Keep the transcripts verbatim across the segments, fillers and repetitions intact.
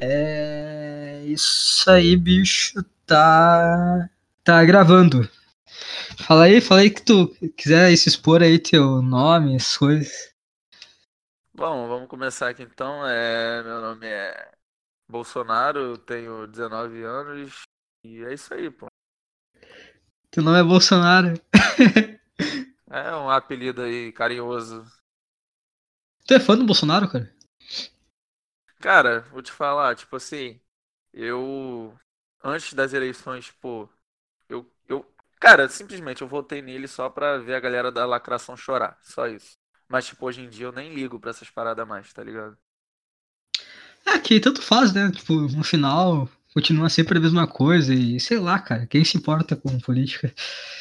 É. Isso aí, bicho, tá. Tá gravando. Fala aí, fala aí que tu quiser aí se expor aí teu nome, as coisas. Bom, vamos começar aqui então. É, meu nome é Bolsonaro, eu tenho dezenove anos e é isso aí, pô. Teu nome é Bolsonaro. É um apelido aí carinhoso. Tu é fã do Bolsonaro, cara? Cara, vou te falar, tipo assim, eu antes das eleições, pô, eu, eu, cara, simplesmente eu votei nele só pra ver a galera da lacração chorar, só isso. Mas tipo, hoje em dia eu nem ligo pra essas paradas mais, tá ligado? É que tanto faz, né? Tipo, no final continua sempre a mesma coisa e sei lá, cara, quem se importa com política?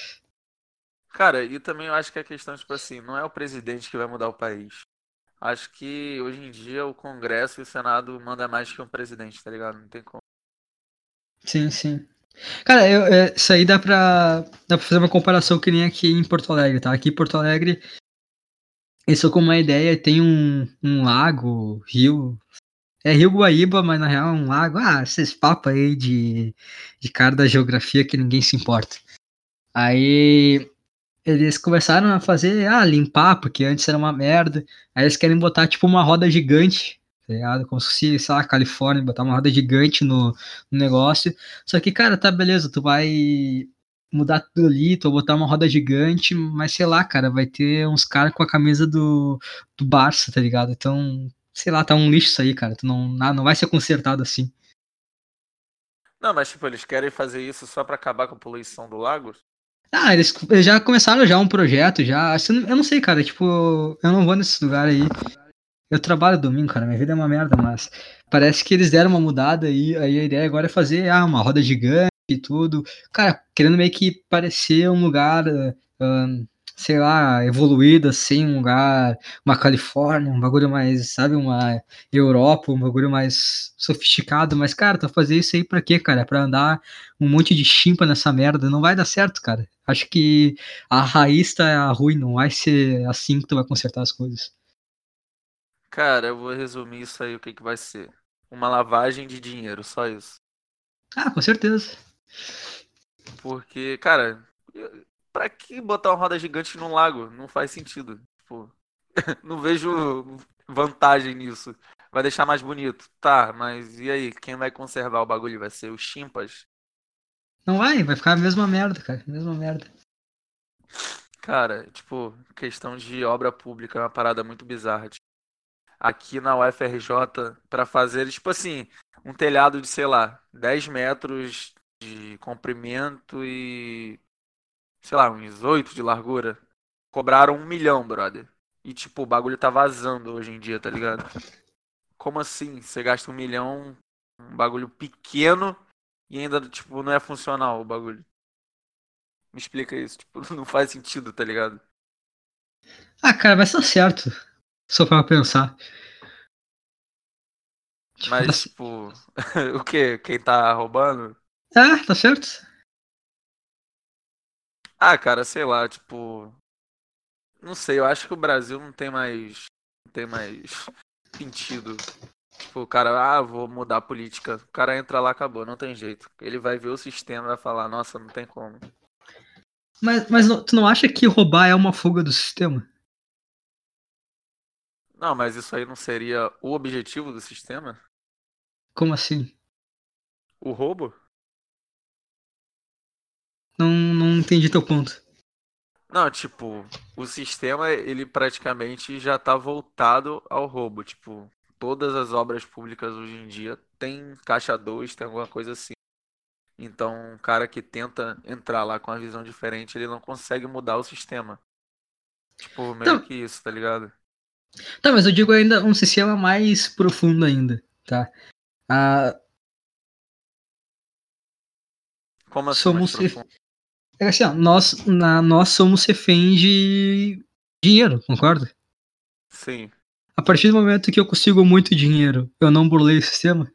Cara, e também eu acho que a questão, tipo assim, não é o presidente que vai mudar o país. Acho que hoje em dia o Congresso e o Senado manda mais que um presidente, tá ligado? Não tem como. Sim, sim. Cara, eu, é, isso aí dá pra, dá pra fazer uma comparação que nem aqui em Porto Alegre, tá? Aqui em Porto Alegre, isso como uma ideia, tem um, um lago, rio. É Rio Guaíba, mas na real é um lago. Ah, esses papos aí de, de cara da geografia que ninguém se importa. Aí eles começaram a fazer, ah, limpar, porque antes era uma merda. Aí eles querem botar tipo uma roda gigante, tá ligado? Como se fosse, sei lá, Califórnia, botar uma roda gigante no, no negócio. Só que, cara, tá beleza, tu vai mudar tudo ali, tu vai botar uma roda gigante, mas sei lá, cara, vai ter uns caras com a camisa do, do Barça, tá ligado? Então, sei lá, tá um lixo isso aí, cara. Tu não, não não vai ser consertado assim. Não, mas tipo, eles querem fazer isso só pra acabar com a poluição do lago? Ah, eles, eles já começaram já um projeto, já. Assim, Eu não sei, cara, tipo, eu não vou nesse lugar aí. Eu trabalho domingo, cara, minha vida é uma merda, mas parece que eles deram uma mudada e aí a ideia agora é fazer ah, uma roda gigante e tudo. Cara, querendo meio que parecer um lugar, ah, sei lá, evoluído, assim, um lugar, uma Califórnia, um bagulho mais, sabe, uma Europa, um bagulho mais sofisticado. Mas, cara, tu vai fazer isso aí pra quê, cara? Pra andar um monte de chimpa nessa merda? Não vai dar certo, cara. Acho que a raiz tá ruim, não vai ser assim que tu vai consertar as coisas. Cara, eu vou resumir isso aí, o que que vai ser? Uma lavagem de dinheiro, só isso. Ah, com certeza. Porque, cara, eu- pra que botar uma roda gigante num lago? Não faz sentido. Tipo, não vejo vantagem nisso. Vai deixar mais bonito. Tá, mas e aí? Quem vai conservar o bagulho? Vai ser os chimpas? Não vai, vai ficar a mesma merda, cara. Mesma merda. Cara, tipo, questão de obra pública é uma parada muito bizarra. Tipo, aqui na U F R J, pra fazer, tipo assim, um telhado de, sei lá, dez metros de comprimento e, sei lá, uns oito de largura, cobraram um milhão, brother. E, tipo, o bagulho tá vazando hoje em dia, tá ligado? Como assim? Você gasta um milhão, um bagulho pequeno e ainda, tipo, não é funcional o bagulho. Me explica isso, tipo, não faz sentido, tá ligado? Ah, cara, vai ser certo. Só pra pensar. Tipo, tá... Mas, c- tipo, o quê? Quem tá roubando? Ah, tá certo. Ah, cara, sei lá, tipo, não sei, eu acho que o Brasil não tem mais, não tem mais sentido. Tipo, o cara, ah, vou mudar a política. O cara entra lá, acabou, não tem jeito. Ele vai ver o sistema e vai falar, nossa, não tem como. Mas, mas não- tu não acha que roubar é uma fuga do sistema? Não, mas isso aí não seria o objetivo do sistema? Como assim? O roubo? Não, não entendi teu ponto. Não, tipo, o sistema, ele praticamente já tá voltado ao roubo. Tipo, todas as obras públicas hoje em dia tem caixa dois, tem alguma coisa assim. Então, um cara que tenta entrar lá com uma visão diferente, ele não consegue mudar o sistema. Tipo, meio Tá, que isso, tá ligado? tá, mas eu digo ainda um sistema mais profundo ainda, tá? Ah, Como assim mais somos ref- profundo? é assim, ó, nós, na, nós somos reféns de dinheiro, concorda? Sim. A partir do momento que eu consigo muito dinheiro, eu não burlei o sistema?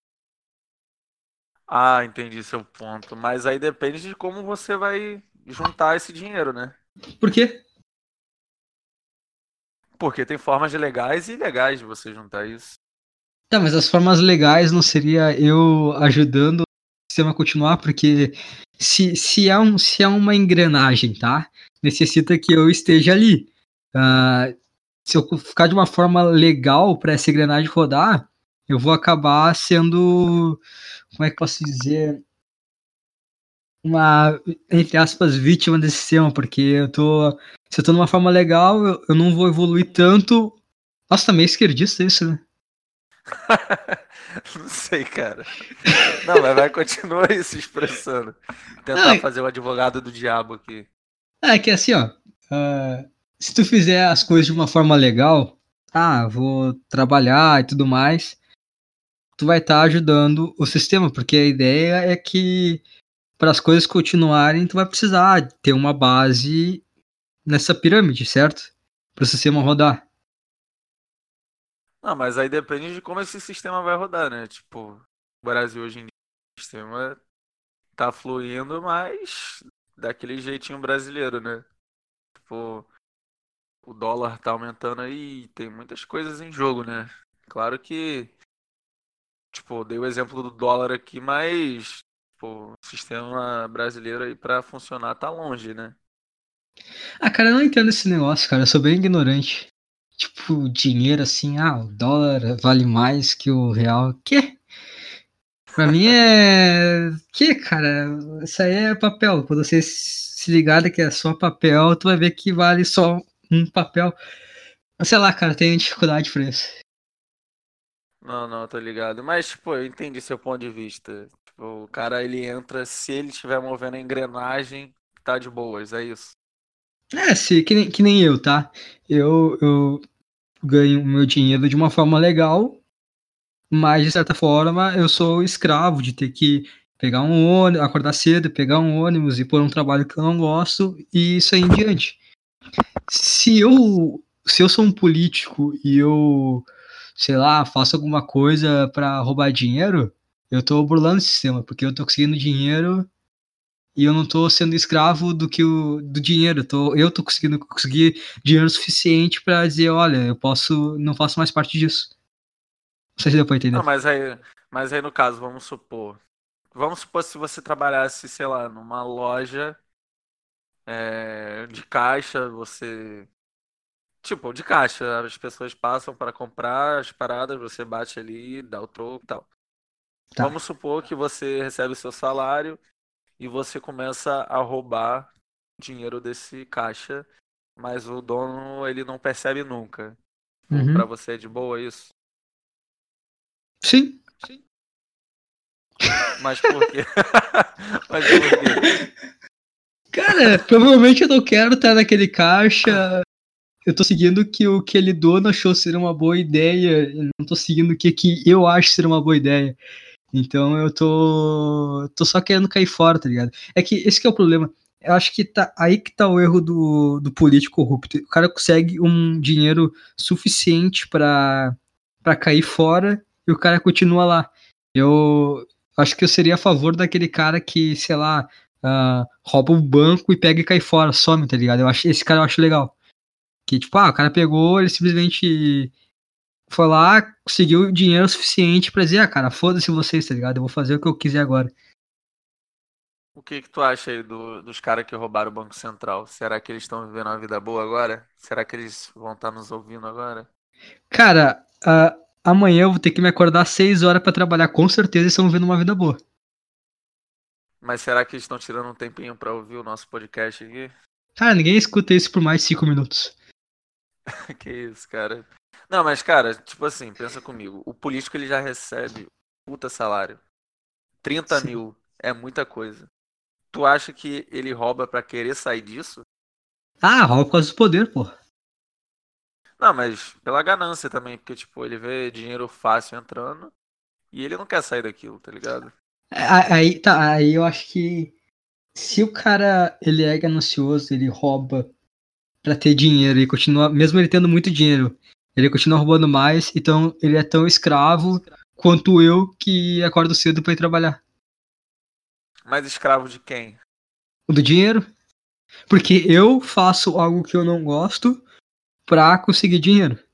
Ah, entendi seu ponto. Mas aí depende de como você vai juntar esse dinheiro, né? Por quê? Porque tem formas legais e ilegais de você juntar isso. Tá, mas as formas legais não seria eu ajudando o sistema a continuar, porque se, se, é, um, se é uma engrenagem, tá? Necessita que eu esteja ali. Uh, se eu ficar de uma forma legal para essa engrenagem rodar, eu vou acabar sendo, como é que eu posso dizer, uma, entre aspas, vítima desse sistema, porque eu tô, se eu tô numa forma legal, eu, eu não vou evoluir tanto. Nossa, tá meio esquerdista isso, né? Não sei, cara. Não, mas vai continuar aí se expressando. Não, Tentar é, fazer o advogado do diabo aqui. é que assim, ó, uh, se tu fizer as coisas de uma forma legal, ah, vou trabalhar e tudo mais, tu vai estar ajudando o sistema, porque a ideia é que para as coisas continuarem, tu vai precisar ter uma base nessa pirâmide, certo? Para o sistema rodar. Não, mas aí depende de como esse sistema vai rodar, né? Tipo, o Brasil hoje em dia, o sistema tá fluindo, mas daquele jeitinho brasileiro, né? Tipo, o dólar tá aumentando aí e tem muitas coisas em jogo, né? Claro que, tipo, dei o exemplo do dólar aqui, mas, pô, o sistema brasileiro aí pra funcionar tá longe, né? Ah, cara, eu não entendo esse negócio, cara, eu sou bem ignorante. Tipo, dinheiro assim, ah, o dólar vale mais que o real. Quê? Pra mim é. Que, cara? Isso aí é papel. Quando você se ligar que é só papel, tu vai ver que vale só um papel. Mas sei lá, cara, tenho dificuldade pra isso. Não, não, tô ligado. Mas, tipo, eu entendi seu ponto de vista. Tipo, o cara, ele entra, se ele estiver movendo a engrenagem, tá de boas, é isso. É, se, que nem, que nem eu, tá? Eu, eu ganho o meu dinheiro de uma forma legal, mas de certa forma eu sou escravo de ter que pegar um ônibus, acordar cedo, pegar um ônibus e pôr um trabalho que eu não gosto e isso aí em diante. Se eu, se eu sou um político e eu, sei lá, faço alguma coisa pra roubar dinheiro, eu tô burlando o sistema, porque eu tô conseguindo dinheiro e eu não tô sendo escravo do que o do dinheiro. Eu tô, eu tô conseguindo conseguir dinheiro suficiente pra dizer, olha, eu posso, não faço mais parte disso. Não sei se deu pra Não, entender. mas aí, mas aí no caso, vamos supor. Vamos supor se você trabalhasse, sei lá, numa loja é, de caixa, você. Tipo, de caixa, as pessoas passam para comprar as paradas, você bate ali, dá o troco e tal. Tá. Vamos supor que você recebe o seu salário e você começa a roubar dinheiro desse caixa, mas o dono ele não percebe nunca. Pô, pra Uhum. você é de boa isso? Sim. Sim. Mas por quê? Mas por quê? Cara, provavelmente eu não quero estar naquele caixa. Eu tô seguindo o que o que ele dono achou ser uma boa ideia. Eu não tô seguindo o que, que eu acho ser uma boa ideia. Então eu tô. tô só querendo cair fora, tá ligado? É que esse que é o problema. Eu acho que tá aí que tá o erro do, do político corrupto. O cara consegue um dinheiro suficiente pra, pra cair fora e o cara continua lá. Eu acho que eu seria a favor daquele cara que, sei lá, ah, rouba o banco e pega e cai fora, some, tá ligado? Eu acho, esse cara eu acho legal. Que, tipo, ah, o cara pegou, ele simplesmente foi lá, conseguiu dinheiro suficiente pra dizer, ah, cara, foda-se vocês, tá ligado? Eu vou fazer o que eu quiser agora. O que que tu acha aí do- dos caras que roubaram o Banco Central? Será que eles estão vivendo uma vida boa agora? Será que eles vão estar nos ouvindo agora? Cara, ah, amanhã eu vou ter que me acordar às seis horas pra trabalhar, com certeza, e estão vivendo uma vida boa. Mas será que eles estão tirando um tempinho pra ouvir o nosso podcast aqui? Cara, ninguém escuta isso por mais de cinco minutos. Que isso, cara. Não, mas cara, tipo assim, pensa comigo. O político ele já recebe puta salário. trinta Sim. mil é muita coisa. Tu acha que ele rouba pra querer sair disso? Ah, rouba por causa do poder, pô. Não, mas pela ganância também, porque tipo, ele vê dinheiro fácil entrando e ele não quer sair daquilo, tá ligado? A- Aí, tá, aí eu acho que se o cara ele é ganancioso, ele rouba pra ter dinheiro e continua, mesmo ele tendo muito dinheiro, ele continua roubando mais, então ele é tão escravo quanto eu que acordo cedo pra ir trabalhar. Mas escravo de quem? O do dinheiro, porque eu faço algo que eu não gosto pra conseguir dinheiro.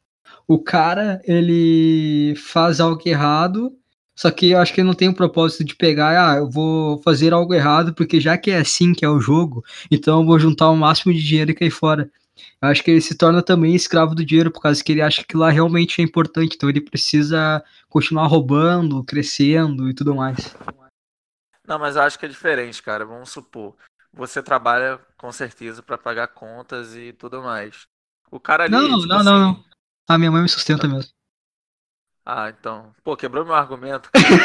o cara, ele faz algo errado, só que eu acho que ele não tem o propósito de pegar, ah, eu vou fazer algo errado, porque já que é assim que é o jogo, então eu vou juntar o máximo de dinheiro e cair fora. Eu acho que ele se torna também escravo do dinheiro, por causa que ele acha que lá realmente é importante, então ele precisa continuar roubando, crescendo e tudo mais. Não, mas eu acho que é diferente, cara. Vamos supor, você trabalha com certeza pra pagar contas e tudo mais. O cara Não, ali, tipo não, não, assim. não. A minha mãe me sustenta mesmo. Ah, então. Pô, quebrou meu argumento, cara.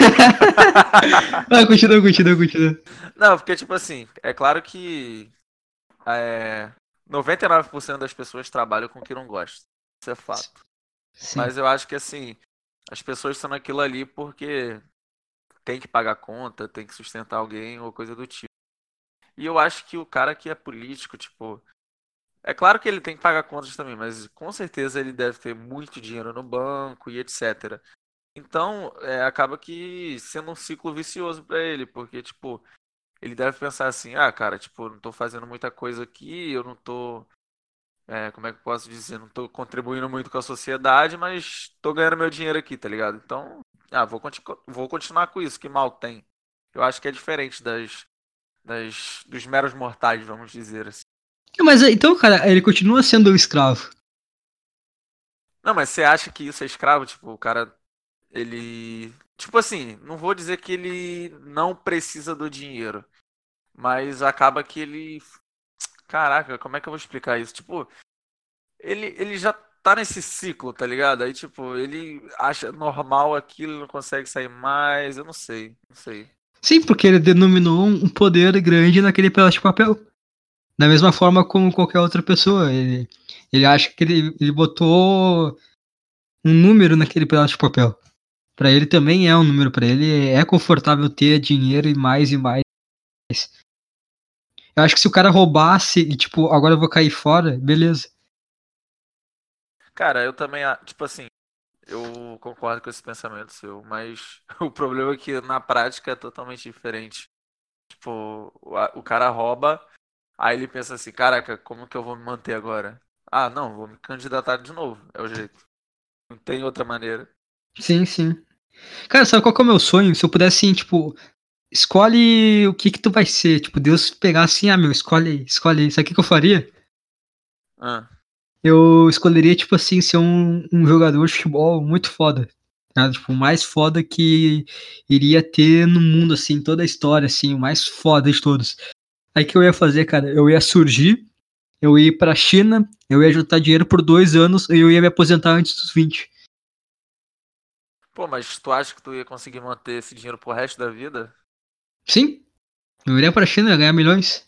Ah, continua, continua, continua. Não, porque, tipo assim, é claro que é, noventa e nove por cento das pessoas trabalham com o que não gostam. Isso é fato. Sim. Mas eu acho que, assim, as pessoas estão naquilo ali porque tem que pagar conta, tem que sustentar alguém ou coisa do tipo. E eu acho que o cara que é político, tipo. É claro que ele tem que pagar contas também, mas com certeza ele deve ter muito dinheiro no banco e etcétera. Então, é, acaba que sendo um ciclo vicioso pra ele, porque, tipo, ele deve pensar assim, ah, cara, tipo, eu não tô fazendo muita coisa aqui, eu não tô, é, como é que eu posso dizer, não tô contribuindo muito com a sociedade, mas tô ganhando meu dinheiro aqui, tá ligado? Então, ah, vou, conti- vou continuar com isso, que mal tem. Eu acho que é diferente das, das, dos meros mortais, vamos dizer assim. Mas então, cara, ele continua sendo um escravo. Não, mas você acha que isso é escravo? Tipo, o cara, ele. Tipo assim, não vou dizer que ele não precisa do dinheiro, mas acaba que ele. Caraca, como é que eu vou explicar isso? Tipo, ele, ele já tá nesse ciclo, tá ligado? Aí, tipo, ele acha normal aquilo, não consegue sair mais, eu não sei, não sei. Sim, porque ele denominou um poder grande naquele pedaço de papel. Da mesma forma como qualquer outra pessoa. Ele, ele acha que ele, ele botou um número naquele pedaço de papel. Pra ele também é um número. Pra ele é confortável ter dinheiro e mais e mais. Eu acho que se o cara roubasse e, tipo, agora eu vou cair fora, beleza. Cara, eu também, a- tipo assim, eu concordo com esse pensamento seu, mas o problema é que na prática é totalmente diferente. Tipo, o, a- o cara rouba. Aí ele pensa assim, caraca, como que eu vou me manter agora? Ah, não, vou me candidatar de novo. É o jeito. Não tem outra maneira. Sim, sim. Cara, sabe qual que é o meu sonho? Se eu pudesse, assim, tipo, escolhe o que que tu vai ser. Tipo, Deus pegar assim, ah, meu, escolhe aí, escolhe aí. Sabe o que que eu faria? Ah, Eu escolheria, tipo assim, ser um, um jogador de futebol muito foda. Tá? Tipo, o mais foda que iria ter no mundo, assim, toda a história, assim, o mais foda de todos. Aí o que eu ia fazer, cara? Eu ia surgir, eu ia ir pra China, eu ia juntar dinheiro por dois anos e eu ia me aposentar antes dos vinte. pô, mas tu acha que tu ia conseguir manter esse dinheiro pro resto da vida? Sim, eu iria pra China, ia ganhar milhões.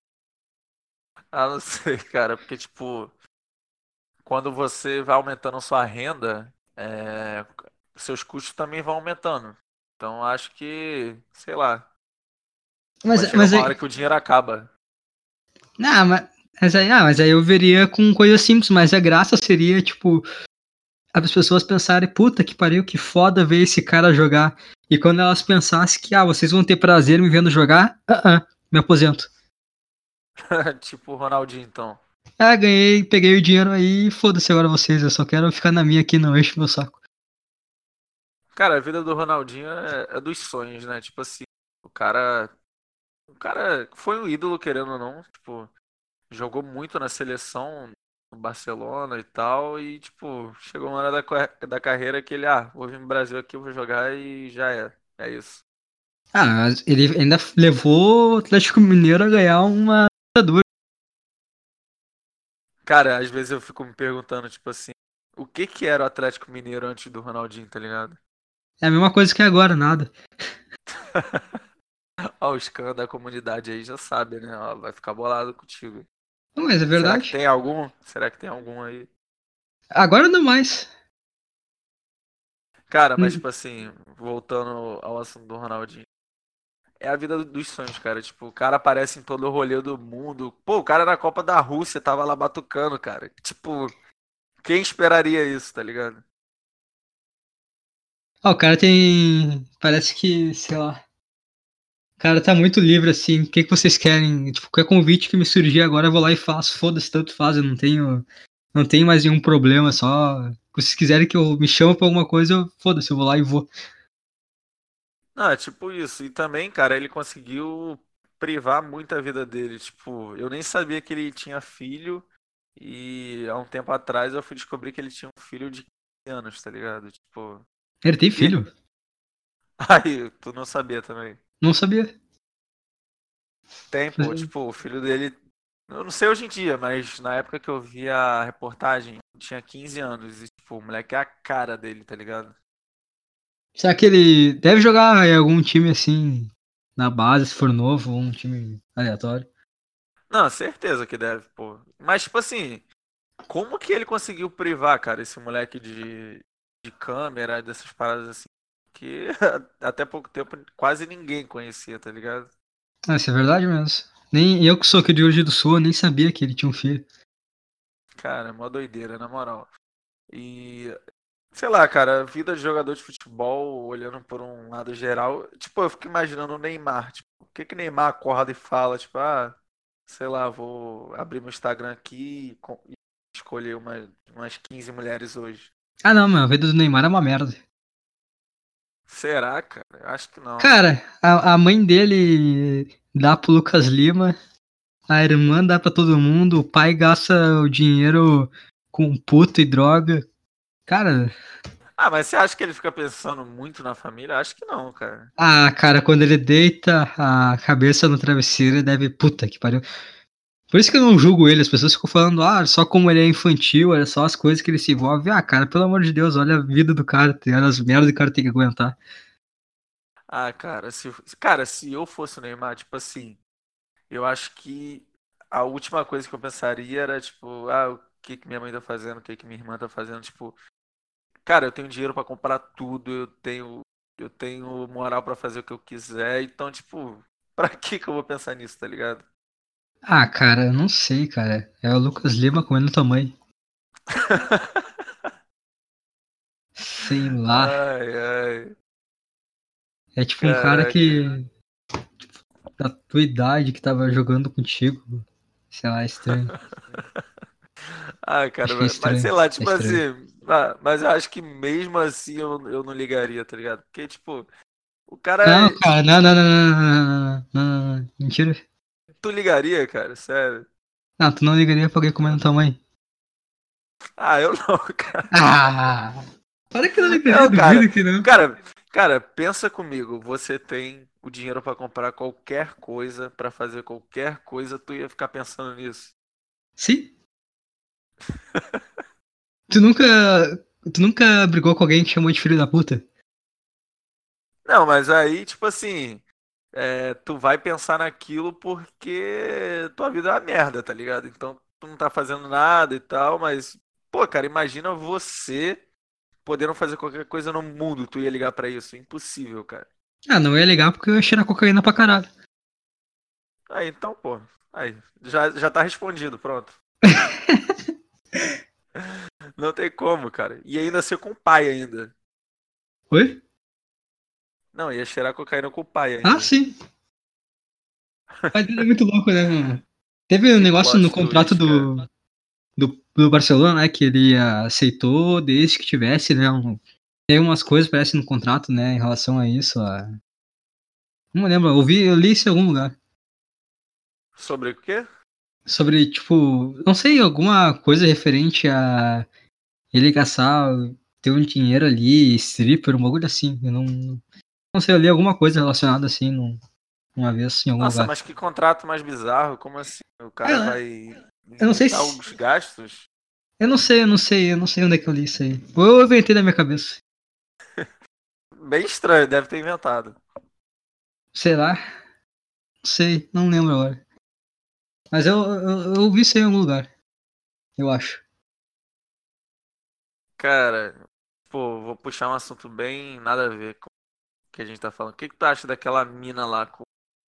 Ah, não sei, cara, porque tipo, quando você vai aumentando sua renda, é, seus custos também vão aumentando. Então acho que, sei lá, vai Mas, chegar mas uma aí. hora que o dinheiro acaba. Não, mas, mas aí, ah, mas aí eu veria com coisas simples, mas a graça seria, tipo, as pessoas pensarem, puta que pariu, que foda ver esse cara jogar. E quando elas pensassem que, ah, vocês vão ter prazer me vendo jogar, ah, ah, me aposento. Tipo o Ronaldinho, então. Ah, ganhei, peguei o dinheiro aí, foda-se agora vocês, eu só quero ficar na minha aqui, não enche meu saco. Cara, a vida do Ronaldinho é, é dos sonhos, né? Tipo assim, o cara. O cara foi um ídolo, querendo ou não. Tipo, jogou muito na seleção, no Barcelona e tal. E, tipo, chegou uma hora da, co- da carreira que ele, ah, vou vir no Brasil aqui, vou jogar e já é. É isso. Ah, mas ele ainda levou o Atlético Mineiro a ganhar uma Libertadores. Cara, às vezes eu fico me perguntando, tipo assim, o que que era o Atlético Mineiro antes do Ronaldinho, tá ligado? É a mesma coisa que agora, nada. Ó, os caras da comunidade aí já sabem, né? Ó, vai ficar bolado contigo. Não, mas é Será que verdade. tem algum? Será que tem algum aí? Agora não mais. Cara, mas Hum. tipo assim, voltando ao assunto do Ronaldinho. É a vida dos sonhos, cara. Tipo, o cara aparece em todo o rolê do mundo. Pô, o cara na Copa da Rússia tava lá batucando, cara. Tipo, quem esperaria isso, tá ligado? Ah, o cara tem. Parece que, sei lá. O cara tá muito livre assim. O que, que vocês querem? Tipo, qualquer convite que me surgir agora, eu vou lá e faço. Foda-se, tanto faz. Eu não tenho. não tem mais nenhum problema, só. Se vocês quiserem que eu me chame pra alguma coisa, eu foda-se, eu vou lá e vou. Não, é tipo isso. E também, cara, ele conseguiu privar muito a vida dele. Tipo, eu nem sabia que ele tinha filho. E há um tempo atrás eu fui descobrir que ele tinha um filho de quinze anos, tá ligado? Tipo. Ele tem E filho? aí, tu não sabia também. Não sabia. Tem, pô, tipo, o filho dele. Eu não sei hoje em dia, mas na época que eu vi a reportagem, tinha quinze anos. E, tipo, o moleque é a cara dele, tá ligado? Será que ele deve jogar em algum time assim, na base, se for novo, ou um time aleatório? Não, certeza que deve, pô. Mas, tipo assim, como que ele conseguiu privar, cara, esse moleque de, de câmera, dessas paradas assim, que até pouco tempo quase ninguém conhecia, tá ligado? Ah, isso é verdade mesmo. Nem eu que sou aqui de Rio Grande do Sul, eu nem sabia que ele tinha um filho. Cara, é mó doideira, na moral. E, sei lá, cara, a vida de jogador de futebol, olhando por um lado geral, tipo, eu fico imaginando o Neymar, tipo, o que que Neymar acorda e fala, tipo, ah, sei lá, vou abrir meu Instagram aqui e co- e escolher uma, umas quinze mulheres hoje. Ah, não, mano, a vida do Neymar é uma merda. Será, cara? Eu acho que não. Cara, a, a mãe dele dá pro Lucas Lima, a irmã dá pra todo mundo, o pai gasta o dinheiro com puta e droga. Cara, Ah, mas você acha que ele fica pensando muito na família? Acho que não, cara. ah, cara, quando ele deita a cabeça no travesseiro, ele deve. Puta que pariu. Por isso que eu não julgo ele, as pessoas ficam falando, ah, só como ele é infantil, olha só as coisas que ele se envolve. Ah, cara, pelo amor de Deus, olha a vida do cara, tá olha as merdas que o cara tem que aguentar. Ah, cara, se, cara, se eu fosse o Neymar, tipo assim, eu acho que a última coisa que eu pensaria era, tipo, ah, o que que minha mãe tá fazendo, o que que minha irmã tá fazendo, tipo, cara, eu tenho dinheiro pra comprar tudo, eu tenho, eu tenho moral pra fazer o que eu quiser, então, tipo, pra que que eu vou pensar nisso, tá ligado? Ah, cara, eu não sei, cara. É o Lucas Lima comendo tua mãe. Sei lá. Ai, ai, É tipo um cara caraca. que. Da tua idade que tava jogando contigo. Sei lá, é estranho. Ah, Acho que é cara, mas sei estranho. lá, É tipo estranho. assim, ah, mas eu acho que mesmo assim eu, eu não ligaria, tá ligado? Porque, tipo, o cara, Não, é- cara, não, não, não, não, não, não, não, não, não. Mentira. tu ligaria, cara, sério. Não, tu não ligaria pra alguém comendo tua mãe. Ah, eu não, cara. Ah! Para que não ligaria, Não, cara, duvido que não. cara, cara, pensa comigo, você tem o dinheiro pra comprar qualquer coisa, pra fazer qualquer coisa, tu ia ficar pensando nisso. Sim. Tu nunca. Tu nunca brigou com alguém que chamou de filho da puta? Não, mas aí, tipo assim, é, tu vai pensar naquilo porque tua vida é uma merda, tá ligado? Então tu não tá fazendo nada e tal, mas, pô, cara, imagina você podendo fazer qualquer coisa no mundo, tu ia ligar pra isso. Impossível, cara. Ah, não é legal porque eu ia cheirar cocaína pra caralho. Aí, então, pô, aí, já, já tá respondido, pronto. Não tem como, cara. E ainda ser com o pai ainda. Oi? Não, ia cheirar cocaína com o pai Ah, ainda. sim. O pai dele é muito louco, né, mano? Teve um Que negócio no plot contrato twist, cara. do, do, do Barcelona, né? Que ele aceitou desde que tivesse, né? Um, tem umas coisas, parece, no contrato, né? Em relação a isso. A... Não me lembro, eu, vi, eu li isso em algum lugar. Sobre o quê? Sobre, tipo, não sei, alguma coisa referente a ele caçar, ter um dinheiro ali, stripper, um bagulho assim. Eu não, não sei, eu li alguma coisa relacionada assim num, uma vez em algum Nossa, lugar. mas que contrato mais bizarro. Como assim? O cara Ah, vai eu não sei limitar se. os gastos? Eu não sei, eu não sei, eu não sei onde é que eu li isso aí. Ou eu inventei na minha cabeça. Bem estranho, deve ter inventado. Sei lá, não sei, não lembro agora. Mas eu, eu, eu vi isso aí em algum lugar, eu acho. Cara, pô, vou puxar um assunto bem nada a ver com o que a gente tá falando. O que que tu acha daquela mina lá com,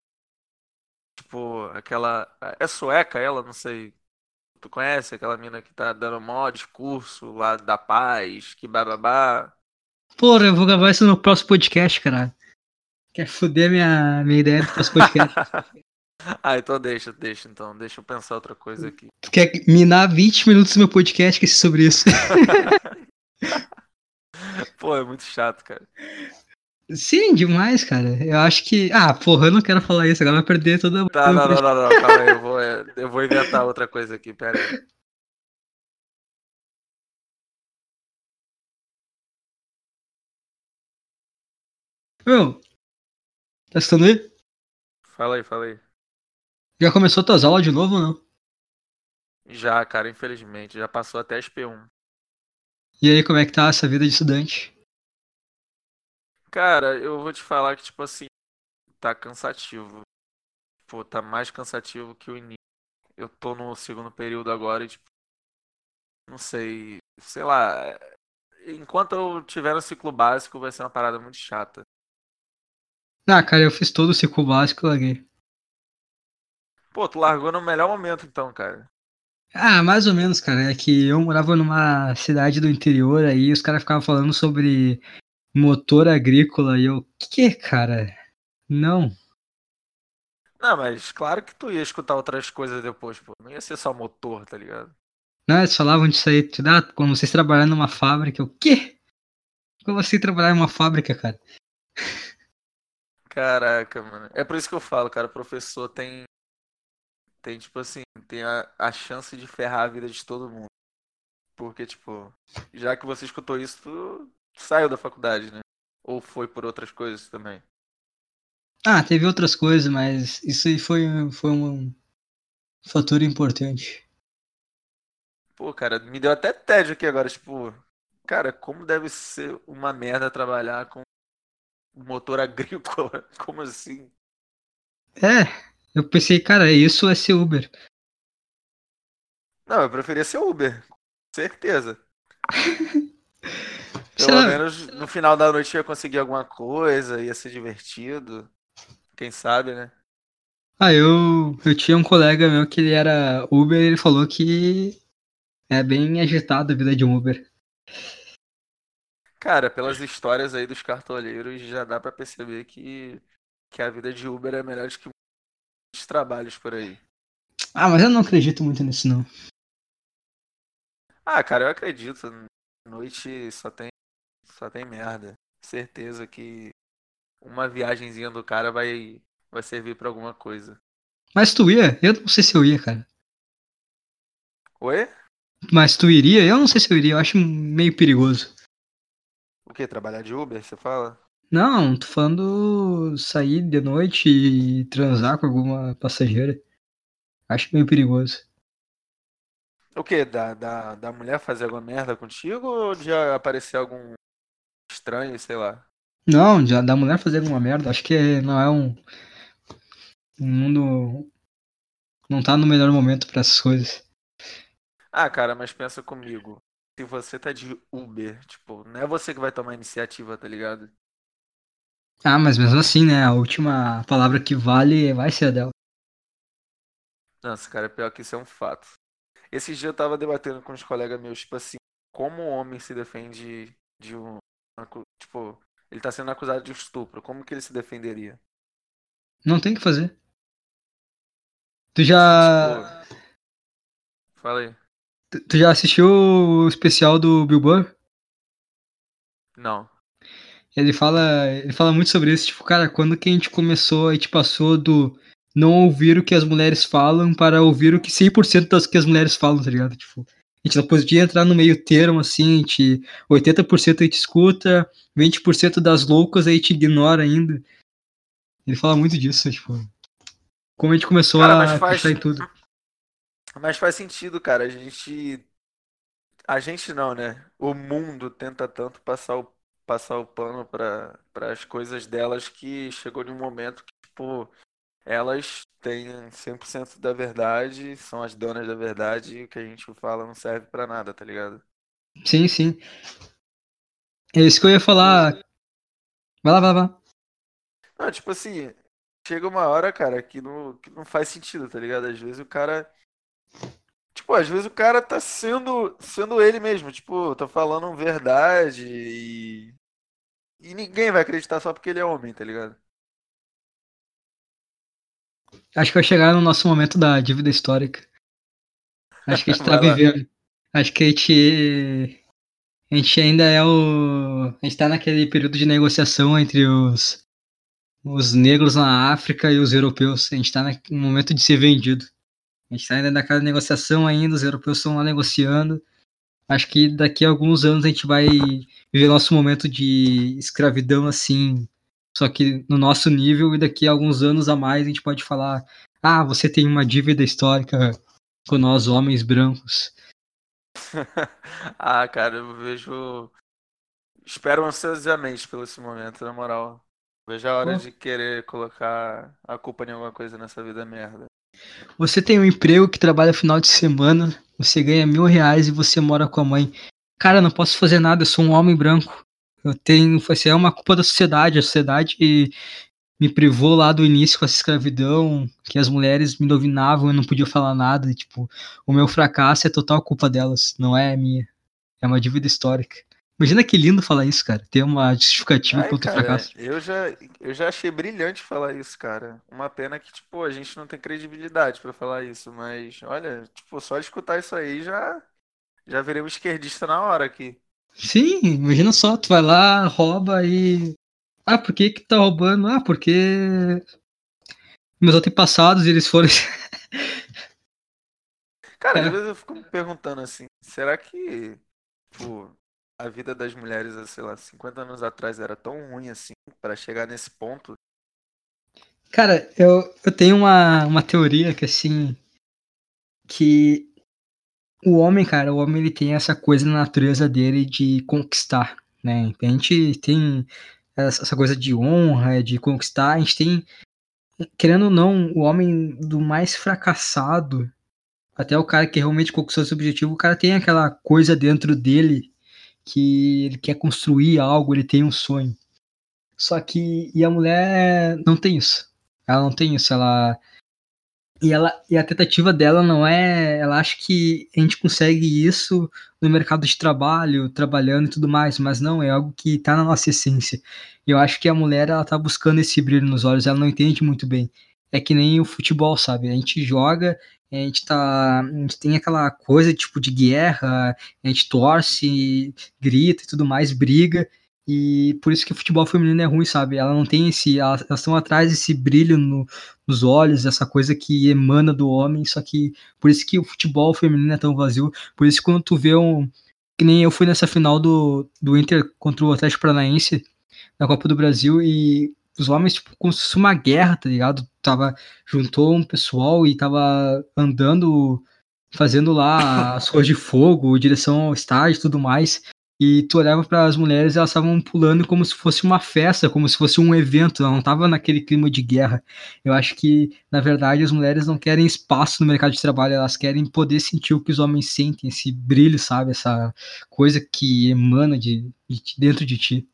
tipo, aquela. É sueca ela? Não sei. Tu conhece aquela mina que tá dando mó discurso lá da paz, que bababá? Porra, eu vou gravar isso no próximo podcast, cara. Quer foder minha, minha ideia do próximo podcast. Ah, então deixa, deixa, então. Deixa eu pensar outra coisa aqui. Tu quer minar vinte minutos do meu podcast que é sobre isso? Pô, é muito chato, cara. Sim, demais, cara. Eu acho que. Ah, porra, eu não quero falar isso, agora vai perder toda a Tá, não, não, não, não, calma aí. Eu vou, é, eu vou inventar outra coisa aqui, pera aí. Meu, tá assistindo aí? Fala aí, fala aí. Já começou tuas aulas de novo ou não? Já, cara, infelizmente. Já passou até as P um. E aí, como é que tá essa vida de estudante? Cara, eu vou te falar que, tipo assim, tá cansativo. Pô, tá mais cansativo que o início. Eu tô no segundo período agora e, tipo, não sei. Sei lá. Enquanto eu tiver no ciclo básico, vai ser uma parada muito chata. Ah, cara, eu fiz todo o ciclo básico e larguei. Pô, tu largou no melhor momento então, cara. Ah, mais ou menos, cara. É que eu morava numa cidade do interior aí, os caras ficavam falando sobre motor agrícola e eu, que, cara? Não. Não, mas claro que tu ia escutar outras coisas depois, pô. Não ia ser só motor, tá ligado? Não, eles falavam disso aí, tu dá, quando vocês trabalham numa fábrica, eu, quê? Como assim trabalhar em uma fábrica, cara? Caraca, mano. É por isso que eu falo, cara, professor tem, tem tipo assim, tem a, a chance de ferrar a vida de todo mundo. Porque, tipo, já que você escutou isso, tu saiu da faculdade, né? Ou foi por outras coisas também. Ah, teve outras coisas, mas isso aí foi, foi um fator importante. Pô, cara, me deu até tédio aqui agora, tipo, cara, como deve ser uma merda trabalhar com motor agrícola? Como assim? É, eu pensei, cara, isso é ser Uber. Não, eu preferia ser Uber, certeza. Sei Pelo lá, menos no final da noite eu ia conseguir alguma coisa, ia ser divertido. Quem sabe, né? ah, eu, eu tinha um colega meu que ele era Uber e ele falou que é bem agitado a vida de um Uber. Cara, pelas histórias aí dos cartoleiros, já dá pra perceber que, que a vida de Uber é melhor do que muitos trabalhos por aí. Ah, mas eu não acredito muito nisso, não. Ah, cara, eu acredito. Noite só tem, só tem merda. Certeza que uma viagenzinha do cara vai, vai servir pra alguma coisa. Mas tu ia? Eu não sei se eu ia, cara. Oi? Mas tu iria? Eu não sei se eu iria, eu acho meio perigoso. O quê? Trabalhar de Uber, você fala? Não, tô falando sair de noite e transar com alguma passageira. Acho meio perigoso. O quê? Da, da, da mulher fazer alguma merda contigo ou de aparecer algum estranho, sei lá? Não, já da mulher fazer alguma merda, acho que não é um, um mundo. Não tá no melhor momento pra essas coisas. Ah, cara, mas pensa comigo. Se você tá de Uber, tipo, não é você que vai tomar a iniciativa, tá ligado? Ah, mas mesmo assim, né? A última palavra que vale vai ser a dela. Nossa, cara, pior que isso é um fato. Esse dia eu tava debatendo com uns colegas meus, tipo assim, como o homem se defende de um. acu- Tipo, ele tá sendo acusado de estupro, como que ele se defenderia? Não tem o que fazer. Tu E, tipo, já. fala aí. Tu tu já assistiu o especial do Bill Burr? Não. Ele fala, ele fala muito sobre isso, tipo, cara, quando que a gente começou, a gente passou do não ouvir o que as mulheres falam para ouvir o que cem por cento das que as mulheres falam, tá ligado? Tipo, a gente não podia entrar no meio termo, assim, a gente, oitenta por cento a gente escuta, vinte por cento das loucas a gente ignora ainda. Ele fala muito disso, tipo, como a gente começou Cara, mas a acreditar faz. em tudo. Mas faz sentido, cara. A gente. A gente não, né? O mundo tenta tanto passar o, passar o pano para as coisas delas que chegou de um momento que, tipo, elas têm cem por cento da verdade, são as donas da verdade, e o que a gente fala não serve pra nada, tá ligado? Sim, sim. É isso que eu ia Tipo, falar. Vai lá, vai lá, vai lá. não, tipo assim, chega uma hora, cara, que não, que não faz sentido, tá ligado? Às vezes o cara. Tipo, às vezes o cara tá sendo, sendo ele mesmo, tipo, tá falando verdade e. E ninguém vai acreditar só porque ele é homem, tá ligado? Acho que vai chegar no nosso momento da dívida histórica. Acho que a gente tá Vai lá. vivendo. Acho que a gente. A gente ainda é o. A gente tá naquele período de negociação entre os, os negros na África e os europeus. A gente tá no momento de ser vendido. A gente tá ainda naquela negociação ainda, os europeus estão lá negociando. Acho que daqui a alguns anos a gente vai viver nosso momento de escravidão assim, só que no nosso nível, e daqui a alguns anos a mais a gente pode falar: ah, você tem uma dívida histórica com nós, homens brancos. Ah, cara, eu vejo. Espero ansiosamente pelo esse momento, na moral. Vejo a hora Pô, de querer colocar a culpa em alguma coisa nessa vida merda. você tem um emprego que trabalha final de semana, você ganha mil reais e você mora com a mãe. Cara, eu não posso fazer nada, eu sou um homem branco. Eu tenho. Isso é uma culpa da sociedade. A sociedade me privou lá do início com essa escravidão, que as mulheres me dominavam, eu não podia falar nada. E, tipo, o meu fracasso é total culpa delas, não é minha. É uma dívida histórica. Imagina que lindo falar isso, cara. Ter uma justificativa Ai, pelo teu cara, fracasso. eu já, eu já achei brilhante falar isso, cara. Uma pena que, tipo, a gente não tem credibilidade pra falar isso, mas, olha, tipo, só de escutar isso aí já, já virei um esquerdista na hora aqui. Sim, imagina só, tu vai lá, rouba e. Ah, por que que tá roubando? Ah, porque meus antepassados, eles foram. Cara, às É. vezes eu fico me perguntando assim, será que, tipo, a vida das mulheres, sei lá, cinquenta anos atrás era tão ruim assim pra chegar nesse ponto? Cara, eu, eu tenho uma, uma teoria que, assim, que o homem, cara, o homem ele tem essa coisa na natureza dele de conquistar, né? A gente tem essa essa coisa de honra, de conquistar, a gente tem, querendo ou não, o homem do mais fracassado, até o cara que realmente conquistou esse objetivo, o cara tem aquela coisa dentro dele que ele quer construir algo, ele tem um sonho. Só que, e a mulher não tem isso. Ela não tem isso, ela E, ela, e a tentativa dela não é. Ela acha que a gente consegue isso no mercado de trabalho, trabalhando e tudo mais, mas não, é algo que tá na nossa essência. E eu acho que a mulher, ela tá buscando esse brilho nos olhos, ela não entende muito bem. É que nem o futebol, sabe? A gente joga, a gente tá. A gente tem aquela coisa tipo de guerra, a gente torce, grita e tudo mais, briga. E por isso que o futebol feminino é ruim, sabe? Ela não tem esse. Elas estão atrás desse brilho no, nos olhos, essa coisa que emana do homem, só que por isso que o futebol feminino é tão vazio, por isso que quando tu vê um, que nem eu fui nessa final do, do Inter contra o Atlético Paranaense na Copa do Brasil e os homens, tipo, como se fosse uma guerra, tá ligado? Tava, juntou um pessoal e tava andando, fazendo lá as ruas de fogo, direção ao estádio e tudo mais. E tu olhava para as mulheres, elas estavam pulando como se fosse uma festa, como se fosse um evento, ela não tava naquele clima de guerra. Eu acho que, na verdade, as mulheres não querem espaço no mercado de trabalho, elas querem poder sentir o que os homens sentem, esse brilho, sabe? Essa coisa que emana de, de dentro de ti.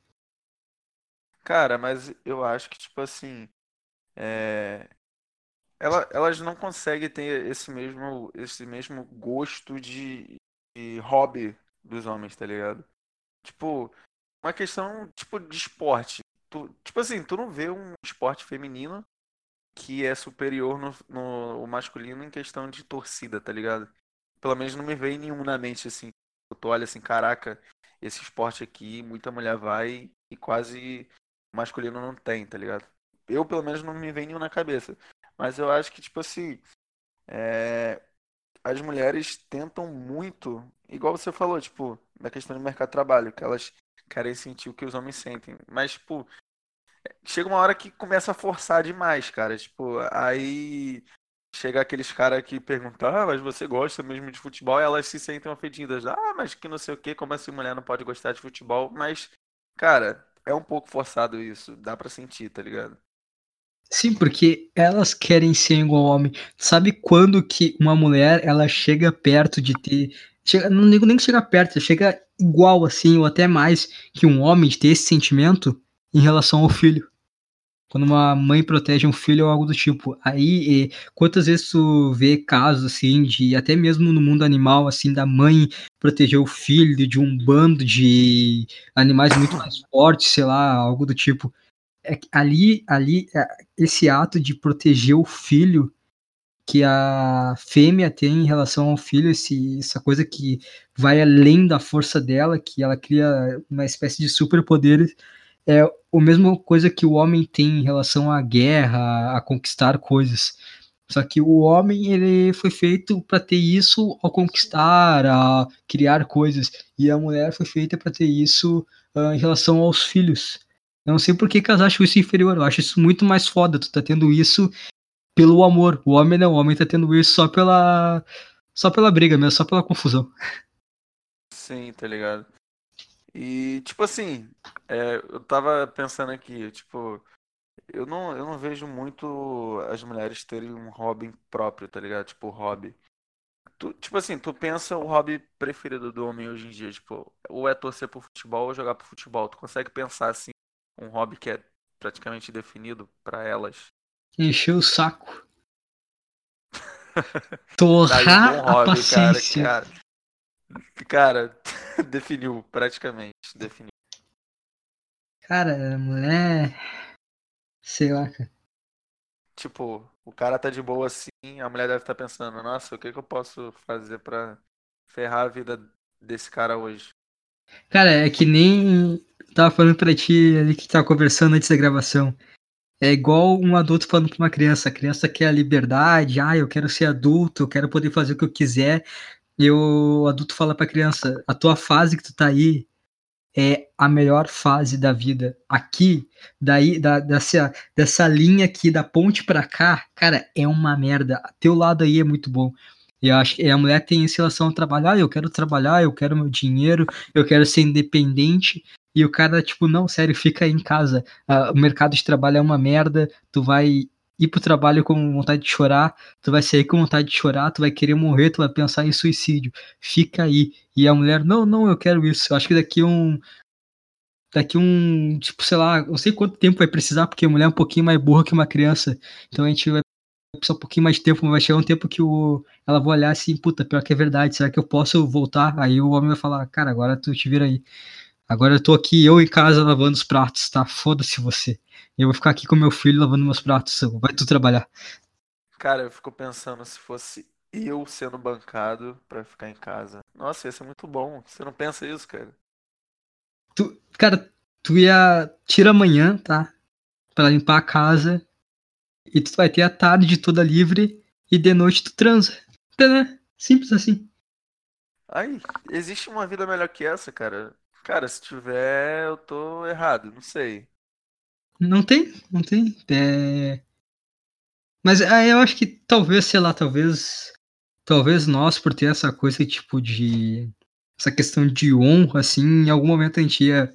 Cara, mas eu acho que, tipo assim, é, ela, elas não conseguem ter esse mesmo, esse mesmo gosto de, de hobby dos homens, tá ligado? Tipo, uma questão, tipo, de esporte. Tu, tipo assim, tu não vê um esporte feminino que é superior no, no o masculino em questão de torcida, tá ligado? Pelo menos não me vem nenhum na mente, assim. Tu olha assim, caraca, esse esporte aqui, muita mulher vai e quase o masculino não tem, tá ligado? Eu, pelo menos, não me vem nenhum na cabeça. Mas eu acho que, tipo assim, é, as mulheres tentam muito, igual você falou, tipo, na questão do mercado de trabalho, que elas querem sentir o que os homens sentem. Mas, tipo, chega uma hora que começa a forçar demais, cara. Tipo, aí chega aqueles caras que perguntam, ah, mas você gosta mesmo de futebol? E elas se sentem ofendidas. Ah, mas que não sei o quê, como assim mulher não pode gostar de futebol? Mas, cara, é um pouco forçado isso. Dá pra sentir, tá ligado? Sim, porque elas querem ser igual ao homem. Sabe quando que uma mulher ela chega perto de ter. Chega, não digo nem que chega perto, chega igual assim, ou até mais que um homem de ter esse sentimento em relação ao filho. Quando uma mãe protege um filho ou algo do tipo. Aí, eh, quantas vezes tu vê casos assim de até mesmo no mundo animal assim da mãe proteger o filho de um bando de animais muito mais fortes, sei lá, algo do tipo. é que ali, ali, é, esse ato de proteger o filho que a fêmea tem em relação ao filho, esse, essa coisa que vai além da força dela, que ela cria uma espécie de superpoderes, é a mesma coisa que o homem tem em relação à guerra, a conquistar coisas. Só que o homem, ele foi feito para ter isso ao conquistar, a criar coisas, e a mulher foi feita para ter isso uh, em relação aos filhos. Eu não sei por que, que elas acham isso inferior, eu acho isso muito mais foda, tu tá tendo isso pelo amor. O homem não, o homem tá tendo isso só pela só pela briga mesmo, só pela confusão. Sim, tá ligado? E, tipo assim, é, eu tava pensando aqui, tipo, eu não, eu não vejo muito as mulheres terem um hobby próprio, tá ligado? Tipo, hobby. Tu, tipo assim, tu pensa o hobby preferido do homem hoje em dia, tipo, ou é torcer pro futebol ou jogar pro futebol. Tu consegue pensar assim, um hobby que é praticamente definido pra elas? Encheu o saco. Tá aí um bom Torrar a hobby, cara, paciência. cara. Cara, definiu, praticamente, definiu. Cara, mulher. Sei lá, cara. Tipo, o cara tá de boa assim, a mulher deve estar pensando, nossa, o que que eu posso fazer pra ferrar a vida desse cara hoje? Cara, é que nem tava falando pra ti ali que tava conversando antes da gravação. É igual um adulto falando pra uma criança. A criança quer a liberdade, ah, eu quero ser adulto, eu quero poder fazer o que eu quiser. E o adulto fala pra criança, a tua fase que tu tá aí é a melhor fase da vida. Aqui, daí, da, dessa, dessa linha aqui, da ponte pra cá, cara, é uma merda. Teu lado aí é muito bom. E eu acho que a mulher tem essa relação ao trabalho. Ah, eu quero trabalhar, eu quero meu dinheiro, eu quero ser independente. E o cara, tipo, não, sério, fica aí em casa. Ah, o mercado de trabalho é uma merda. Tu vai ir pro trabalho com vontade de chorar, tu vai sair com vontade de chorar, tu vai querer morrer, tu vai pensar em suicídio. Fica aí. E a mulher, não, não, eu quero isso. Eu acho que daqui um, daqui um, tipo, sei lá, não sei quanto tempo vai precisar, porque a mulher é um pouquinho mais burra que uma criança. Então a gente vai precisar um pouquinho mais de tempo, mas vai chegar um tempo que o, ela vai olhar assim, puta, pior que é verdade, será que eu posso voltar? Aí o homem vai falar, cara, agora tu te vira aí. Agora eu tô aqui, eu em casa, lavando os pratos, tá? Foda-se você. Eu vou ficar aqui com meu filho lavando meus pratos, vai tu trabalhar. Cara, eu fico pensando se fosse eu sendo bancado pra ficar em casa. Nossa, ia ser muito bom. Você não pensa isso, cara? Tu, cara, tu ia tira amanhã, tá? Pra limpar a casa e tu vai ter a tarde toda livre e de noite tu transa. Entendeu? Simples assim. Ai, existe uma vida melhor que essa, cara? Cara, se tiver, eu tô errado, não sei. Não tem, não tem. É... Mas aí eu acho que talvez, sei lá, talvez. Talvez nós, por ter essa coisa tipo de. Essa questão de honra, assim, em algum momento a gente ia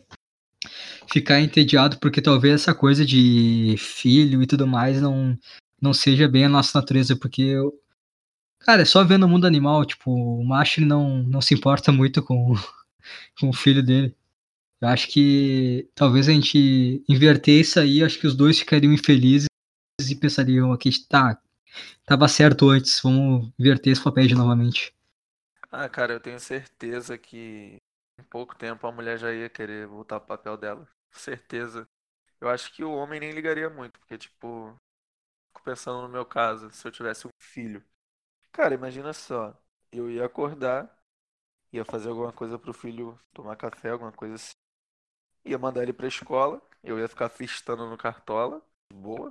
ficar entediado, porque talvez essa coisa de filho e tudo mais não, não seja bem a nossa natureza, porque eu, cara, é só vendo o mundo animal, tipo, o macho ele não, não se importa muito com, com o filho dele. Eu acho que talvez a gente inverter isso aí, acho que os dois ficariam infelizes e pensariam aqui, tá, tava certo antes, vamos inverter esse papel de novamente. Ah, cara, eu tenho certeza que em pouco tempo a mulher já ia querer voltar pro papel dela. Certeza. Eu acho que o homem nem ligaria muito, porque, tipo, fico pensando no meu caso, se eu tivesse um filho. Cara, imagina só, eu ia acordar, ia fazer alguma coisa pro filho tomar café, alguma coisa assim. Ia mandar ele pra escola, eu ia ficar festando no Cartola, de boa.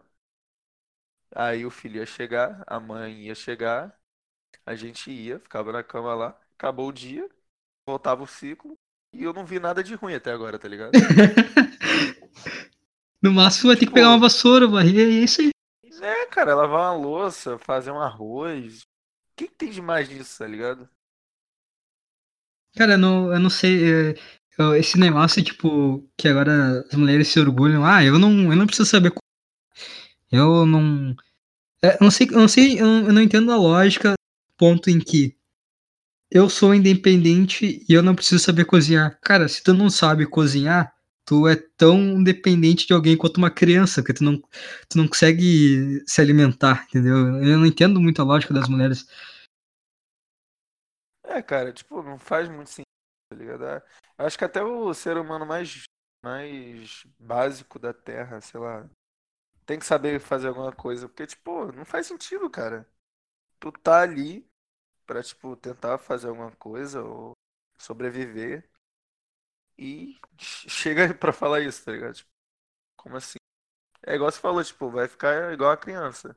Aí o filho ia chegar, a mãe ia chegar, a gente ia, ficava na cama lá, acabou o dia, voltava o ciclo, e eu não vi nada de ruim até agora, tá ligado? No máximo vai ter que pegar uma Tipo, vassoura, varrer, e é isso aí. é, cara, lavar uma louça, fazer um arroz. O que que tem de mais nisso, tá ligado? Cara, eu não, eu não sei, é, eu- esse negócio, tipo, que agora as mulheres se orgulham, ah, eu não, eu não preciso saber, co- eu não, é, eu não sei, eu não sei, eu não, eu não entendo a lógica, ponto em que eu sou independente e eu não preciso saber cozinhar. Cara, se tu não sabe cozinhar, tu é tão dependente de alguém quanto uma criança, porque tu não, tu não consegue se alimentar, entendeu? Eu não entendo muito a lógica das mulheres. É, cara, tipo, não faz muito sentido, tá ligado? É, eu acho que até o ser humano mais mais básico da Terra, sei lá. Tem que saber fazer alguma coisa, porque, tipo, não faz sentido, cara. Tu tá ali pra, tipo, tentar fazer alguma coisa ou sobreviver e ch- chega pra falar isso, tá ligado? Tipo, como assim? É igual você falou, tipo, vai ficar igual a criança.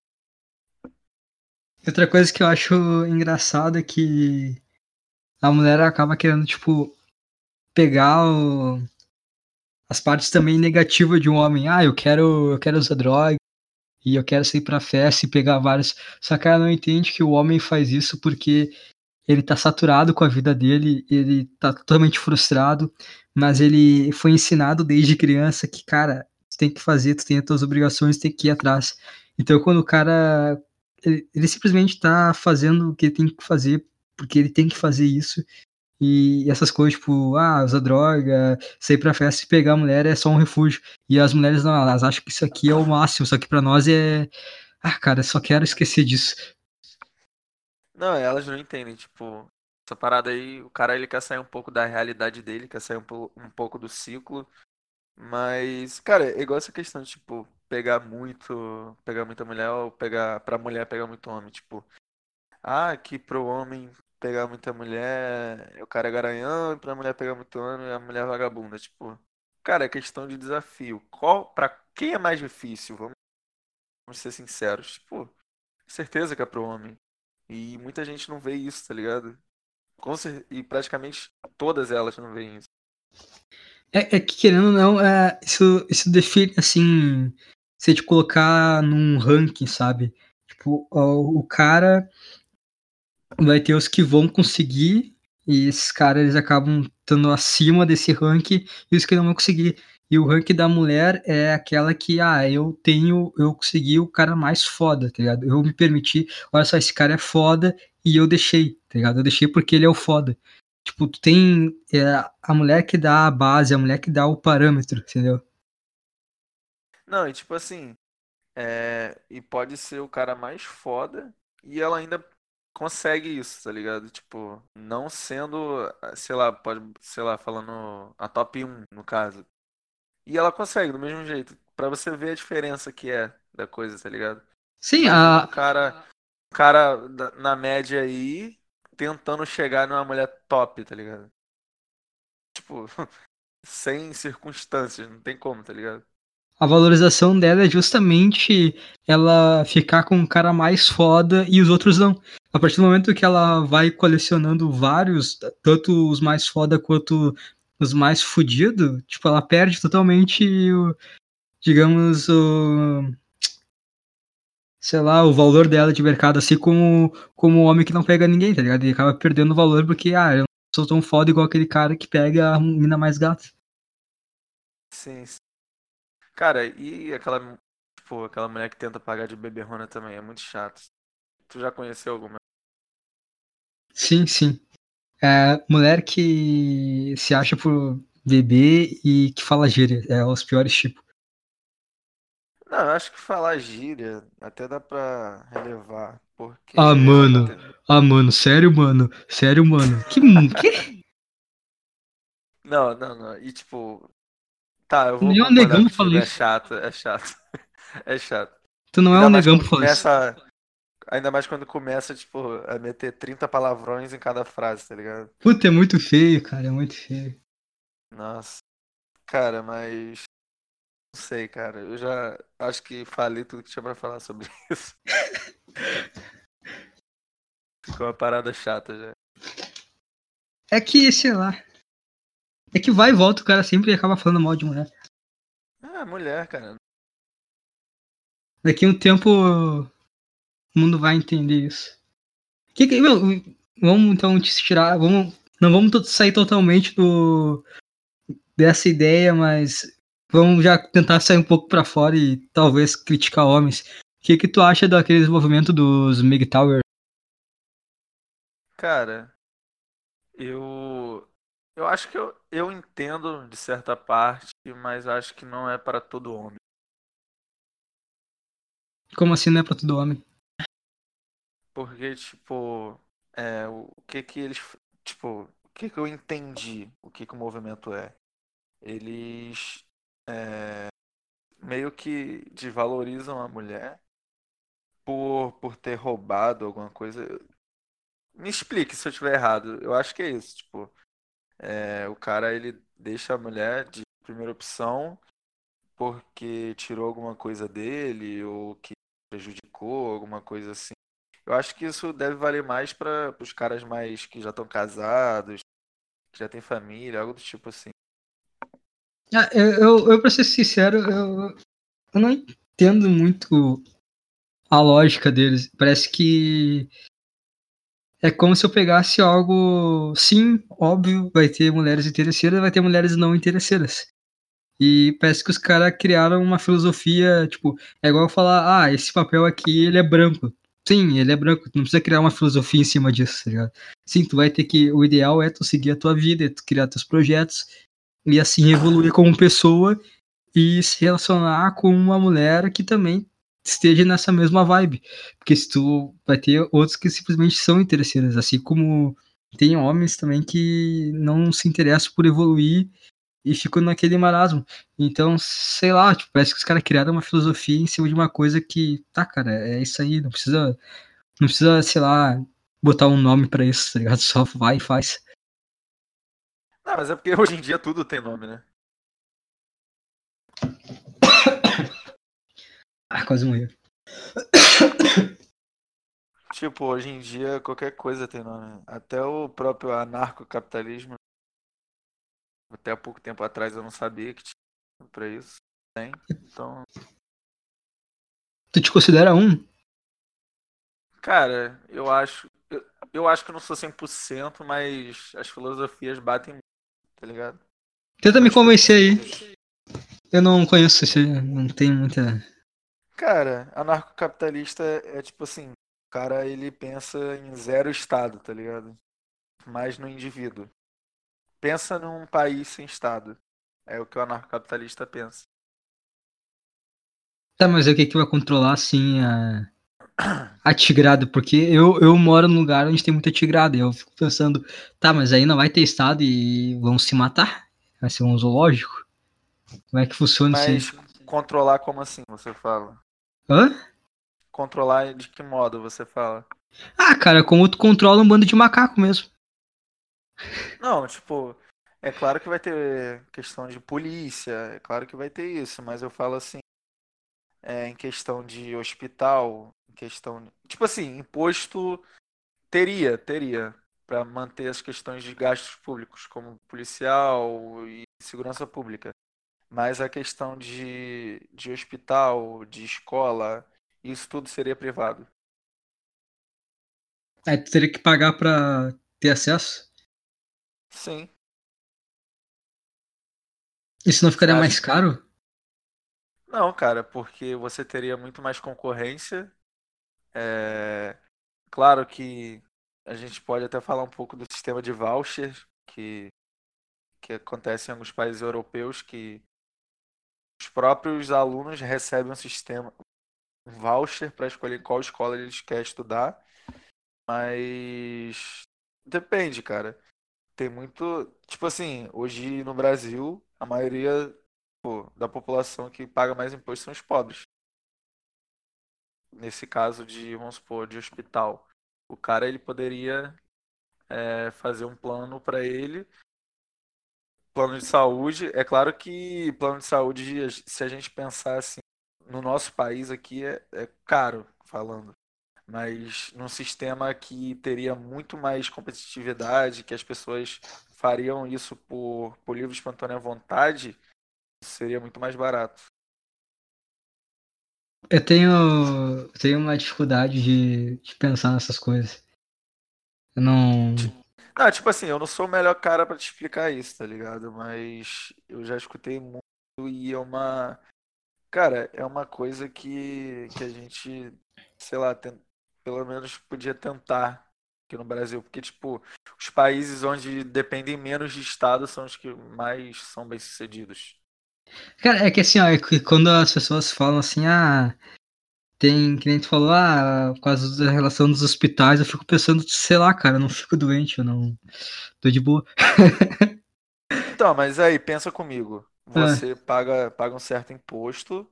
Outra coisa que eu acho engraçado é que a mulher acaba querendo, tipo, pegar o- as partes também negativas de um homem. Ah, eu quero, eu quero usar droga e eu quero sair pra festa e pegar vários. Só que ela não entende que o homem faz isso porque ele tá saturado com a vida dele, ele tá totalmente frustrado, mas ele foi ensinado desde criança que, cara, tu tem que fazer, tu tem as tuas obrigações, tem que ir atrás. Então, quando o cara, ele, ele simplesmente tá fazendo o que ele tem que fazer, porque ele tem que fazer isso, e essas coisas, tipo, ah, usar droga, sair pra festa e pegar a mulher é só um refúgio. E as mulheres não, elas acham que isso aqui é o máximo, só que pra nós é, ah, cara, só quero esquecer disso. Não, elas não entendem, tipo, essa parada aí, o cara ele quer sair um pouco da realidade dele, quer sair um, po- um pouco do ciclo, mas, cara, é igual essa questão de, tipo, pegar muito, pegar muita mulher ou pegar, pra mulher pegar muito homem, tipo, ah, que pro homem pegar muita mulher, o cara é garanhão, e pra mulher pegar muito homem, a mulher é vagabunda, tipo, cara, é questão de desafio. Qual, pra quem é mais difícil? Vamos ser sinceros, tipo, certeza que é pro homem. E muita gente não vê isso, tá ligado? Com cer- E praticamente todas elas não veem isso. É, é que querendo ou não, é, isso, isso define assim, se te colocar num ranking, sabe? Tipo, o, o cara vai ter os que vão conseguir, e esses caras eles acabam estando acima desse ranking, e os que não vão conseguir. E o ranking da mulher é aquela que, ah, eu tenho, eu consegui o cara mais foda, tá ligado? Eu me permiti, olha só, esse cara é foda e eu deixei, tá ligado? Eu deixei porque ele é o foda. Tipo, tu tem é, a mulher que dá a base, a mulher que dá o parâmetro, entendeu? Não, e tipo assim, é... e pode ser o cara mais foda e ela ainda consegue isso, tá ligado? Tipo, não sendo, sei lá, pode, sei lá, falando a top um no caso. E ela consegue do mesmo jeito, pra você ver a diferença que é da coisa, tá ligado? Sim, Imagina um a, cara, um cara da- na média aí tentando chegar numa mulher top, tá ligado? Tipo, sem circunstâncias, não tem como, tá ligado? a valorização dela é justamente ela ficar com um cara mais foda e os outros não. A partir do momento que ela vai colecionando vários, tanto os mais foda quanto os mais fudidos, tipo, ela perde totalmente o, digamos, o, sei lá, o valor dela de mercado, assim como, como o homem que não pega ninguém, tá ligado? Ele acaba perdendo o valor porque, ah, eu não sou tão foda igual aquele cara que pega a mina mais gata. Sim, sim. Cara, e aquela, tipo, aquela mulher que tenta pagar de beberrona também, é muito chato. Tu já conheceu alguma? Sim, sim. É, mulher que se acha por bebê e que fala gíria. É os piores tipos. Não, eu acho que falar gíria até dá pra relevar, Ah, porque já mano. aconteceu. Ah, mano. Sério, mano. Sério, mano. Que. Que? Não, não, não. E tipo, tá, eu Tu vou nem é um concordar negão pra falar contigo, é isso. chato, é chato. É chato. Tu não é um Ainda mais negão quando pra falar isso. começa, ainda mais quando começa, tipo, a meter trinta palavrões em cada frase, tá ligado? Puta, é muito feio, cara. É muito feio. Nossa. Cara, mas não sei, cara. Eu já acho que falei tudo que tinha pra falar sobre isso. Ficou uma parada chata já. É que, sei lá. É que vai e volta, o cara sempre acaba falando mal de mulher. Ah, mulher, cara. Daqui a um tempo o mundo vai entender isso. Que que, meu, vamos então te tirar. Vamos, não vamos to- sair totalmente do, dessa ideia, mas vamos já tentar sair um pouco pra fora e talvez criticar homens. O que que tu acha daquele desenvolvimento dos M G Tower? Cara, eu eu acho que eu, eu entendo de certa parte, mas acho que não é para todo homem. Como assim não é pra todo homem? Porque, tipo, é, o que que eles, tipo, o que que eu entendi, o que que o movimento é? eles é, meio que desvalorizam a mulher por, por ter roubado alguma coisa. Me explique se eu estiver errado. Eu acho que é isso. Tipo, é, o cara ele deixa a mulher de primeira opção porque tirou alguma coisa dele ou que prejudicou, alguma coisa assim. Eu acho que isso deve valer mais para os caras mais que já estão casados, que já têm família, algo do tipo assim. Ah, eu, eu, eu, pra ser sincero, eu, eu não entendo muito a lógica deles. Parece que é como se eu pegasse algo. Sim, óbvio, vai ter mulheres interesseiras, vai ter mulheres não interesseiras. E parece que os caras criaram uma filosofia, tipo, é igual falar, ah, esse papel aqui, ele é branco. Sim, ele é branco, tu não precisa criar uma filosofia em cima disso, tá ligado? Sim, tu vai ter que, o ideal é tu seguir a tua vida, é tu criar teus projetos, e assim evoluir como pessoa, e se relacionar com uma mulher que também esteja nessa mesma vibe. Porque se tu vai ter outros que simplesmente são interesseiros, assim como tem homens também que não se interessam por evoluir e ficam naquele marasmo. Então, sei lá, tipo, parece que os caras criaram uma filosofia em cima de uma coisa que, tá, cara, é isso aí, não precisa, não precisa, sei lá, botar um nome pra isso, tá ligado? Só vai e faz. Não, mas é porque hoje em dia tudo tem nome, né? Ah, quase morreu. Tipo, hoje em dia qualquer coisa tem nome. Até o próprio anarcocapitalismo, até há pouco tempo atrás eu não sabia que tinha pra isso. Tem. Então, Tu te considera um? cara, eu acho. Eu, eu acho que eu não sou cem por cento, mas as filosofias batem muito, tá ligado? Tenta me Muitos convencer princípios. aí. Eu não conheço esse, não tenho muita. Cara, anarcocapitalista é, é tipo assim, o cara ele pensa em zero estado, tá ligado? Mais no indivíduo. Pensa num país sem estado. É o que o anarcocapitalista pensa. Tá, mas o que que vai controlar, assim, a, a tigrada? Porque eu, eu moro num lugar onde tem muita tigrada, e eu fico pensando, tá, mas aí não vai ter estado e vão se matar? Vai ser um zoológico? Como é que funciona isso aí? Mas controlar como assim, você fala? Hã? Controlar de que modo você fala? Ah, cara, como tu controla um bando de macaco mesmo. Não, tipo, é claro que vai ter questão de polícia, é claro que vai ter isso, mas eu falo assim, é, em questão de hospital, em questão. Tipo assim, imposto teria, teria, para manter as questões de gastos públicos, como policial e segurança pública. Mas a questão de, de hospital, de escola, isso tudo seria privado. Aí tu teria que pagar pra ter acesso? Sim. Isso não Você ficaria acha mais que. caro? Não, cara, porque você teria muito mais concorrência. É... Claro que a gente pode até falar um pouco do sistema de voucher que, que acontece em alguns países europeus, que os próprios alunos recebem um sistema, um voucher para escolher qual escola eles querem estudar. Mas depende, cara. Tem muito. Tipo assim, hoje no Brasil, a maioria pô, da população que paga mais imposto são os pobres. Nesse caso de, vamos supor, de hospital. O cara ele poderia é, fazer um plano para ele, plano de saúde. É claro que plano de saúde, se a gente pensar assim, no nosso país aqui é, é caro falando. Mas num sistema que teria muito mais competitividade, que as pessoas fariam isso por, por livre e espontânea vontade, seria muito mais barato. Eu tenho, eu tenho uma dificuldade de, de pensar nessas coisas. Eu não. Ti- Não, tipo assim, eu não sou o melhor cara pra te explicar isso, tá ligado? Mas eu já escutei muito e é uma. Cara, é uma coisa que, que a gente, sei lá, tem- pelo menos podia tentar aqui no Brasil. Porque, tipo, os países onde dependem menos de Estado são os que mais são bem-sucedidos. Cara, é que assim, ó, é que quando as pessoas falam assim, ah, tem, que nem tu falou, ah, por causa da relação dos hospitais, eu fico pensando, sei lá, cara, eu não fico doente, eu não tô de boa. Então, mas aí, pensa comigo. Ah, Você paga, paga um certo imposto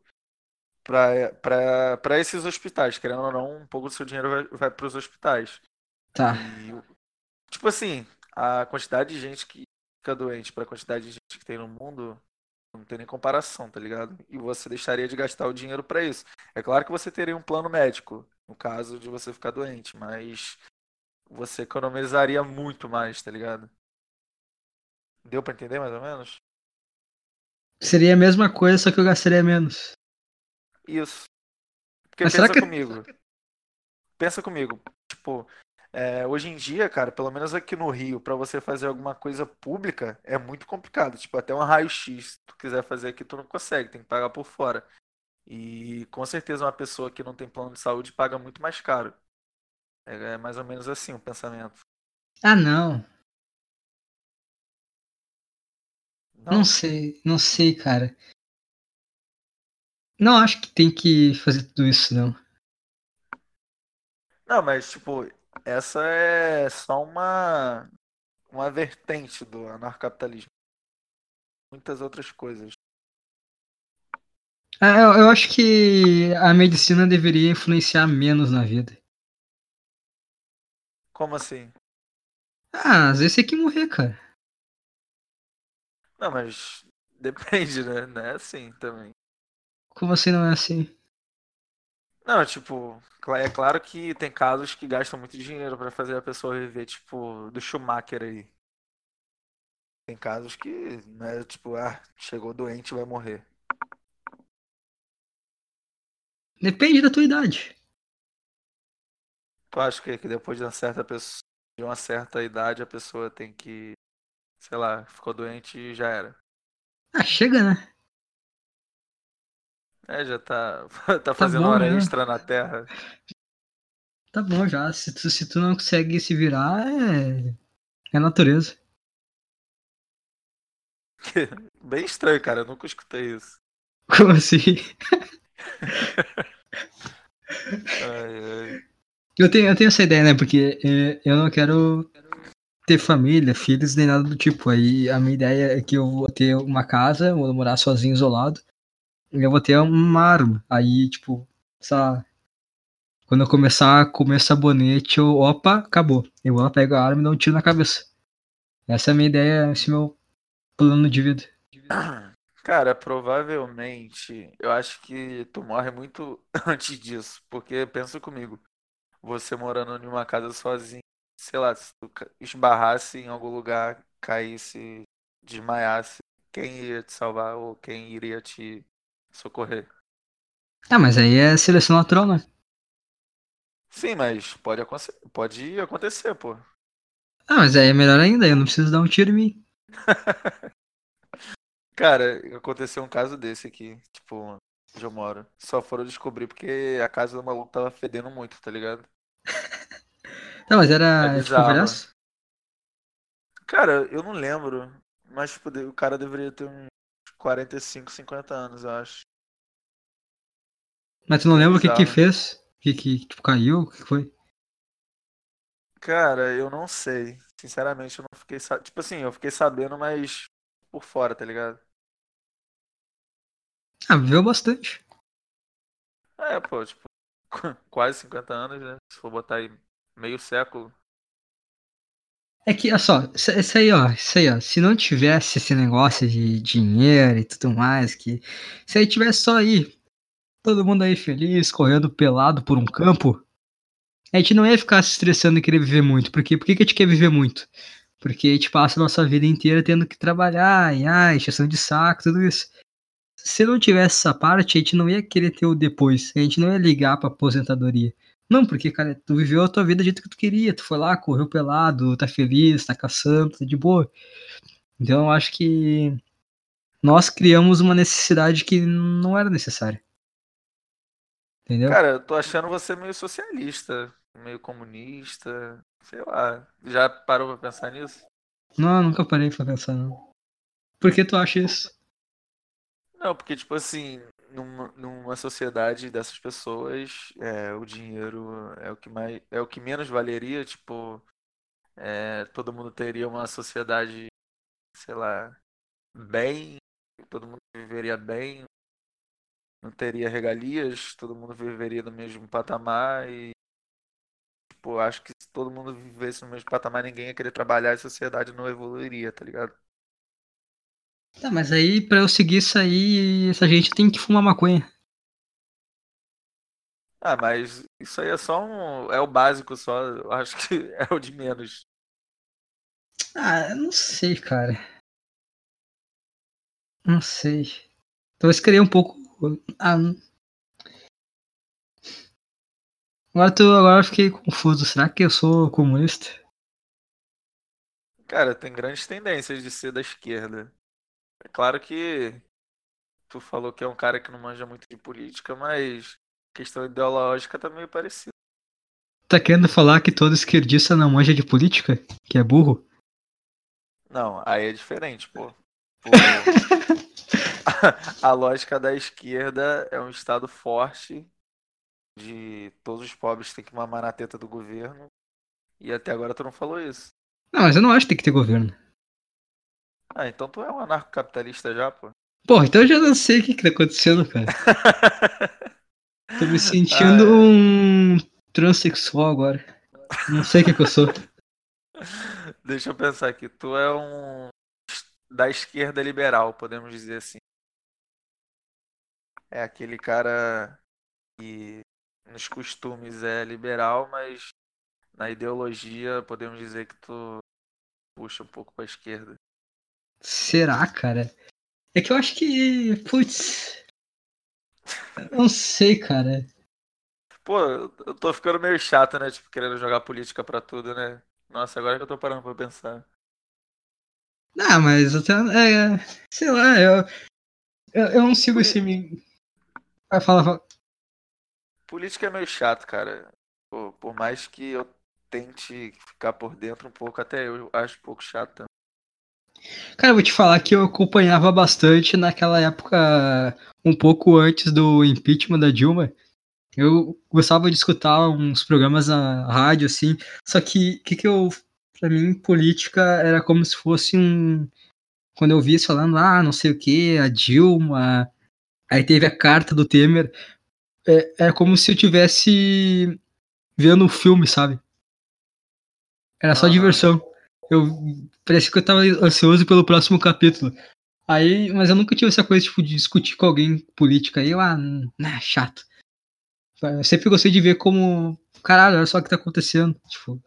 para esses hospitais. Querendo ou não, um pouco do seu dinheiro vai, vai para os hospitais. tá. E, tipo assim, a quantidade de gente que fica doente para a quantidade de gente que tem no mundo não tem nem comparação, tá ligado? E você deixaria de gastar o dinheiro para isso. É claro que você teria um plano médico, no caso de você ficar doente, mas você economizaria muito mais, tá ligado? Deu para entender mais ou menos? Seria a mesma coisa, só que eu gastaria menos. Isso. Porque Mas será pensa que. comigo, pensa comigo, tipo, é, hoje em dia, cara, pelo menos aqui no Rio, pra você fazer alguma coisa pública é muito complicado. Tipo, até um raio-x, se tu quiser fazer aqui, tu não consegue, tem que pagar por fora. E com certeza uma pessoa que não tem plano de saúde paga muito mais caro. É, é mais ou menos assim o pensamento. Ah, não. Não Não? sei, não sei, cara. Não acho que tem que fazer tudo isso, não. Não, mas tipo, essa é só uma, uma vertente do anarcapitalismo. Muitas outras coisas. Ah, eu, eu acho que a medicina deveria influenciar menos na vida. Como assim? Ah, às vezes tem que morrer, cara. Não, mas depende, né? Não é assim também. Como assim não é assim? Não, tipo, cla- é claro que tem casos que gastam muito dinheiro pra fazer a pessoa viver, tipo, do Schumacher aí. Tem casos que, né, tipo, ah, chegou doente e vai morrer. Depende da tua idade. Tu acha que, que depois de uma certa pessoa, de uma certa idade a pessoa tem que, sei lá, ficou doente e já era. Ah, chega, né? É, já tá, tá Tá fazendo bom hora já. extra na Terra. Tá bom já. Se tu, se tu não consegue se virar, é, é natureza. Bem estranho, cara, eu nunca escutei isso. Como assim? Ai, ai. Eu tenho, eu tenho essa ideia, né? Porque é, eu não quero ter família, filhos, nem nada do tipo. Aí a minha ideia é que eu vou ter uma casa, vou morar sozinho, isolado, e eu vou ter uma arma. Aí, tipo, essa, quando eu começar a comer sabonete, eu, opa, acabou. Eu vou lá, pego a arma e dou um tiro na cabeça. Essa é a minha ideia, esse é o meu plano de vida. Cara, provavelmente, eu acho que tu morre muito antes disso, porque pensa comigo, você morando em uma casa sozinho, sei lá, se tu ca- esbarrasse em algum lugar, caísse, desmaiasse, quem iria te salvar ou quem iria te socorrer? Ah, mas aí é seleção natural, né? Sim, mas pode, aconte- pode acontecer, pô. Ah, mas aí é melhor ainda, eu não preciso dar um tiro em mim. Cara, aconteceu um caso desse aqui, tipo, onde eu moro. Só foram descobrir porque a casa do maluco tava fedendo muito, tá ligado? Tá, mas É era tipo um bizarro. palhaço? Cara, eu não lembro, mas tipo, de- o cara deveria ter uns quarenta e cinco, cinquenta anos, eu acho. Mas tu não Bem lembra o que que bizarro. fez? O que que, tipo, caiu? O que que foi? Cara, eu não sei. Sinceramente, eu não fiquei sabendo. Tipo assim, eu fiquei sabendo, mas por fora, tá ligado? Ah, viveu bastante. É, pô, tipo, quase cinquenta anos, né? Se for botar aí meio século. É que, olha só, isso isso aí, ó, isso aí, ó, se não tivesse esse negócio de dinheiro e tudo mais, que se aí tivesse só aí, todo mundo aí feliz, correndo pelado por um campo, a gente não ia ficar se estressando e querer viver muito. Por quê? Por que que a gente quer viver muito? Porque a gente passa a nossa vida inteira tendo que trabalhar, e ai, encheção de saco, tudo isso. Se não tivesse essa parte, a gente não ia querer ter o depois. A gente não ia ligar pra aposentadoria. Não, porque, cara, tu viveu a tua vida do jeito que tu queria. Tu foi lá, correu pelado, tá feliz, tá caçando, tá de boa. Então eu acho que nós criamos uma necessidade que não era necessária. Entendeu? Cara, eu tô achando você meio socialista, meio comunista, sei lá. Já parou pra pensar nisso? Não, nunca parei pra pensar, não. Por que tu acha isso? Não, porque, tipo assim, numa, numa sociedade dessas pessoas, é, o dinheiro é o que mais, é o que menos valeria, tipo, é, todo mundo teria uma sociedade, sei lá. bem, todo mundo viveria bem, não teria regalias, todo mundo viveria no mesmo patamar e, tipo, acho que se todo mundo vivesse no mesmo patamar, ninguém ia querer trabalhar e a sociedade não evoluiria, tá ligado? Tá, mas aí pra eu seguir isso aí, essa gente tem que fumar maconha. Ah, mas isso aí é só um. É o básico só. Eu acho que é o de menos. Ah, eu não sei, cara. Não sei. Talvez queria um pouco. Ah, agora, tô, agora eu fiquei confuso. Será que eu sou comunista? Cara, tem grandes tendências de ser da esquerda. É claro que tu falou que é um cara que não manja muito de política, mas questão ideológica tá meio parecida. Tá querendo falar que todo esquerdista não manja de política? Que é burro? Não, aí é diferente, pô. Pô, a lógica da esquerda é um estado forte de todos os pobres têm que mamar na teta do governo. E até agora tu não falou isso. Não, mas eu não acho que tem que ter governo. Ah, então tu é um anarcocapitalista já, pô. Porra, então eu já não sei o que que tá acontecendo, cara. Tô me Ah, sentindo é. um transexual agora. Não sei o que que eu sou. Deixa eu pensar aqui. Tu é um da esquerda liberal, podemos dizer assim. É aquele cara que nos costumes é liberal, mas na ideologia podemos dizer que tu puxa um pouco pra esquerda. Será, cara? É que eu acho que. Putz. Eu não sei, cara. Pô, eu eu tô ficando meio chato, né? Tipo, querendo jogar política pra tudo, né? Nossa, agora que eu tô parando pra pensar. Ah, mas até. É, sei lá, eu, eu, eu não sigo esse. Poli- me- Vai falar, fala. Política é meio chato, cara. Pô, por mais que eu tente ficar por dentro um pouco, até eu acho um pouco chato. Cara, eu vou te falar que eu acompanhava bastante naquela época, um pouco antes do impeachment da Dilma. Eu gostava de escutar uns programas na rádio, assim. Só que, que que eu. Pra mim, política era como se fosse um. Quando eu vi isso falando, ah, não sei o que, a Dilma. Aí teve a carta do Temer. É, é como se eu tivesse vendo um filme, sabe? Era só Aham. diversão. Eu parecia que eu tava ansioso pelo próximo capítulo. Aí, mas eu nunca tive essa coisa tipo de discutir com alguém política. Aí eu, ah, né, chato. Eu sempre gostei de ver como, caralho, olha só o que tá acontecendo. Tipo,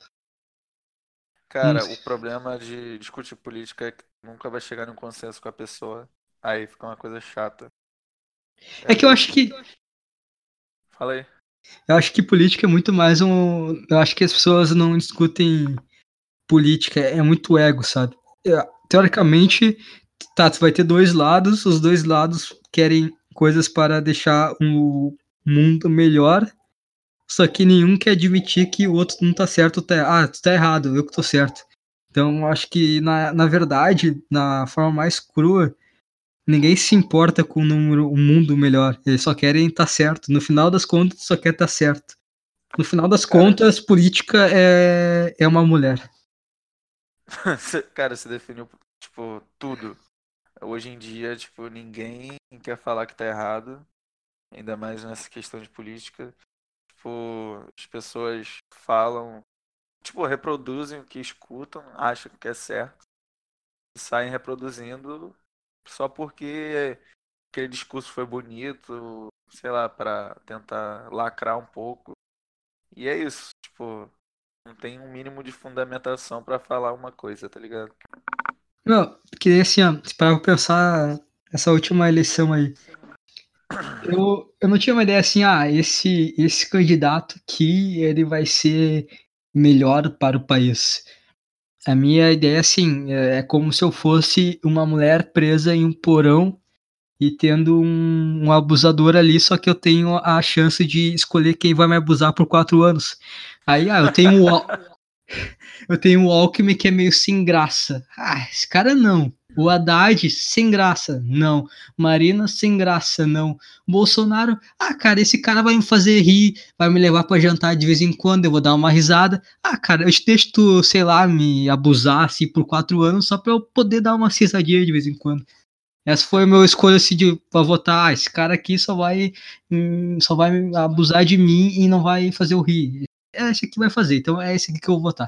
não Cara, sei. o problema de discutir política é que nunca vai chegar num consenso com a pessoa. Aí fica uma coisa chata. É É que eu meio acho que. que Fala aí. eu acho que política é muito mais um, eu acho que as pessoas não discutem política, é muito ego, sabe? É, teoricamente, tá, tu vai ter dois lados, os dois lados querem coisas para deixar o mundo melhor, só que nenhum quer admitir que o outro não tá certo, tá, ah, tu tá errado, eu que tô certo. Então, eu acho que, na, na verdade, na forma mais crua, ninguém se importa com o número, o mundo melhor, eles só querem estar tá certo. No final das contas, só quer estar tá certo. No final das Cara, contas, política é, é uma mulher. cê- cara, você definiu, tipo, tudo. Hoje em dia, tipo, ninguém quer falar que tá errado. Ainda mais nessa questão de política. Tipo, as pessoas falam, tipo, reproduzem o que escutam, acham que é certo, e saem reproduzindo só porque aquele discurso foi bonito, sei lá, pra tentar lacrar um pouco. E é isso, tipo, não tem um mínimo de fundamentação pra falar uma coisa, tá ligado? Não, que assim, ó, se parar pra pensar essa última eleição aí, eu, eu não tinha uma ideia assim, ah, esse, esse candidato aqui, ele vai ser melhor para o país. A minha ideia, assim, é, é como se eu fosse uma mulher presa em um porão e tendo um, um abusador ali, só que eu tenho a chance de escolher quem vai me abusar por quatro anos. Aí, ah, eu tenho um, Al- eu tenho um Alckmin que é meio sem graça. Ah, esse cara não. O Haddad, sem graça, não. Marina, sem graça, não. Bolsonaro, ah, cara, esse cara vai me fazer rir, vai me levar pra jantar de vez em quando, eu vou dar uma risada. Ah, cara, eu te deixo tu, sei lá, me abusar assim por quatro anos só pra eu poder dar uma risadinha de vez em quando. Essa foi a minha escolha assim, de, pra votar. Ah, esse cara aqui só vai, hum, só vai abusar de mim e não vai fazer eu rir. É esse aqui vai fazer, então é esse aqui que eu vou votar.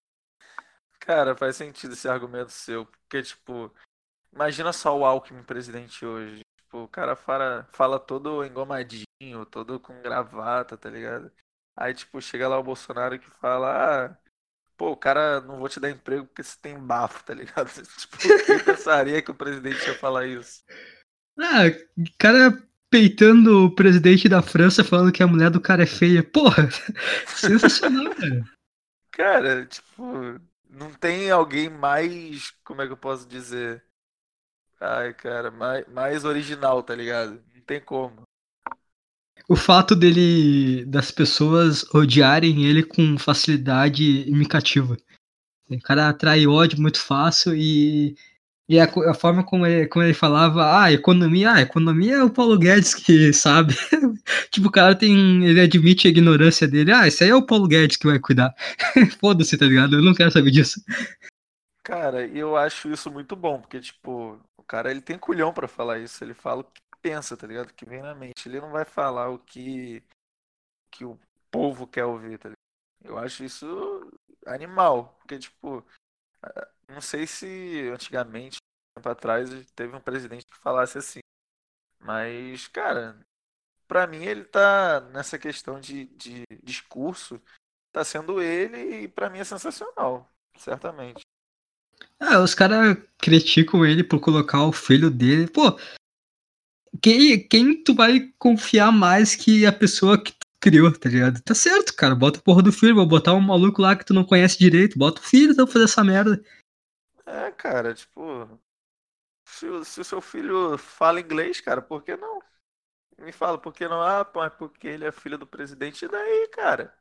Cara, faz sentido esse argumento seu, porque, tipo, imagina só o Alckmin presidente hoje. Tipo, o cara fala, fala todo engomadinho, todo com gravata, tá ligado? Aí, tipo, chega lá o Bolsonaro que fala, ah, pô, o cara não vou te dar emprego porque você tem bafo, tá ligado? Tipo, quem pensaria que o presidente ia falar isso? Ah, cara peitando o presidente da França falando que a mulher do cara é feia. Porra, sensacional, cara. Cara, tipo, não tem alguém mais, como é que eu posso dizer? Ai, cara, mais, mais original, tá ligado? Não tem como. O fato dele, das pessoas odiarem ele com facilidade me cativa. O cara atrai ódio muito fácil e, e a, a forma como ele, como ele falava, ah, economia, ah, economia é o Paulo Guedes que sabe. Tipo, o cara tem, ele admite a ignorância dele, ah, esse aí é o Paulo Guedes que vai cuidar. Foda-se, tá ligado? Eu não quero saber disso. Cara, e eu acho isso muito bom, porque, tipo, o cara ele tem culhão pra falar isso. Ele fala o que pensa, tá ligado? O que vem na mente. Ele não vai falar o que, que o povo quer ouvir, tá ligado? Eu acho isso animal, porque, tipo, não sei se antigamente, tempo atrás, teve um presidente que falasse assim. Mas, cara, pra mim ele tá nessa questão de, de discurso, tá sendo ele e pra mim é sensacional, certamente. Ah, os caras criticam ele por colocar o filho dele. Pô, quem, quem tu vai confiar mais que a pessoa que tu criou, tá ligado? Tá certo, cara. Bota a porra do filho, vou botar um maluco lá que tu não conhece direito. Bota o filho então fazer essa merda. É, cara, tipo, se, o- se o seu filho fala inglês, cara, por que não? Me fala, por que não? Ah, pô, é porque ele é filho do presidente. E daí, cara?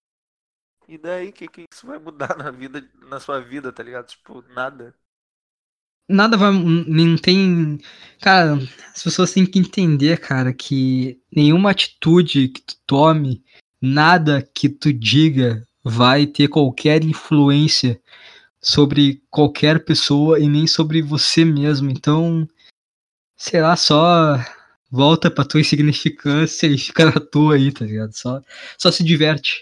E daí, o que que isso vai mudar na vida, na sua vida, tá ligado? Tipo, nada. Nada vai. Não tem. Cara, as pessoas têm que entender, cara, que nenhuma atitude que tu tome, nada que tu diga vai ter qualquer influência sobre qualquer pessoa e nem sobre você mesmo. Então, sei lá, só volta pra tua insignificância e fica na tua aí, tá ligado? Só, só se diverte.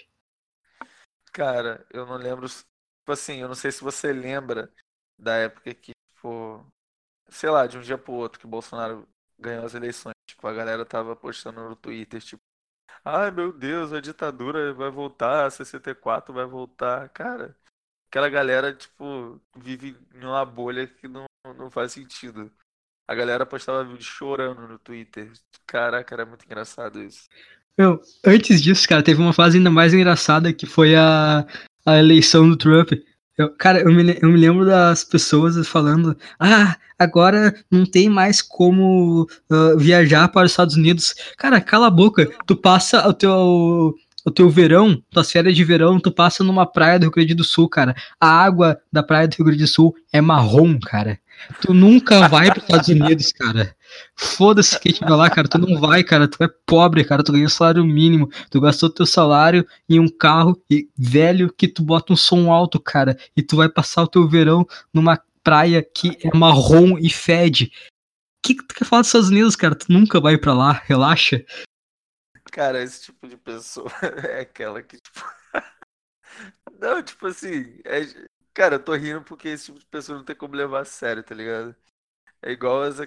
Cara, eu não lembro. Tipo assim, eu não sei se você lembra da época que, tipo, sei lá, de um dia pro outro que o Bolsonaro ganhou as eleições. Tipo, a galera tava postando no Twitter, tipo, ai meu Deus, a ditadura vai voltar, a sessenta e quatro vai voltar. Cara, aquela galera, tipo, vive numa bolha que não, não faz sentido. A galera postava vídeo chorando no Twitter. Caraca, era muito engraçado isso. Meu, antes disso, cara, teve uma fase ainda mais engraçada que foi a, a eleição do Trump. Eu, cara, eu me, le- eu me lembro das pessoas falando: ah, agora não tem mais como ah, viajar para os Estados Unidos. Cara, cala a boca, tu passa o teu, o teu verão, tuas férias de verão, tu passa numa praia do Rio Grande do Sul, cara. A água da praia do Rio Grande do Sul é marrom, cara. Tu nunca vai para os Estados Unidos, cara. Foda-se quem estiver lá, cara. Tu não vai, cara. Tu é pobre, cara. Tu ganhou salário mínimo. Tu gastou teu salário em um carro e- velho que tu bota um som alto, cara. E tu vai passar o teu verão numa praia que é marrom e fede. O que, que tu quer falar dos Estados Unidos, cara? Tu nunca vai pra lá. Relaxa. Cara, esse tipo de pessoa é aquela que, tipo. Não, tipo assim. é- Cara, eu tô rindo porque esse tipo de pessoa não tem como levar a sério, tá ligado? É igual essa.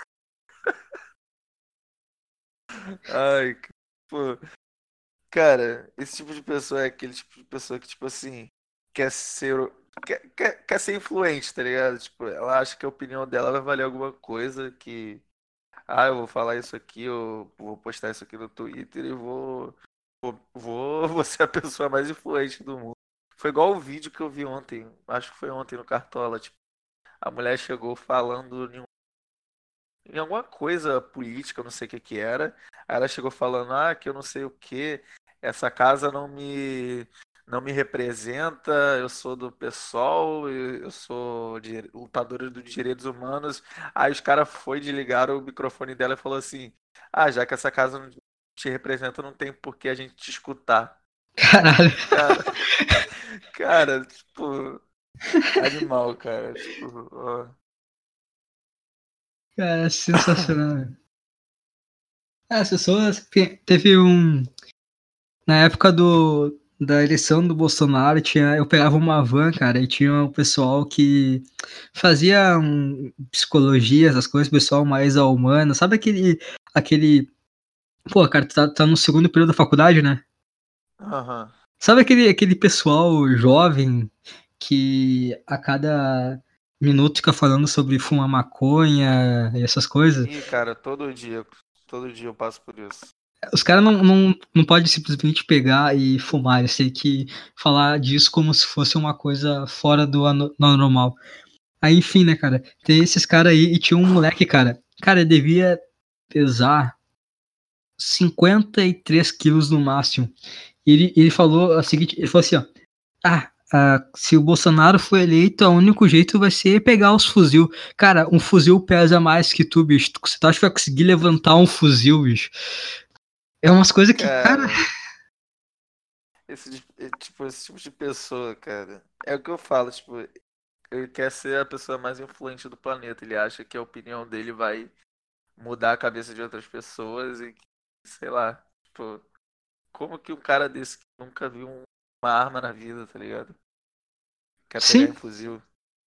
Ai, pô. Cara, esse tipo de pessoa é aquele tipo de pessoa que, tipo assim, quer ser. o- Quer, quer, quer ser influente, tá ligado? Tipo, ela acha que a opinião dela vai valer alguma coisa que. Ah, eu vou falar isso aqui, eu vou postar isso aqui no Twitter e vou. Vou, vou, vou ser a pessoa mais influente do mundo. Foi igual o vídeo que eu vi ontem, acho que foi ontem no Cartola, tipo, a mulher chegou falando em, um- em alguma coisa política, eu não sei o que que era. Aí ela chegou falando, ah, que eu não sei o que, essa casa não me não me representa, eu sou do PSOL, eu eu sou de, lutadora dos direitos humanos. Aí os caras foi desligaram o microfone dela e falou assim: Ah, já que essa casa não te representa, não tem por que a gente te escutar. Caralho. Cara, cara, tipo, animal, cara. Tipo, ó. Cara, sensacional, velho. Ah, as pessoas. Teve um. Na época do, da eleição do Bolsonaro, tinha, eu pegava uma van, cara, e tinha um pessoal que fazia um, psicologia, essas coisas, pessoal mais ao humano. Sabe aquele. aquele Pô, cara, tu tá, tá no segundo período da faculdade, né? Aham. Sabe aquele, aquele pessoal jovem que a cada minuto fica falando sobre fumar maconha e essas coisas? Ih, cara, todo dia, todo dia eu passo por isso. Os caras não, não, não podem simplesmente pegar e fumar, eles têm que falar disso como se fosse uma coisa fora do ano- normal. Aí, enfim, né, cara? Tem esses caras aí e tinha um moleque, cara. Cara, ele devia pesar cinquenta e três quilos no máximo. E ele, ele falou a seguinte, ele falou assim, ó. Ah, ah, se o Bolsonaro for eleito, o único jeito vai ser pegar os fuzil. Cara, um fuzil pesa mais que tu, bicho. Você acha que vai conseguir levantar um fuzil, bicho? É umas coisas que, cara. Cara, esse, de- é, tipo, esse tipo de pessoa, cara, é o que eu falo, tipo, ele quer ser a pessoa mais influente do planeta. Ele acha que a opinião dele vai mudar a cabeça de outras pessoas e, que, sei lá, tipo, como que um cara desse que nunca viu um- uma arma na vida, tá ligado? Quer pegar em Sim. fuzil?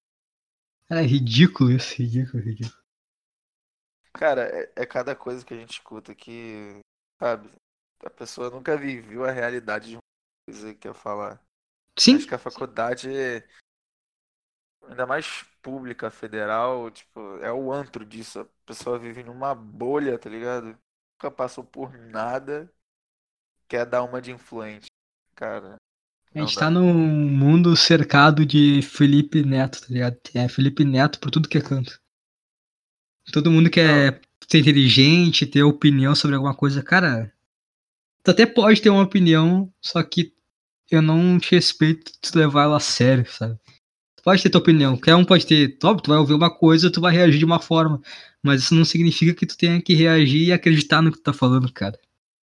É ridículo isso, ridículo, ridículo. Cara, é, é cada coisa que a gente escuta que, sabe, a pessoa nunca viveu a realidade de uma coisa que quer falar. Acho Sim, que a faculdade, ainda mais pública, federal, tipo, é o antro disso. A pessoa vive numa bolha, tá ligado? Nunca passou por nada, quer dar uma de influente. Cara, a não gente tá dá. num mundo cercado de Felipe Neto, tá ligado? É Felipe Neto por tudo que é canto. Todo mundo Não, quer ser inteligente, ter opinião sobre alguma coisa. Cara, tu até pode ter uma opinião, só que eu não te respeito se tu levar ela a sério, sabe? Tu pode ter tua opinião, qualquer um pode ter. Top, tu vai ouvir uma coisa, tu vai reagir de uma forma. Mas isso não significa que tu tenha que reagir e acreditar no que tu tá falando, cara.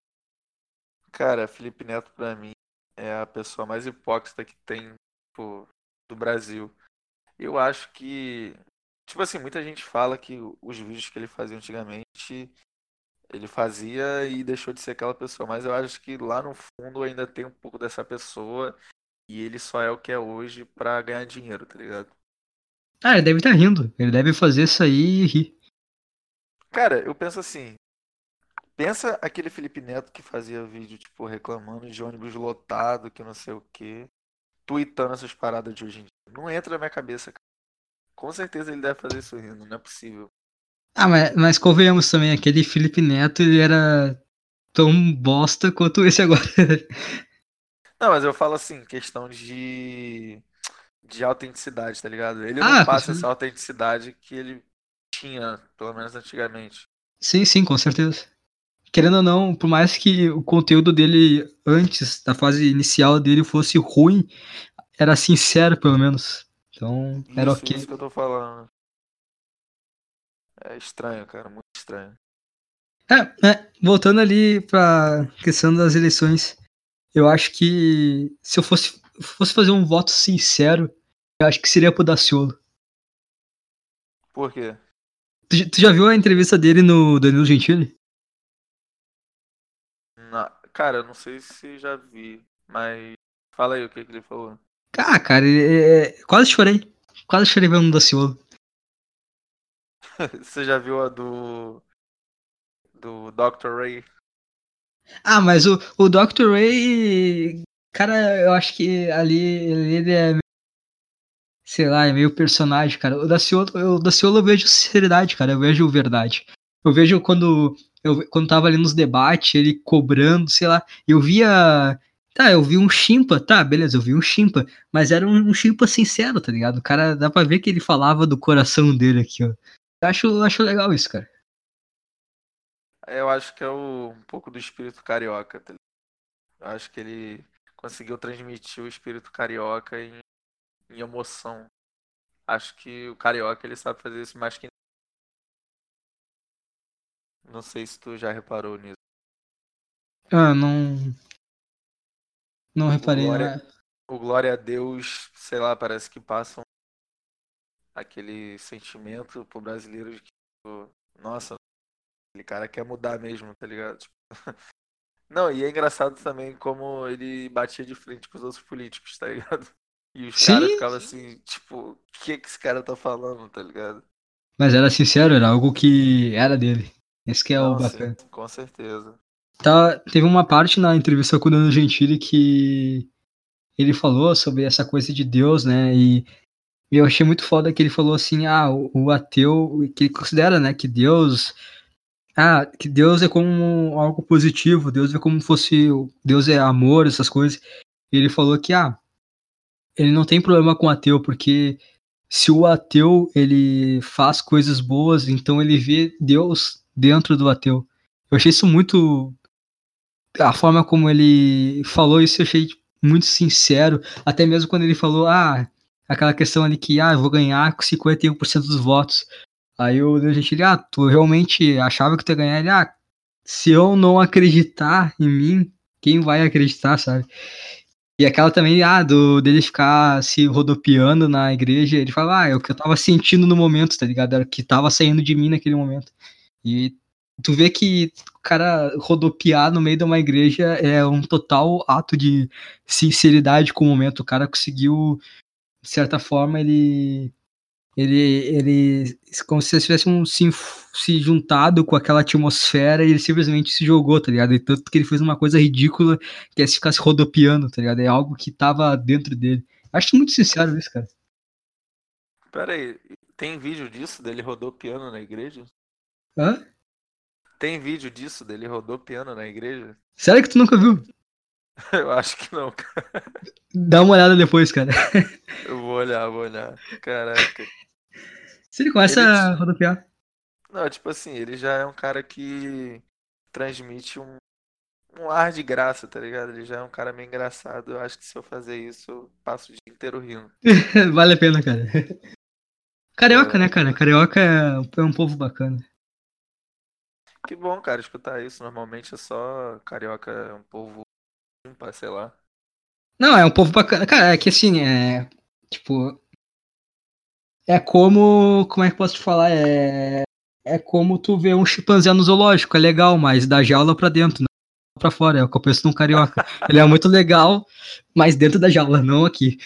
cara, Felipe Neto pra mim é a pessoa mais hipócrita que tem, tipo, do Brasil. Eu acho que, tipo assim, muita gente fala que os vídeos que ele fazia antigamente, ele fazia e deixou de ser aquela pessoa, mas eu acho que lá no fundo ainda tem um pouco dessa pessoa e ele só é o que é hoje pra ganhar dinheiro, tá ligado? Ah, ele deve estar rindo. Ele deve fazer isso aí e rir. Cara, eu penso assim, pensa aquele Felipe Neto que fazia vídeo, tipo, reclamando de ônibus lotado, que não sei o quê, tweetando essas paradas de hoje em dia. Não entra na minha cabeça, cara. Com certeza ele deve fazer isso rindo, não é possível. Ah, mas, mas convenhamos também, aquele Felipe Neto, ele era tão bosta quanto esse agora. Não, mas eu falo assim, questão de, de autenticidade, tá ligado? Ele não Ah, com passa essa certeza. autenticidade que ele tinha, pelo menos antigamente. Sim, sim, com certeza. Querendo ou não, por mais que o conteúdo dele antes da fase inicial dele fosse ruim, era sincero, pelo menos. Então, era Isso, ok. isso que eu tô falando. É estranho, cara, muito estranho. É, é, voltando ali pra questão das eleições, eu acho que se eu fosse, fosse fazer um voto sincero, eu acho que seria pro Daciolo. Por quê? Tu, já- tu já viu a entrevista dele no Danilo Gentili? Na- Cara, eu não sei se já vi, mas fala aí o que que ele falou. Ah, cara, é- é- quase chorei. Quase chorei vendo o Daciolo. Você já viu a do do doutor Ray? Ah, mas o, o doutor Ray, cara, eu acho que ali ele é, sei lá, é meio personagem, cara. O Daciolo, eu- o Daciolo eu vejo sinceridade, cara, eu vejo verdade. Eu vejo quando eu quando tava ali nos debates, ele cobrando, sei lá, eu via, tá, eu vi um chimpa, tá, beleza, eu vi um chimpa, mas era um, um chimpa sincero, tá ligado? O cara, dá pra ver que ele falava do coração dele aqui, ó. Eu acho, eu acho legal isso, cara. Eu acho que é o- um pouco do espírito carioca, tá ligado? Eu acho que ele conseguiu transmitir o espírito carioca em, em emoção. Acho que o carioca ele sabe fazer isso mais que. Não sei se tu já reparou nisso. Ah, não, não O reparei, não. Glória, É. o Glória a Deus, sei lá, parece que passam aquele sentimento pro brasileiro de que, tipo, nossa, aquele cara quer mudar mesmo, tá ligado? Tipo, não, e é engraçado também como ele batia de frente com os outros políticos, tá ligado? E os caras Sim, ficavam assim, tipo, o que que esse cara tá falando, tá ligado? mas era sincero, era algo que era dele. Esse que é o Não, sim, bacana. com certeza. Tá, teve uma parte na entrevista com o Danilo Gentili que ele falou sobre essa coisa de Deus, né? E eu achei muito foda que ele falou assim, ah, o, o ateu, que ele considera, né, que Deus, ah, que Deus é como algo positivo, Deus é como fosse, Deus é amor, essas coisas. E ele falou que, ah, ele não tem problema com o ateu, porque se o ateu, ele faz coisas boas, então ele vê Deus dentro do ateu. Eu achei isso muito, a forma como ele falou isso, eu achei muito sincero, até mesmo quando ele falou, ah, aquela questão ali que, ah, eu vou ganhar com cinquenta e um por cento dos votos. Aí o Deus Gentili, ah, tu realmente achava que tu ia ganhar? Ele, ah, se eu não acreditar em mim, quem vai acreditar, sabe? E aquela também, ah, do, dele ficar se rodopiando na igreja, ele fala, ah, é o que eu tava sentindo no momento, tá ligado? Era o que tava saindo de mim naquele momento. E tu vê que o cara rodopiar no meio de uma igreja é um total ato de sinceridade com o momento. O cara conseguiu, de certa forma, ele. Ele, ele como se eles tivessem um, se, se juntado com aquela atmosfera e ele simplesmente se jogou, tá ligado? E tanto que ele fez uma coisa ridícula que é se ficar se rodopiando, tá ligado? É algo que tava dentro dele. Acho muito sincero isso, cara. Pera aí, tem vídeo disso dele rodopiando na igreja? Hã? Tem vídeo disso dele rodopiando na igreja? Sério que tu nunca viu? Eu acho que não, cara. Dá uma olhada depois, cara. Eu vou olhar, vou olhar. Caraca. Se ele começa Ele, a t- rodopiar. não, tipo assim, ele já é um cara que transmite um, um ar de graça, tá ligado? Ele já é um cara meio engraçado. Eu acho que se eu fazer isso, eu passo o dia inteiro rindo. Vale a pena, cara. Carioca, né, É, cara? Carioca é, é um povo bacana. que bom, cara, escutar isso. Normalmente é só carioca, é um povo ímpar, sei lá. Não, é um povo bacana. Cara, é que assim, é. Tipo, é como. Como é que eu posso te falar? É. É como tu vê um chimpanzé no zoológico, é legal, mas da jaula pra dentro, não pra fora. É o que eu penso de um carioca. Ele é muito legal, mas dentro da jaula, não aqui.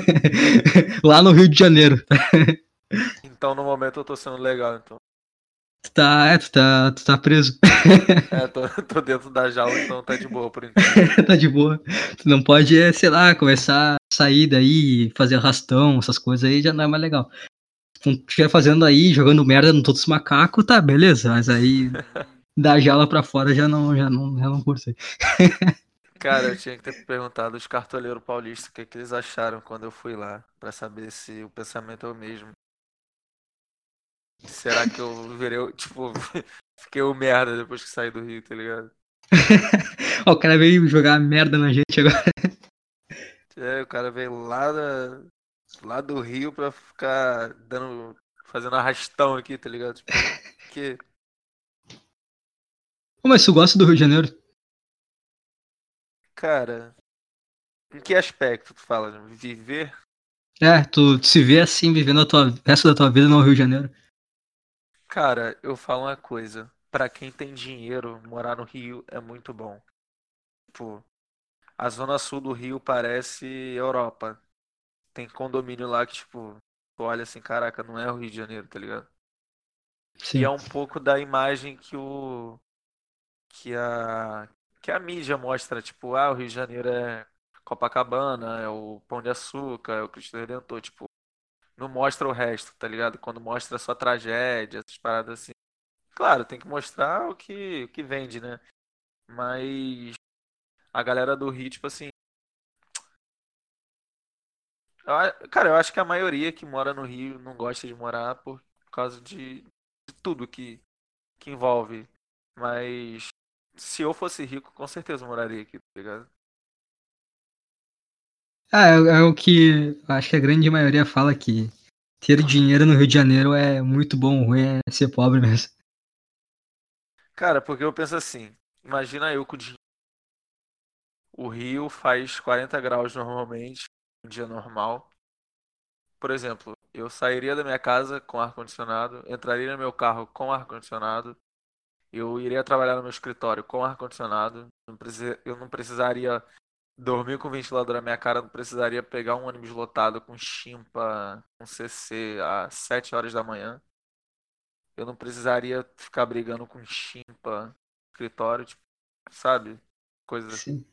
Lá no Rio de Janeiro. Então, no momento, eu tô sendo legal, então. Tu tá, é, tu tá, tu tá preso. É, tô, tô dentro da jaula, então tá de boa por enquanto. Tá de boa. Tu não pode, é, sei lá, começar a sair daí, fazer arrastão, essas coisas aí já não é mais legal. Se tu estiver fazendo aí, jogando merda no todos os macacos, tá, beleza. Mas aí, da jaula pra fora, já não, já não, já não curto. Cara, eu tinha que ter perguntado aos cartoleiros paulistas o que, que eles acharam quando eu fui lá, pra saber se o pensamento é o mesmo. Será que eu virei, o- tipo, fiquei o merda depois que saí do Rio, tá ligado? Ó, o cara veio jogar merda na gente agora. É, o cara veio lá, da, lá do Rio pra ficar dando, fazendo arrastão aqui, tá ligado? Tipo, que, Pô, mas tu gosta do Rio de Janeiro? cara, em que aspecto tu fala? Viver? É, tu, tu se vê assim, vivendo a tua, o resto da tua vida no Rio de Janeiro. Cara, eu falo uma coisa. Pra quem tem dinheiro, morar no Rio é muito bom. Tipo, a zona sul do Rio parece Europa. Tem condomínio lá que, tipo, tu olha assim, caraca, não é o Rio de Janeiro, tá ligado? E é Sim, um pouco da imagem que o que a que a mídia mostra, tipo, ah, o Rio de Janeiro é Copacabana, é o Pão de Açúcar, é o Cristo Redentor, tipo, não mostra o resto, tá ligado? Quando mostra só tragédia, essas paradas assim. Claro, tem que mostrar o que o que vende, né? Mas a galera do Rio, tipo assim, eu a- cara, eu acho que a maioria que mora no Rio não gosta de morar por causa de, de tudo que, que envolve. Mas se eu fosse rico, com certeza eu moraria aqui, tá ligado? Ah, é, é o que acho que a grande maioria fala que ter dinheiro no Rio de Janeiro é muito bom, o ruim é ser pobre mesmo. Cara, porque eu penso assim, imagina eu com o dinheiro. O Rio faz quarenta graus normalmente, um dia normal. Por exemplo, eu sairia da minha casa com ar-condicionado, entraria no meu carro com ar-condicionado, eu iria trabalhar no meu escritório com ar-condicionado, não precisa- eu não precisaria dormir com o ventilador na minha cara, não precisaria pegar um ônibus lotado com chimpa, com C C às sete horas da manhã, eu não precisaria ficar brigando com chimpa no escritório, tipo, sabe? Coisas assim. Sim.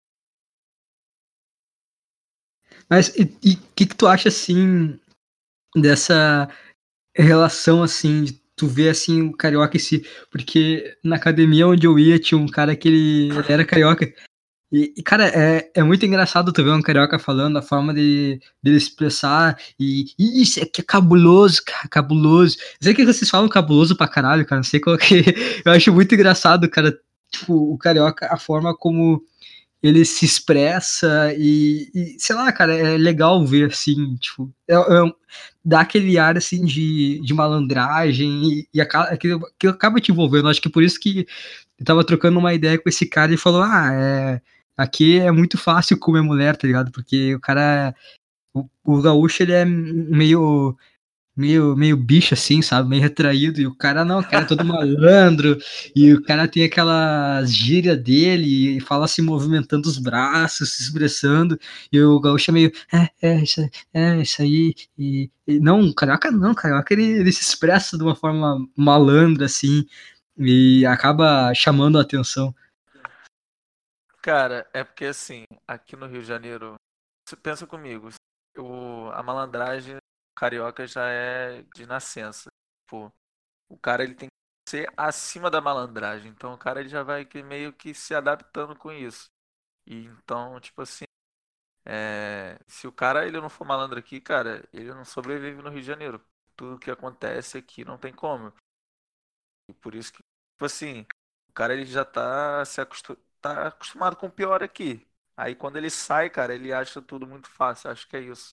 Mas e o que, que tu acha assim dessa relação assim, de tu ver assim o carioca em si? Porque na academia onde eu ia tinha um cara que ele, ele era carioca. E, e, cara, é, é muito engraçado tu ver um carioca falando, a forma de, dele expressar, e, e isso aqui é cabuloso, cara, cabuloso. Eu sei que vocês falam cabuloso pra caralho, cara, não sei qual que. Eu acho muito engraçado, cara, tipo, o carioca, a forma como ele se expressa e, e, sei lá, cara, é legal ver assim, tipo, é, é um- dá aquele ar assim de, de malandragem e, e acaba, aquilo, aquilo acaba te envolvendo. Acho que por isso que eu tava trocando uma ideia com esse cara e falou: Ah, é, aqui é muito fácil comer mulher, tá ligado? Porque o cara, o, o gaúcho, ele é meio meio, meio bicho assim, sabe? Meio retraído. E o cara não, o cara é todo malandro. E o cara tem aquela gíria dele e fala se movimentando os braços, se expressando. E o gaúcho é meio, é, é, isso, aí- é, isso aí. E, e não, carioca não, carioca ele, ele se expressa de uma forma malandra assim. E acaba chamando a atenção. Cara, é porque assim, aqui no Rio de Janeiro, você pensa comigo, o, a malandragem carioca já é de nascença. Tipo, o cara ele tem que ser acima da malandragem. Então o cara ele já vai que- meio que se adaptando com isso. E então, tipo assim, é, se o cara ele não for malandro aqui, cara, ele não sobrevive no Rio de Janeiro. Tudo que acontece aqui não tem como. E por isso que, tipo assim, o cara ele já tá se acostu... tá acostumado com o pior aqui. Aí quando ele sai, cara, ele acha tudo muito fácil. Acho que é isso.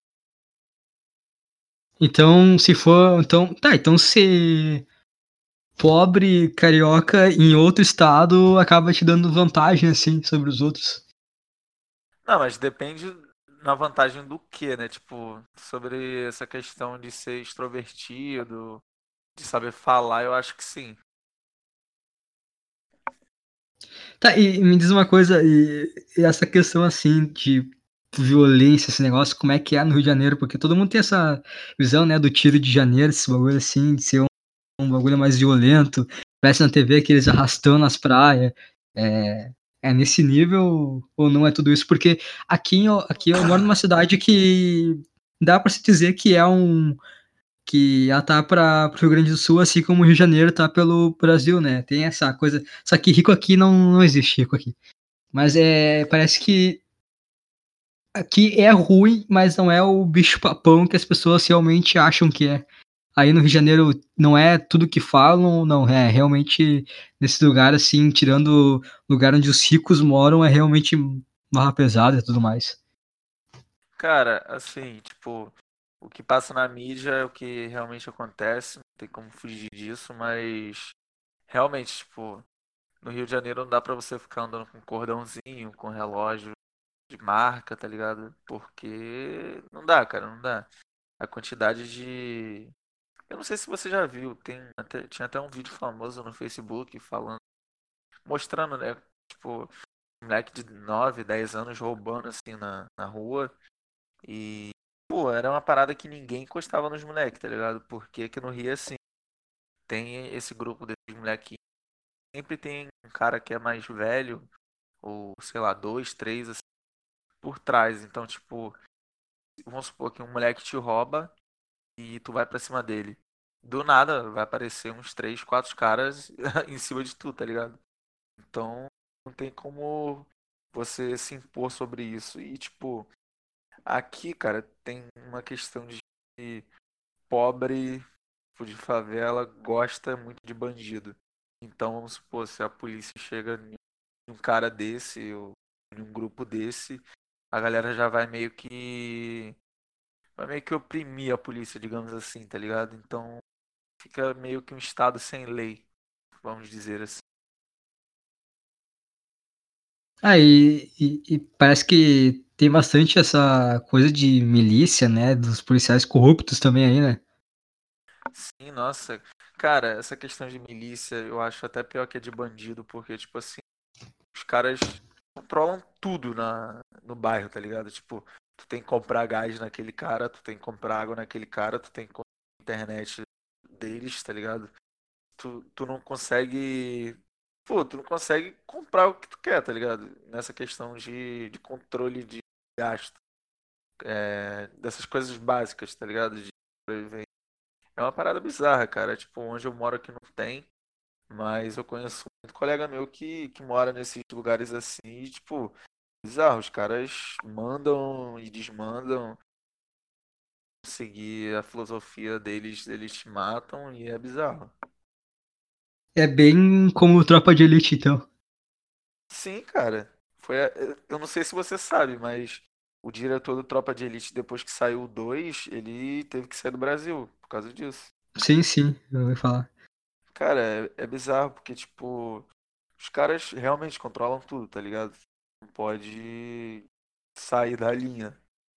Então, se for. Então, tá, então se pobre carioca em outro estado acaba te dando vantagem, assim, sobre os outros. Não, mas depende na vantagem do que, né? Tipo, sobre essa questão de ser extrovertido, de saber falar, eu acho que sim. Tá, e me diz uma coisa, e, e essa questão, assim, de violência, esse negócio, como é que é no Rio de Janeiro? Porque todo mundo tem essa visão, né, do tiro de janeiro, esse bagulho, assim, de ser um, um bagulho mais violento. Parece na T V aqueles arrastão nas praias. É, é nesse nível ou não é tudo isso? Porque aqui, em- aqui eu moro numa cidade que dá pra se dizer que é um que ela tá para o Rio Grande do Sul, assim como o Rio de Janeiro tá pelo Brasil, né? Tem essa coisa. Só que rico aqui não, não existe rico aqui. Mas é, parece que aqui é ruim, mas não é o bicho-papão que as pessoas realmente acham que é. Aí no Rio de Janeiro não é tudo que falam, não, é realmente nesse lugar, assim, tirando o lugar onde os ricos moram, é realmente barra pesada e tudo mais. Cara, assim, tipo, o que passa na mídia é o que realmente acontece, não tem como fugir disso, mas realmente, tipo, no Rio de Janeiro não dá pra você ficar andando com cordãozinho, com relógio de marca, tá ligado? Porque não dá, cara, não dá. A quantidade de. Eu não sei se você já viu, tem até, tinha até um vídeo famoso no Facebook falando, mostrando, né? Tipo, um moleque de nove dez anos roubando assim na, na rua. E, pô, era uma parada que ninguém encostava nos moleques, tá ligado? Porque aqui no Rio, assim, tem esse grupo desses moleques. Sempre tem um cara que é mais velho, ou sei lá, dois, três, assim, por trás. Então, tipo, vamos supor que um moleque te rouba e tu vai pra cima dele. Do nada vai aparecer uns três, quatro caras em cima de tu, tá ligado? Então não tem como você se impor sobre isso. E tipo, aqui, cara, tem uma questão de pobre, tipo, de favela, gosta muito de bandido. Então vamos supor, se a polícia chega em um cara desse ou em um grupo desse, a galera já vai meio que. Vai meio que oprimir a polícia, digamos assim, tá ligado? Então fica meio que um estado sem lei, vamos dizer assim. Ah, e, e- e parece que tem bastante essa coisa de milícia, né? Dos policiais corruptos também aí, né? Sim, nossa. Cara, essa questão de milícia eu acho até pior que a de bandido, porque, tipo assim, os caras controlam tudo na, no bairro, tá ligado? Tipo, tu tem que comprar gás naquele cara, tu tem que comprar água naquele cara, tu tem que comprar internet deles, tá ligado? Tu, tu não consegue. Pô, tu não consegue comprar o que tu quer, tá ligado? Nessa questão de, de controle de gasto. É, dessas coisas básicas, tá ligado? De sobrevivência. É uma parada bizarra, cara. Tipo, onde eu moro aqui não tem. Mas eu conheço muito colega meu que, que mora nesses lugares assim, e, tipo, bizarro, os caras mandam e desmandam, seguir a filosofia deles, eles te matam e é bizarro. É bem como Tropa de Elite, então. Sim, cara. Foi, a- eu não sei se você sabe, mas o diretor do Tropa de Elite, depois que saiu o dois, ele teve que sair do Brasil por causa disso. Sim, sim, eu ouvi falar. Cara, é, é bizarro porque, tipo, os caras realmente controlam tudo, tá ligado? Não pode sair da linha.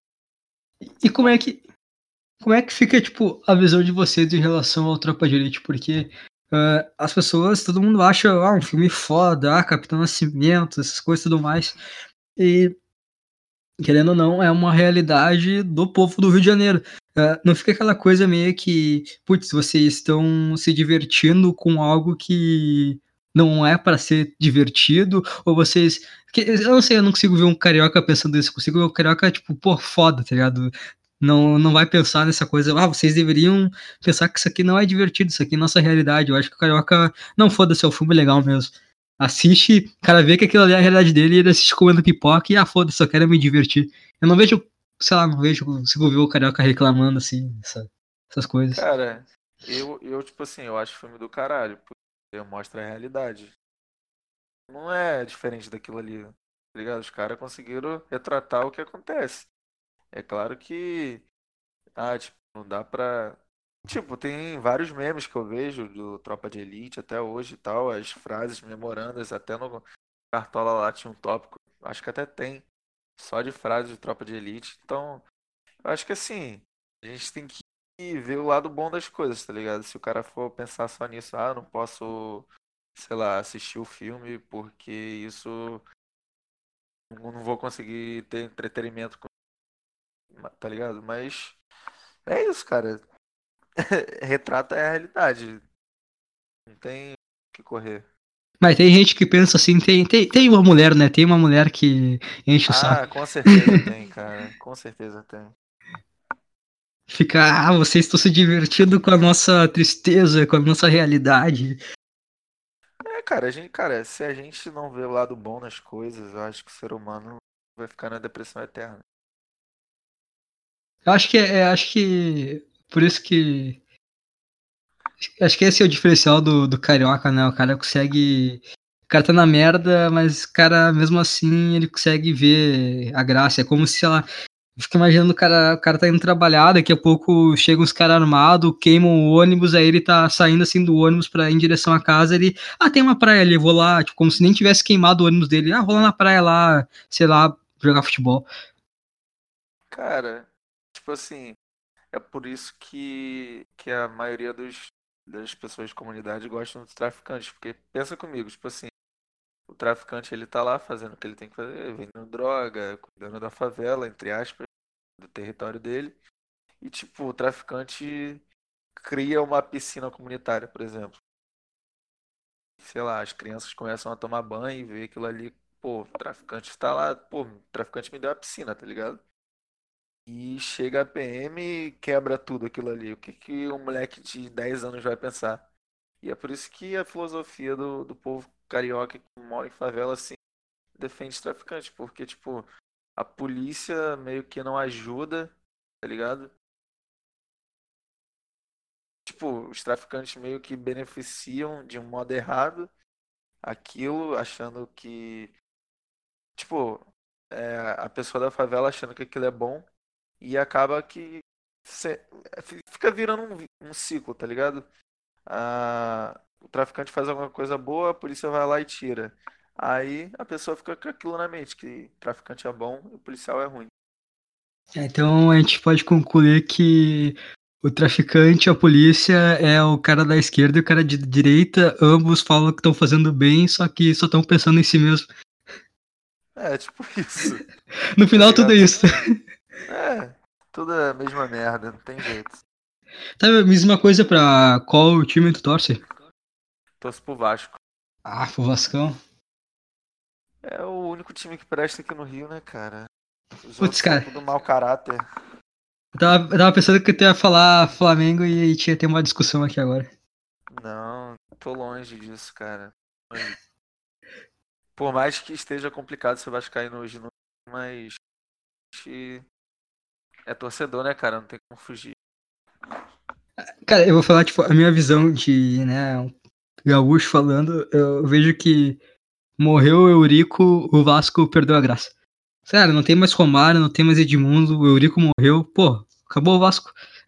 E como é que, como é que fica, tipo, a visão de vocês em relação ao Tropa de Elite? Porque ah, as pessoas, todo mundo acha, ah, um filme foda, ah, Capitão Nascimento, essas coisas e tudo mais. E querendo ou não, é uma realidade do povo do Rio de Janeiro. Ah, não fica aquela coisa meio que, putz, vocês estão se divertindo com algo que não é para ser divertido, ou vocês. Que, eu não sei, eu não consigo ver um carioca pensando isso, eu consigo ver um carioca, tipo, pô, foda, tá ligado? Não, não vai pensar nessa coisa, ah, vocês deveriam pensar que isso aqui não é divertido, isso aqui é nossa realidade. Eu acho que o carioca, não, foda-se, é um filme legal mesmo. Assiste, o cara vê que aquilo ali é a realidade dele e ele assiste comendo pipoca e, ah, foda-se, só quero me divertir. Eu não vejo, sei lá, não vejo, consigo ver o carioca reclamando assim, essa- essas coisas. Cara, eu, eu, tipo assim, eu acho filme do caralho, porque mostra a realidade. Não é diferente daquilo ali, tá ligado? Os caras conseguiram retratar o que acontece. É claro que, ah, tipo, não dá pra. Tipo, tem vários memes que eu vejo do Tropa de Elite até hoje e tal, as frases memorandas, até no Cartola lá tinha um tópico, acho que até tem, só de frases de Tropa de Elite. Então, eu acho que assim, a gente tem que ver o lado bom das coisas, tá ligado? Se o cara for pensar só nisso, ah, não posso, sei lá, assistir o filme porque isso eu não vou conseguir ter entretenimento, com- tá ligado? Mas é isso, cara. Retrata a realidade. Não tem o que correr. Mas tem gente que pensa assim, tem, tem, tem uma mulher, né? Tem uma mulher que enche o saco. Ah, com certeza tem, cara. Com certeza tem. Fica, ah, vocês estão se divertindo com a nossa tristeza, com a nossa realidade. É, cara, a gente, cara, se a gente não vê o lado bom nas coisas, eu acho que o ser humano vai ficar na depressão eterna. Eu acho que é, é, acho que por isso que acho que esse é o diferencial do, do carioca, né? O cara consegue. O cara tá na merda, mas o cara, mesmo assim, ele consegue ver a graça. É como se, sei lá, eu fico imaginando o cara, o cara tá indo trabalhar, daqui a pouco chegam uns caras armados, queimam o ônibus, aí ele tá saindo assim do ônibus pra ir em direção à casa, ele, ah, tem uma praia ali, eu vou lá, tipo, como se nem tivesse queimado o ônibus dele, ah, vou lá na praia lá, sei lá, jogar futebol. Cara, tipo assim, é por isso que, que a maioria dos, das pessoas de comunidade gostam dos traficantes. Porque pensa comigo, tipo assim, o traficante ele tá lá fazendo o que ele tem que fazer, vendendo droga, cuidando da favela, entre aspas, do território dele. E tipo, o traficante cria uma piscina comunitária, por exemplo. Sei lá, as crianças começam a tomar banho e ver aquilo ali, pô, o traficante está lá, pô, o traficante me deu a piscina, tá ligado? E chega a P M e quebra tudo aquilo ali. O que que um moleque de dez anos vai pensar? E é por isso que a filosofia do, do povo carioca que mora em favela, assim, defende os traficantes, porque, tipo, a polícia meio que não ajuda, tá ligado? Tipo, os traficantes meio que beneficiam de um modo errado aquilo, achando que, tipo, é, a pessoa da favela achando que aquilo é bom e acaba que cê- fica virando um, vi- um ciclo, tá ligado? Ah, o traficante faz alguma coisa boa, a polícia vai lá e tira. Aí a pessoa fica com aquilo na mente, que traficante é bom e o policial é ruim. É, então a gente pode concluir que o traficante, a polícia, é o cara da esquerda e o cara de direita, ambos falam que estão fazendo bem, só que só estão pensando em si mesmo. É, tipo isso, No tá final, tudo é ligado? isso. É, tudo é a mesma merda, não tem jeito. Tá, mesma coisa pra qual time tu torce? Torço pro Vasco. Ah, pro Vascão. É o único time que presta aqui no Rio, né, cara? Os Putz, outros são cara, tudo mau caráter. eu tava, eu tava pensando que tu ia falar Flamengo e a gente ia ter uma discussão aqui agora. Não, tô longe disso, cara. Longe. Por mais que esteja complicado ser vascaíno hoje, não, mas a gente é torcedor, né, cara? Não tem como fugir. Cara, eu vou falar, tipo, a minha visão de, né, um gaúcho falando, eu vejo que morreu o Eurico, o Vasco perdeu a graça. Cara, não tem mais Romário, não tem mais Edmundo, o Eurico morreu, pô, acabou o Vasco.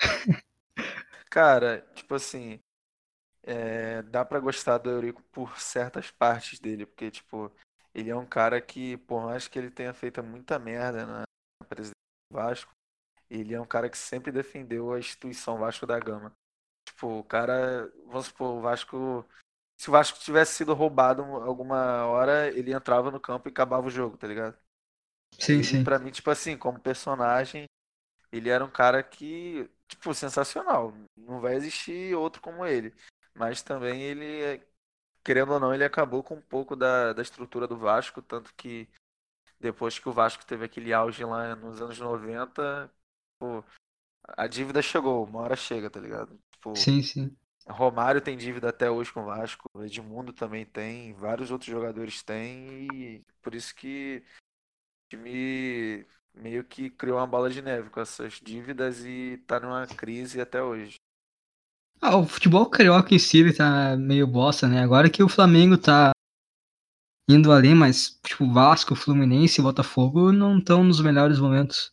Cara, tipo assim, é, dá pra gostar do Eurico por certas partes dele, porque, tipo, ele é um cara que, por mais que ele tenha feito muita merda na presidência do Vasco, ele é um cara que sempre defendeu a instituição Vasco da Gama. Tipo, o cara, vamos supor, o Vasco. Se o Vasco tivesse sido roubado alguma hora, ele entrava no campo e acabava o jogo, tá ligado? Sim, Ele, sim. pra mim, tipo assim, como personagem, ele era um cara que, tipo, sensacional. Não vai existir outro como ele. Mas também ele, querendo ou não, ele acabou com um pouco da, da estrutura do Vasco, tanto que depois que o Vasco teve aquele auge lá nos anos noventa, pô, a dívida chegou, uma hora chega, tá ligado? Tipo, Sim, sim. Romário tem dívida até hoje com o Vasco, Edmundo também tem, vários outros jogadores têm, e por isso que o time meio que criou uma bola de neve com essas dívidas e tá numa crise até hoje. Ah, o futebol carioca em si ele tá meio bosta, né? Agora que o Flamengo tá indo além, mas, tipo, Vasco, Fluminense e Botafogo não estão nos melhores momentos.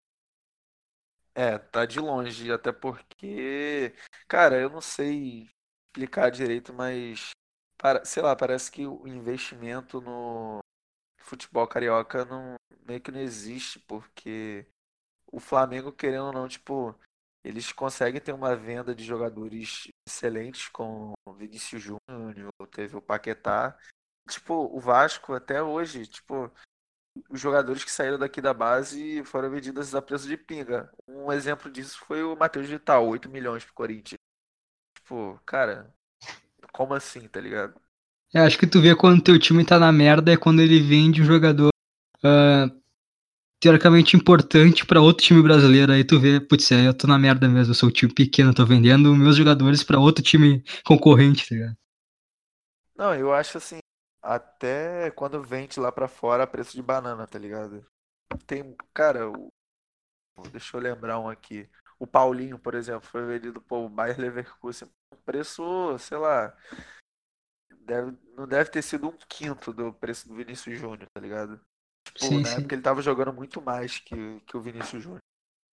É, tá de longe, até porque, cara, eu não sei explicar direito, mas, para, sei lá, parece que o investimento no futebol carioca não, meio que não existe, porque o Flamengo, querendo ou não, tipo, eles conseguem ter uma venda de jogadores excelentes com o Vinícius Júnior, teve o Paquetá. Tipo, o Vasco até hoje, tipo, os jogadores que saíram daqui da base foram vendidos a preço de pinga. Um exemplo disso foi o Matheus Vital, oito milhões pro Corinthians. Tipo, cara, como assim, tá ligado? Eu acho que tu vê quando teu time tá na merda é quando ele vende um jogador ah, teoricamente importante pra outro time brasileiro. Aí tu vê, putz, aí eu tô na merda mesmo, eu sou um time pequeno, tô vendendo meus jogadores pra outro time concorrente, tá ligado? Não, eu acho assim, até quando vende lá pra fora a preço de banana, tá ligado? Tem, cara, o deixa eu lembrar um aqui. O Paulinho, por exemplo, foi vendido por Bayer Leverkusen por um preço, sei lá, deve, não deve ter sido um quinto do preço do Vinícius Júnior, tá ligado? Tipo, Sim, na sim. época ele tava jogando muito mais que, que o Vinícius Júnior.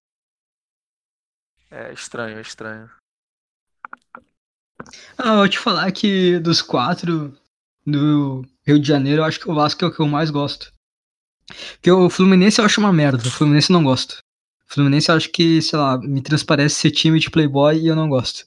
É estranho, é estranho. Ah, eu vou te falar que dos quatro do Rio de Janeiro, eu acho que o Vasco é o que eu mais gosto. Porque o Fluminense eu acho uma merda, o Fluminense eu não gosto. O Fluminense eu acho que, sei lá, me transparece ser time de playboy e eu não gosto.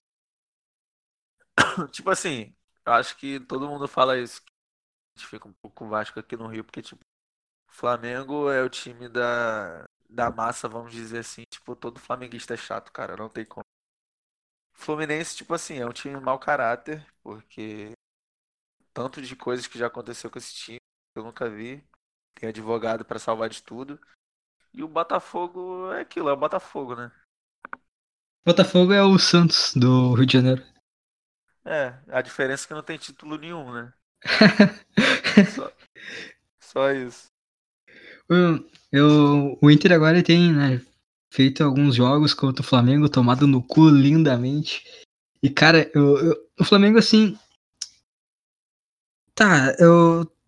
Tipo assim, eu acho que todo mundo fala isso. A gente fica um pouco com o Vasco aqui no Rio, porque, tipo, o Flamengo é o time da, da massa, vamos dizer assim. Tipo, todo flamenguista é chato, cara, não tem como. Fluminense, tipo assim, é um time mau caráter, porque tanto de coisas que já aconteceu com esse time, eu nunca vi. Tem advogado pra salvar de tudo. E o Botafogo é aquilo, é o Botafogo, né? Botafogo é o Santos do Rio de Janeiro. É, a diferença é que não tem título nenhum, né? Só, só isso. eu, eu- o Inter agora tem, né, feito alguns jogos contra o Flamengo, tomado no cu lindamente. E, cara, eu, eu- o Flamengo, assim, tá, eu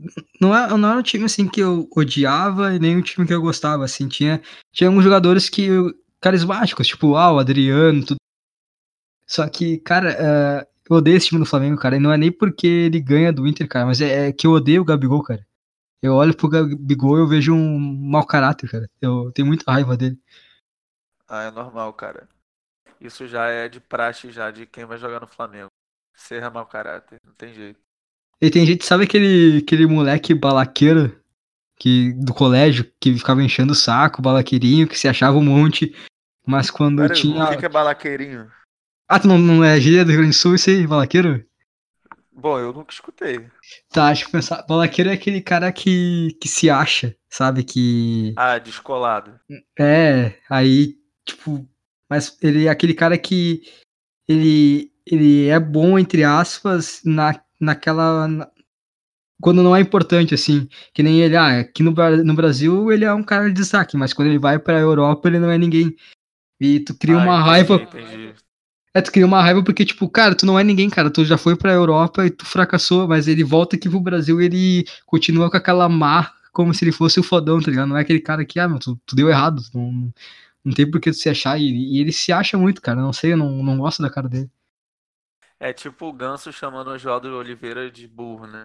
não, é, não era um time assim que eu odiava e nem um time que eu gostava, assim, tinha, tinha alguns jogadores que eu- carismáticos, tipo, ah, o Adriano, tudo. Só que, cara, é, eu odeio esse time do Flamengo, cara, e não é nem porque ele ganha do Inter, cara, mas é, é que eu odeio o Gabigol, cara. Eu olho pro Gabigol e eu vejo um mau caráter, cara. Eu tenho muita raiva dele. Ah, é normal, cara. Isso já é de praxe já de quem vai jogar no Flamengo. Ser mau caráter, não tem jeito. E tem gente, sabe aquele, aquele moleque balaqueiro que, do colégio que ficava enchendo o saco, balaqueirinho, que se achava um monte, mas quando Pera aí, o que tinha. que é balaqueirinho? Ah, tu não, não é gíria do Rio Grande do Sul, isso aí, balaqueiro? Bom, eu nunca escutei. Tá, acho que pensar. Balaqueiro é aquele cara que, que se acha, sabe? Que. Ah, descolado. É, aí, tipo. Mas ele é aquele cara que. Ele, ele é bom, entre aspas, na, naquela. na- quando não é importante, assim. Que nem ele, ah, aqui no, Bra- no Brasil ele é um cara de destaque, mas quando ele vai pra Europa ele não é ninguém. E tu cria Ah, uma entendi, raiva. entendi. É, tu cria uma raiva porque, tipo, cara, tu não é ninguém, cara. Tu já foi pra Europa e tu fracassou, mas ele volta aqui pro Brasil e ele continua com aquela mar como se ele fosse o fodão, tá ligado? Não é aquele cara que, ah, meu, tu, tu deu errado. Tu Não, não tem por que tu se achar. E, e ele se acha muito, cara. Não sei, eu não, não gosto da cara dele. É tipo o Ganso chamando o João Oliveira de burro, né?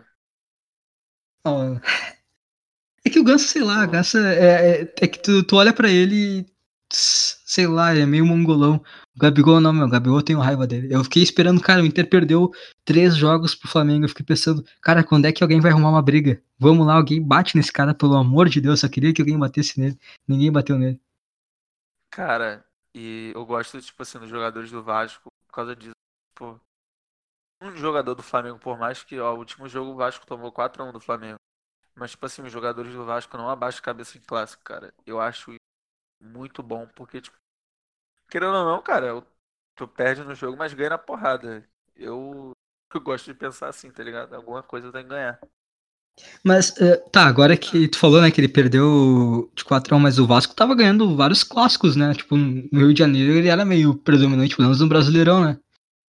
Ó, é que o Ganso, sei lá, o Tipo, Ganso é, é, é que tu, tu olha pra ele e, tss, sei lá, é meio mongolão. O Gabigol não, meu, o Gabigol eu tenho raiva dele. Eu fiquei esperando, cara, o Inter perdeu três jogos pro Flamengo. Eu fiquei pensando, cara, quando é que alguém vai arrumar uma briga? Vamos lá, alguém bate nesse cara, pelo amor de Deus. Eu só queria que alguém batesse nele. Ninguém bateu nele. cara, e eu gosto, tipo assim, dos jogadores do Vasco por causa disso. Tipo, um jogador do Flamengo, por mais que, ó, o último jogo o Vasco tomou quatro a um do Flamengo. Mas, tipo assim, os jogadores do Vasco não abaixam a cabeça em clássico, cara. Eu acho isso muito bom, porque, tipo, querendo ou não, cara, eu- tu perde no jogo, mas ganha na porrada. Eu, eu gosto de pensar assim, tá ligado? Alguma coisa tem que ganhar. Mas, eh, tá, agora que tu falou, né, que ele perdeu de quatro a um, mas o Vasco tava ganhando vários clássicos, né? Tipo, no Rio de Janeiro ele era meio predominante, pelo menos no Brasileirão, né?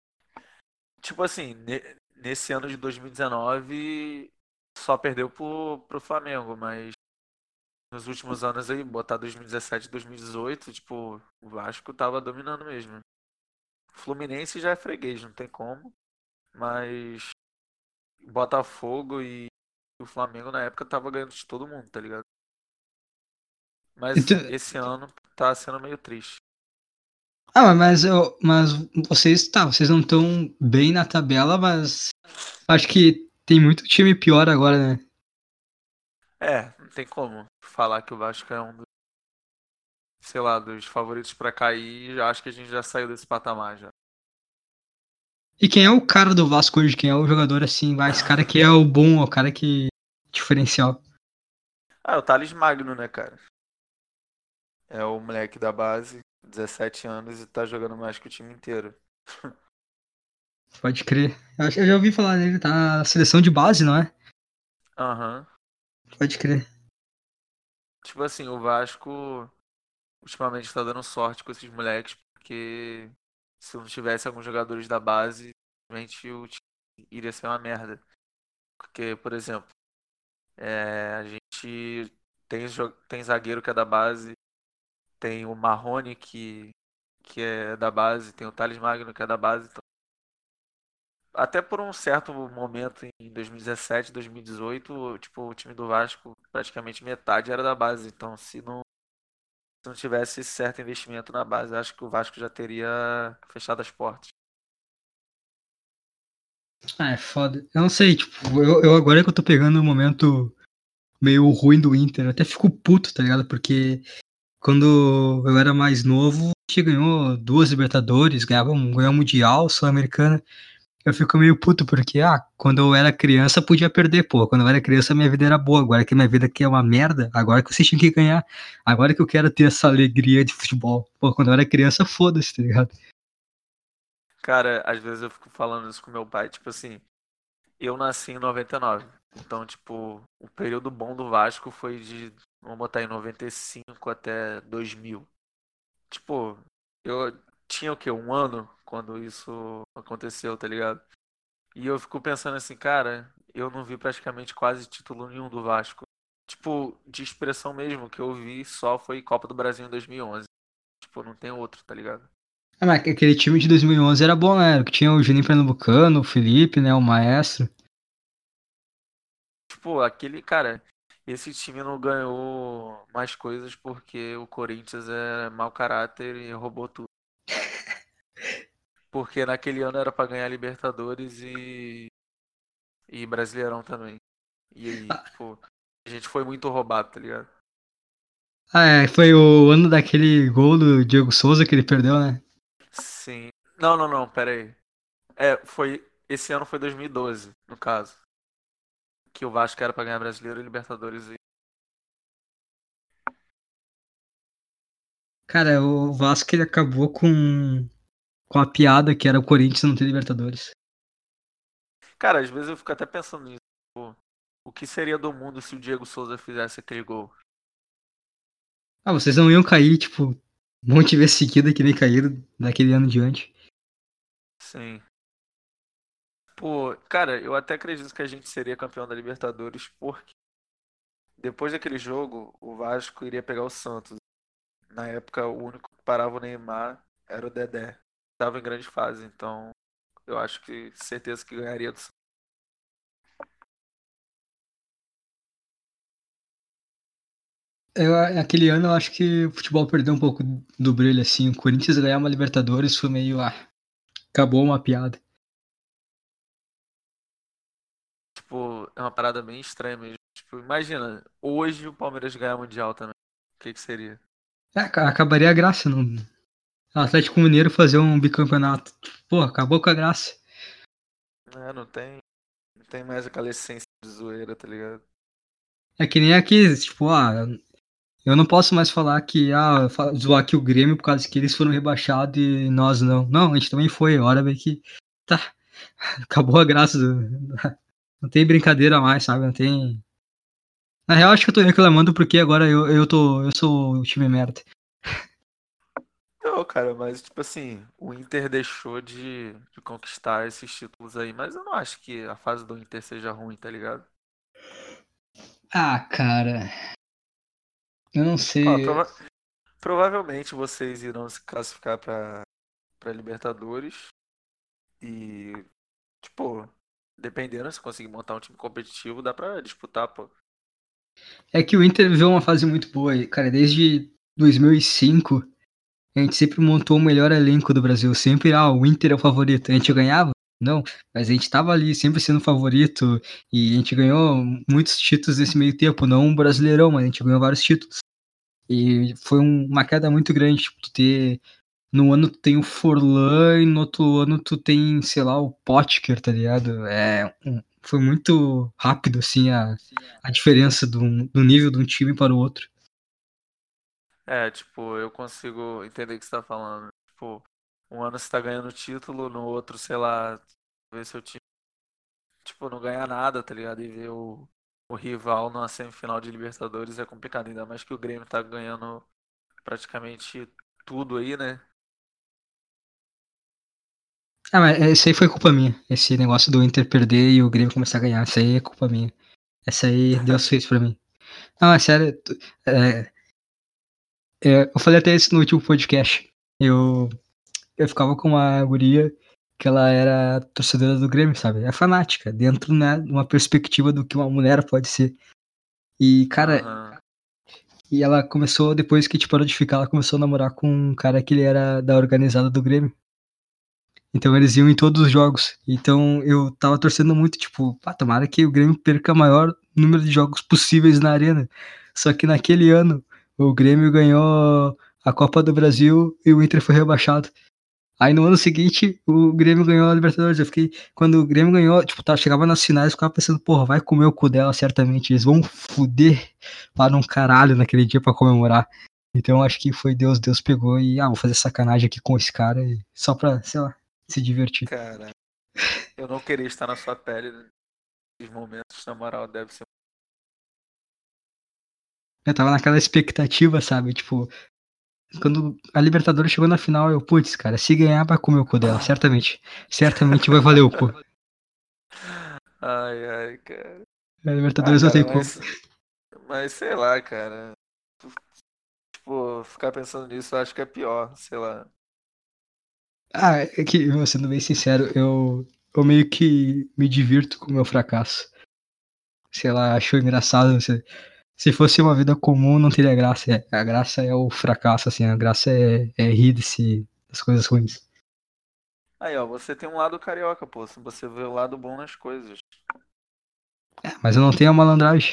Tipo assim, ne- nesse ano de dois mil e dezenove só perdeu pro, pro Flamengo, mas nos últimos anos aí, botar dois mil e dezessete, dois mil e dezoito, tipo, o Vasco tava dominando mesmo. O Fluminense já é freguês, não tem como, mas Botafogo e o Flamengo na época tava ganhando de todo mundo, tá ligado? E Mas tu- esse ano tá sendo meio triste. Ah, mas eu, mas vocês, tá, vocês não estão bem na tabela, mas acho que tem muito time pior agora, né? É, não tem como falar que o Vasco é um dos, sei lá, dos favoritos pra cair. Já acho que a gente já saiu desse patamar já. E quem é o cara do Vasco hoje? Quem é o jogador assim, vai, esse cara que é o bom, é o cara que diferencial. Ah, é o Thales Magno, né, cara? É o moleque da base, dezessete anos e tá jogando mais que o time inteiro. Pode crer. Eu acho que eu já ouvi falar dele, tá na seleção de base, não é? Aham. Pode crer. Tipo assim, o Vasco ultimamente tá dando sorte com esses moleques, porque se não tivesse alguns jogadores da base, realmente o time iria ser uma merda. Porque, por exemplo, é, a gente tem, jo- tem zagueiro que é da base, tem o Marrone que, que é da base, tem o Thales Magno que é da base. Então, até por um certo momento em dois mil e dezessete, dois mil e dezoito, tipo, o time do Vasco praticamente metade era da base. Então, se não, se não tivesse esse certo investimento na base, acho que o Vasco já teria fechado as portas. Ah, é foda. Eu não sei, tipo, eu, eu agora que eu tô pegando um momento meio ruim do Inter, eu até fico puto, tá ligado? Porque quando eu era mais novo, a gente ganhou duas Libertadores, ganhava um, ganhou um Mundial, Sul-Americana. Eu fico meio puto porque, ah, quando eu era criança podia perder, pô. Quando eu era criança minha vida era boa, agora que minha vida aqui é uma merda, agora que vocês tinham que ganhar. Agora que eu quero ter essa alegria de futebol. Pô, quando eu era criança, foda-se, tá ligado? Cara, às vezes eu fico falando isso com meu pai, tipo assim, eu nasci em noventa e nove. Então, tipo, o período bom do Vasco foi de, vamos botar em noventa e cinco até dois mil. Tipo, eu tinha o quê? Um ano quando isso aconteceu, tá ligado? E eu fico pensando assim, cara, eu não vi praticamente quase título nenhum do Vasco. Tipo, de expressão mesmo, que eu vi só foi Copa do Brasil em dois mil e onze. Tipo, não tem outro, tá ligado? Ah, mas aquele time de dois mil e onze era bom, né? Que tinha o Juninho Pernambucano, o Felipe, né? O Maestro. Tipo, aquele, cara, esse time não ganhou mais coisas porque o Corinthians é mau caráter e roubou tudo. Porque naquele ano era pra ganhar Libertadores e, e Brasileirão também. E aí, tipo, a gente foi muito roubado, tá ligado? Ah, é, foi o ano daquele gol do Diego Souza que ele perdeu, né? Sim. Não, não, não, pera aí. É, foi. Esse ano foi dois mil e doze, no caso. Que o Vasco era pra ganhar Brasileiro e Libertadores. E... Cara, o Vasco ele acabou com, com a piada que era o Corinthians não ter Libertadores. Cara, às vezes eu fico até pensando nisso. Tipo, o que seria do mundo se o Diego Souza fizesse aquele gol? Ah, vocês não iam cair, tipo, um monte de vezes seguida que nem caíram daquele ano diante. Sim. Pô, cara, eu até acredito que a gente seria campeão da Libertadores, porque depois daquele jogo, o Vasco iria pegar o Santos. Na época, o único que parava o Neymar era o Dedé. Tava em grande fase, então eu acho que certeza que ganharia do Santos. Eu, aquele ano eu acho que o futebol perdeu um pouco do brilho, assim. O Corinthians ganhar uma Libertadores foi meio, ah, acabou uma piada. Tipo, é uma parada bem estranha mesmo. Tipo, imagina, hoje o Palmeiras ganhar Mundial também. O que que seria? É, ca- acabaria a graça, não. O Atlético Mineiro fazer um bicampeonato. Pô, acabou com a graça. É, não tem, não tem mais aquela essência de zoeira, tá ligado? É que nem aqui, tipo, ah, eu não posso mais falar que, ah, fa- zoar aqui o Grêmio por causa que eles foram rebaixados e nós não. Não, a gente também foi. A hora vem que. Tá, acabou a graça. do- Não tem brincadeira mais, sabe? Não tem. Na real, acho que eu tô reclamando porque agora eu, eu tô. Eu sou o time merda. Não, cara, mas tipo assim, o Inter deixou de, de conquistar esses títulos aí, mas eu não acho que a fase do Inter seja ruim, tá ligado? Ah, cara. Eu não Ó, sei. prova- provavelmente vocês irão se classificar pra, pra Libertadores e, tipo, dependendo se conseguir montar um time competitivo, dá pra disputar, pô. É que o Inter viveu uma fase muito boa, aí, cara. Desde dois mil e cinco, a gente sempre montou o melhor elenco do Brasil. Sempre, ah, o Inter é o favorito. A gente ganhava? Não, mas a gente tava ali sempre sendo favorito e a gente ganhou muitos títulos nesse meio tempo. Não um brasileirão, mas a gente ganhou vários títulos. E foi um- uma queda muito grande, tipo, tu ter. No ano tu tem o Forlan e no outro ano tu tem, sei lá, o Potker, tá ligado? É, um- foi muito rápido, assim, a, a diferença do, do nível de um time para o outro. É, tipo, eu consigo entender o que você tá falando. Tipo, um ano você tá ganhando título, no outro, sei lá, ver seu time, tipo, não ganhar nada, tá ligado? E ver o, o rival numa semifinal de Libertadores é complicado, ainda mais que o Grêmio tá ganhando praticamente tudo aí, né? Ah, mas esse aí foi culpa minha. Esse negócio do Inter perder e o Grêmio começar a ganhar, isso aí é culpa minha. Essa aí Deus fez pra mim. Não, é sério. tu- é, é, eu falei até isso no último podcast. Eu, eu ficava com uma guria que ela era torcedora do Grêmio, sabe? É fanática, dentro, né, de uma perspectiva do que uma mulher pode ser. E, cara, Aham. e ela começou, depois que a gente parou de ficar, ela começou a namorar com um cara que ele era da organizada do Grêmio. Então eles iam em todos os jogos. Então eu tava torcendo muito, tipo, pá, tomara que o Grêmio perca o maior número de jogos possíveis na arena. Só que naquele ano, o Grêmio ganhou a Copa do Brasil e o Inter foi rebaixado. Aí no ano seguinte, o Grêmio ganhou a Libertadores. Eu fiquei, quando o Grêmio ganhou, tipo, tá, chegava nas finais, eu ficava pensando, porra, vai comer o cu dela, certamente. Eles vão fuder para um caralho naquele dia pra comemorar. Então eu acho que foi Deus, Deus pegou e, ah, vou fazer sacanagem aqui com esse cara, e só pra, sei lá, se divertir. Cara, eu não queria estar na sua pele nesses momentos, na moral, deve ser. Eu tava naquela expectativa, sabe? Tipo, quando a Libertadores chegou na final, eu, putz, cara, se ganhar, vai comer o cu dela, certamente. Certamente vai valer o cu. Ai, ai, cara. A Ah, Libertadores não cara, tem como. mas, mas sei lá, cara. Tipo, ficar pensando nisso eu acho que é pior, sei lá. Ah, é que, eu, sendo bem sincero, eu, eu meio que me divirto com o meu fracasso. Sei lá, acho engraçado. Se, se fosse uma vida comum, não teria graça. É, a graça é o fracasso, assim. A graça é, é rir desse, das coisas ruins. Aí, ó, você tem um lado carioca, pô. Se você vê o lado bom nas coisas. É, mas eu não tenho a malandragem.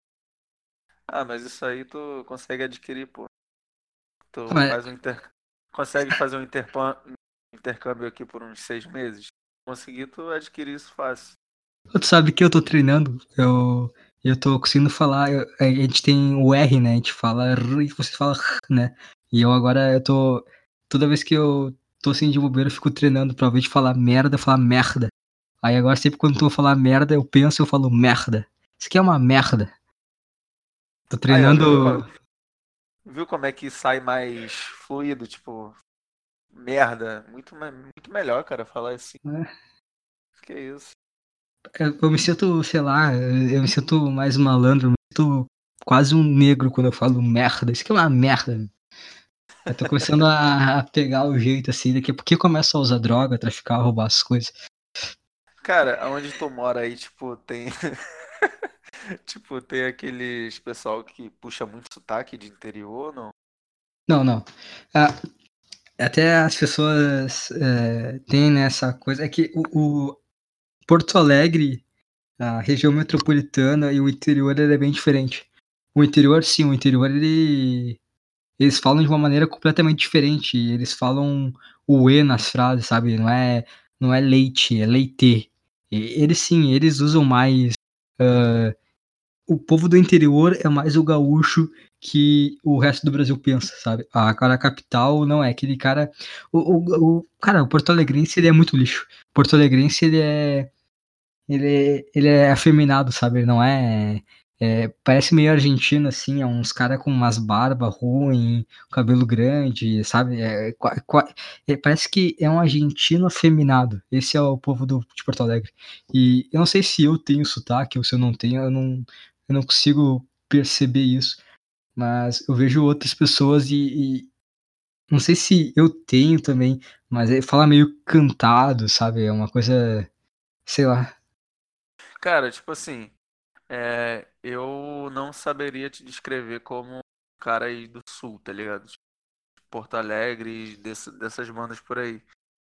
Ah, mas isso aí tu consegue adquirir, pô. Ah, Tu mas faz um inter... Consegue fazer um interpan- intercâmbio aqui por uns seis meses. Conseguir, tu adquirir isso fácil. tu sabe que eu tô treinando. Eu, eu tô conseguindo falar. Eu- a gente tem o R, né? A gente fala R e você fala R, né? E eu agora eu tô. Toda vez que eu tô assim de bobeira, eu fico treinando pra, ao invés de falar merda, falar merda. Aí agora sempre quando tu falar merda, eu penso e eu falo merda. Isso aqui é uma merda. Tô Aí, ó, viu, co- treinando. viu como é que sai mais fluido? Tipo, merda. Muito, me- muito melhor, cara, falar assim. Né? Que isso. Eu, eu me sinto, sei lá, eu me sinto mais malandro, eu me sinto quase um negro quando eu falo merda. Isso aqui é uma merda. Eu tô começando a, a pegar o jeito assim, daqui a pouquinho começa a usar droga, traficar, roubar as coisas. Cara, aonde tu mora aí, tipo, tem. Tipo, tem aqueles pessoal que puxa muito sotaque de interior, não? Não, não. Ah, até as pessoas é, têm nessa coisa. É que o, o Porto Alegre, a região metropolitana e o interior ele é bem diferente. O interior, sim, o interior ele, eles falam de uma maneira completamente diferente. Eles falam o E nas frases, sabe? Não é, não é leite, é leite. E eles sim, eles usam mais. ah, o povo do interior é mais o gaúcho que o resto do Brasil pensa, sabe? A cara a capital não é aquele cara. O, o, o- cara, o Porto Alegrense ele é muito lixo. O Porto Alegrense ele é ele, é- ele é afeminado, sabe? Ele não é, é- parece meio argentino assim, é uns cara com umas barbas ruim, cabelo grande, sabe? É, qua- qua- é, parece que é um argentino afeminado. Esse é o povo do, de Porto Alegre. E eu não sei se eu tenho sotaque ou se eu não tenho, eu não, eu não consigo perceber isso. Mas eu vejo outras pessoas e, e não sei se eu tenho também, mas é, fala meio cantado, sabe? É uma coisa, sei lá. Cara, tipo assim, é, eu não saberia te descrever como um cara aí do sul, tá ligado? Tipo, Porto Alegre, desse- dessas bandas por aí.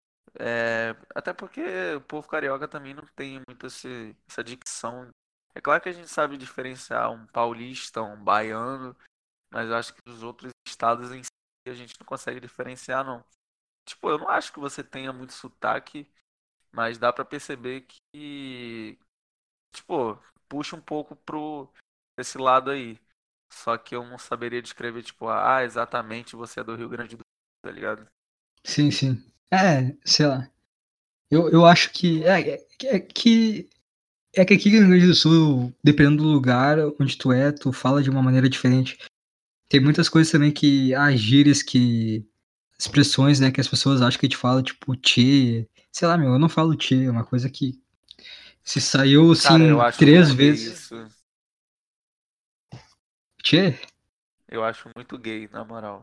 É, até porque o povo carioca também não tem muito esse, essa dicção. É claro que a gente sabe diferenciar um paulista, um baiano, mas eu acho que os outros estados em si a gente não consegue diferenciar, não. Tipo, eu não acho que você tenha muito sotaque, mas dá pra perceber que, tipo, puxa um pouco pro esse lado aí. Só que eu não saberia descrever, tipo, ah, exatamente você é do Rio Grande do Sul, tá ligado? Sim, sim. É, sei lá. Eu, eu acho que é, é, é que é que aqui no Rio Grande do Sul, dependendo do lugar onde tu é, tu fala de uma maneira diferente. Tem muitas coisas também que as gírias que expressões, né, que as pessoas acham que a gente fala, tipo, tchê, sei lá, meu, eu não falo tchê, é uma coisa que se saiu Cara, eu assim acho três muito gay vezes, isso. tchê, Eu acho muito gay, na moral.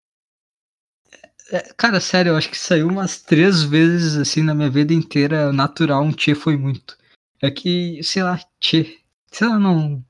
é, cara, sério, eu acho que saiu umas três vezes assim na minha vida inteira, natural, um tchê foi muito. É que, sei lá, tchê, sei lá, não,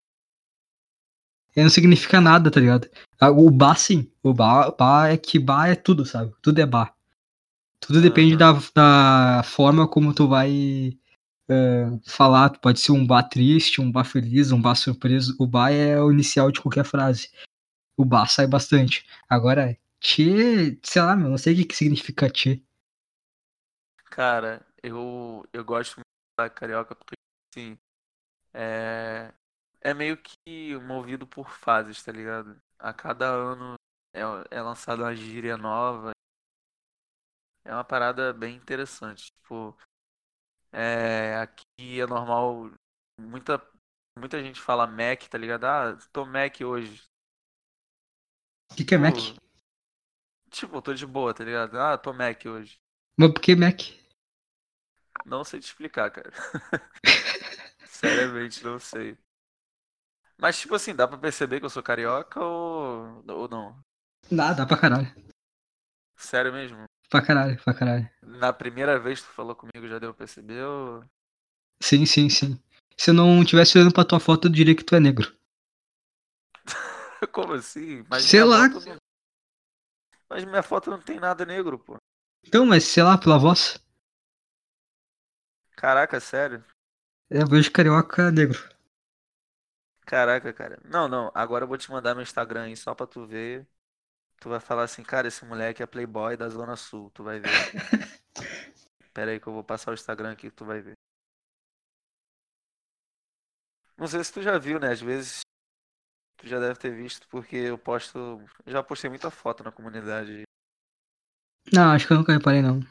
não significa nada, tá ligado? Ah, o bar, sim. O bar, bar é que bar é tudo, sabe? Tudo é bar. Tudo depende da, Aham. da forma como tu vai é, falar. Tu pode ser um bar triste, um bar feliz, um bar surpreso. O bar é o inicial de qualquer frase. O bar sai bastante. Agora, tchê, sei lá, meu, não sei o que, que significa tchê. Cara, eu, eu gosto muito da carioca porque, assim, é, é meio que movido por fases, tá ligado? A cada ano é, é lançada uma gíria nova. É uma parada bem interessante. Tipo, é, aqui é normal, muita, muita gente fala Mac, tá ligado? Ah, tô Mac hoje. O que, que é Mac? Tipo, tipo, tô de boa, tá ligado? Ah, tô Mac hoje. Mas por que Mac? Não sei te explicar, cara. Seriamente, não sei. Mas, tipo assim, dá pra perceber que eu sou carioca ou, ou não? Dá, dá pra caralho. Sério mesmo? Pra caralho, pra caralho. Na primeira vez que tu falou comigo já deu pra perceber ou... Sim, sim, sim. Se eu não tivesse olhando pra tua foto, eu diria que tu é negro. Como assim? Mas Sei minha lá. foto não... Mas minha foto não tem nada negro, pô. Então, mas sei lá, pela voz. Caraca, sério? Eu vejo carioca negro. Caraca, cara. Não, não. Agora eu vou te mandar meu Instagram aí só pra tu ver. Tu vai falar assim, cara, esse moleque é playboy da Zona Sul. Tu vai ver. Pera aí que eu vou passar o Instagram aqui que tu vai ver. Não sei se tu já viu, né? Às vezes tu já deve ter visto, porque eu posto. Eu já postei muita foto na comunidade. Não, acho que eu nunca reparei, não.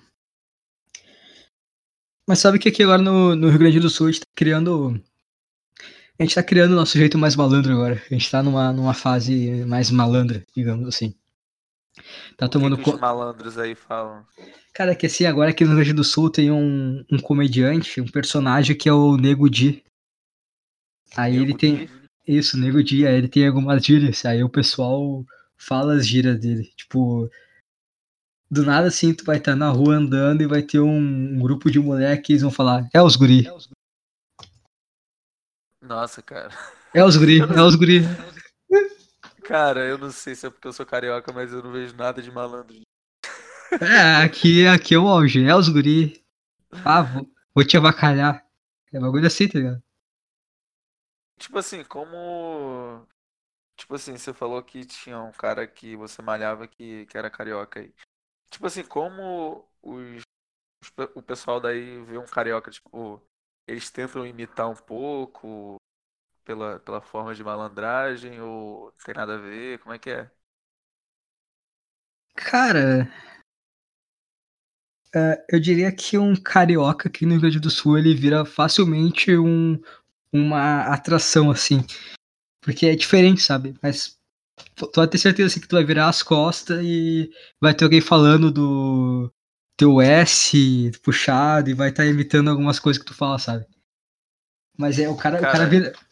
Mas sabe que aqui agora no, no Rio Grande do Sul a gente tá criando. A gente tá criando o nosso jeito mais malandro agora. A gente tá numa, numa fase mais malandra, digamos assim. Tá O que tomando que os conta. malandros aí falam? Cara, que assim, agora aqui no Rio Grande do Sul tem um, um comediante, um personagem que é o Nego Di. Aí ele Nego tem. Di? Isso, Nego Di, aí ele tem algumas gírias. Aí o pessoal fala as gírias dele. Tipo, do nada assim, tu vai estar na rua andando e vai ter um, um grupo de moleques que eles vão falar: É os guri, Nossa, cara. é os Eu guri, não é os guri. Cara, eu não sei se é porque eu sou carioca, mas eu não vejo nada de malandro. É, aqui, aqui é o auge, é os guri. Ah, vou, vou te avacalhar. É bagulho assim, tá ligado? Tipo assim, como. Tipo assim, você falou que tinha um cara que você malhava que, que era carioca aí. Tipo assim, como os, os pe- o pessoal daí vê um carioca, tipo, eles tentam imitar um pouco pela, pela forma de malandragem ou tem nada a ver? Como é que é? Cara, é, eu diria que um carioca aqui no Rio Grande do Sul ele vira facilmente um, uma atração, assim. Porque é diferente, sabe? Mas tu vai ter certeza assim, que tu vai virar as costas e vai ter alguém falando do teu S puxado e vai estar imitando algumas coisas que tu fala, sabe? Mas é o cara, o cara Cara, vira.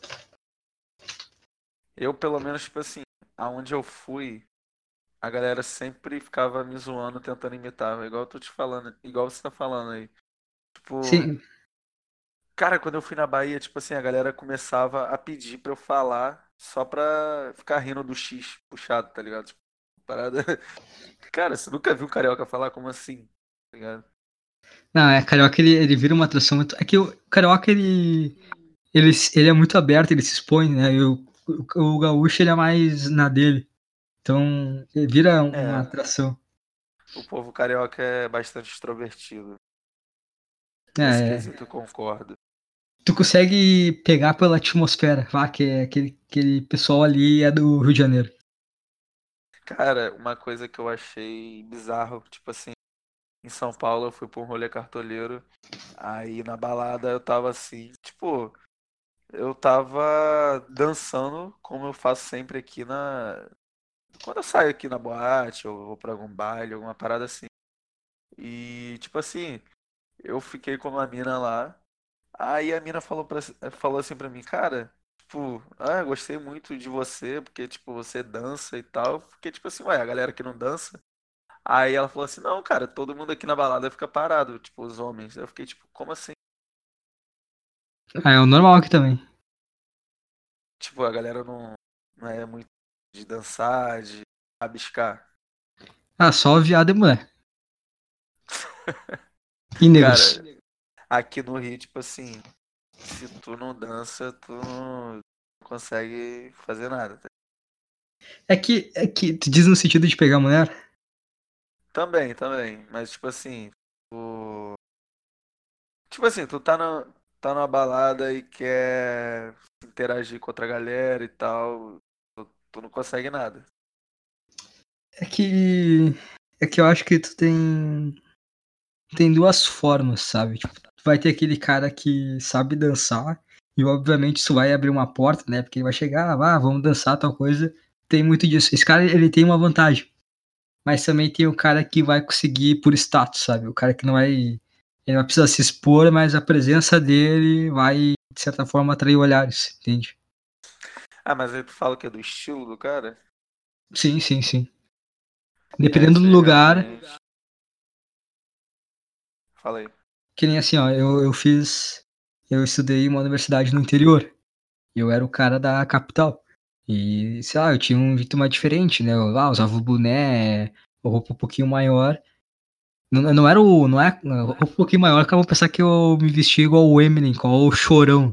eu pelo menos, tipo assim, aonde eu fui, a galera sempre ficava me zoando, tentando imitar, igual eu tô te falando, igual você tá falando aí. Tipo, Sim, cara, quando eu fui na Bahia, tipo assim, a galera começava a pedir pra eu falar só pra ficar rindo do X puxado, tá ligado? Tipo, parada. Cara, você nunca viu um carioca falar como assim? Tá ligado? não, é, carioca ele, ele vira uma atração muito. É que o carioca ele, ele, ele é muito aberto, ele se expõe, né? E o, o, o gaúcho ele é mais na dele. Então, ele vira uma É, atração. o povo carioca é bastante extrovertido. É, Nesse é. quesito eu concordo. Tu consegue pegar pela atmosfera, vá, que é aquele, aquele pessoal ali é do Rio de Janeiro. Cara, uma coisa que eu achei bizarro, tipo assim, em São Paulo eu fui pra um rolê cartoleiro, aí na balada eu tava assim, tipo, eu tava dançando como eu faço sempre aqui na. Quando eu saio aqui na boate ou vou pra algum baile, alguma parada assim. E, tipo assim, eu fiquei com uma mina lá. Aí a mina falou, pra, falou assim pra mim, cara, tipo, ah, eu gostei muito de você, porque, tipo, você dança e tal. Porque, tipo assim, ué, a galera que não dança. Aí ela falou assim, não, cara, todo mundo aqui na balada fica parado, tipo, os homens. Eu fiquei, tipo, como assim? Ah, é o normal aqui também. Tipo, a galera não, não é muito de dançar, de rabiscar. Ah, só viado e mulher. E negros. Cara, aqui no Rio, tipo assim, se tu não dança, tu não consegue fazer nada. Tá? É que, é que tu diz no sentido de pegar mulher? Também, também. Mas, tipo assim, tu... Tipo assim, tu tá na, tá numa balada e quer interagir com outra galera e tal, tu, tu não consegue nada. É que. É que eu acho que tu tem. Tem duas formas, sabe? Tipo, tu vai ter aquele cara que sabe dançar, e obviamente isso vai abrir uma porta, né? Porque ele vai chegar, ah, vamos dançar tal coisa. Tem muito disso. Esse cara, ele tem uma vantagem. Mas também tem o cara que vai conseguir por status, sabe? O cara que não vai. Ele vai precisar se expor, mas a presença dele vai, de certa forma, atrair olhares, entende? Ah, mas aí tu fala que é do estilo do cara? Sim, sim, sim. É, Dependendo isso do aí lugar, realmente. Fala aí. que nem assim, ó, eu, eu fiz. Eu estudei em uma universidade no interior. E eu era o cara da capital. E, sei lá, eu tinha um jeito mais diferente, né? Eu ah, usava o boné, roupa um pouquinho maior. Não, não era o. Não é. Roupa um pouquinho maior que eu vou pensar que eu me vestia igual o Eminem, igual o Chorão.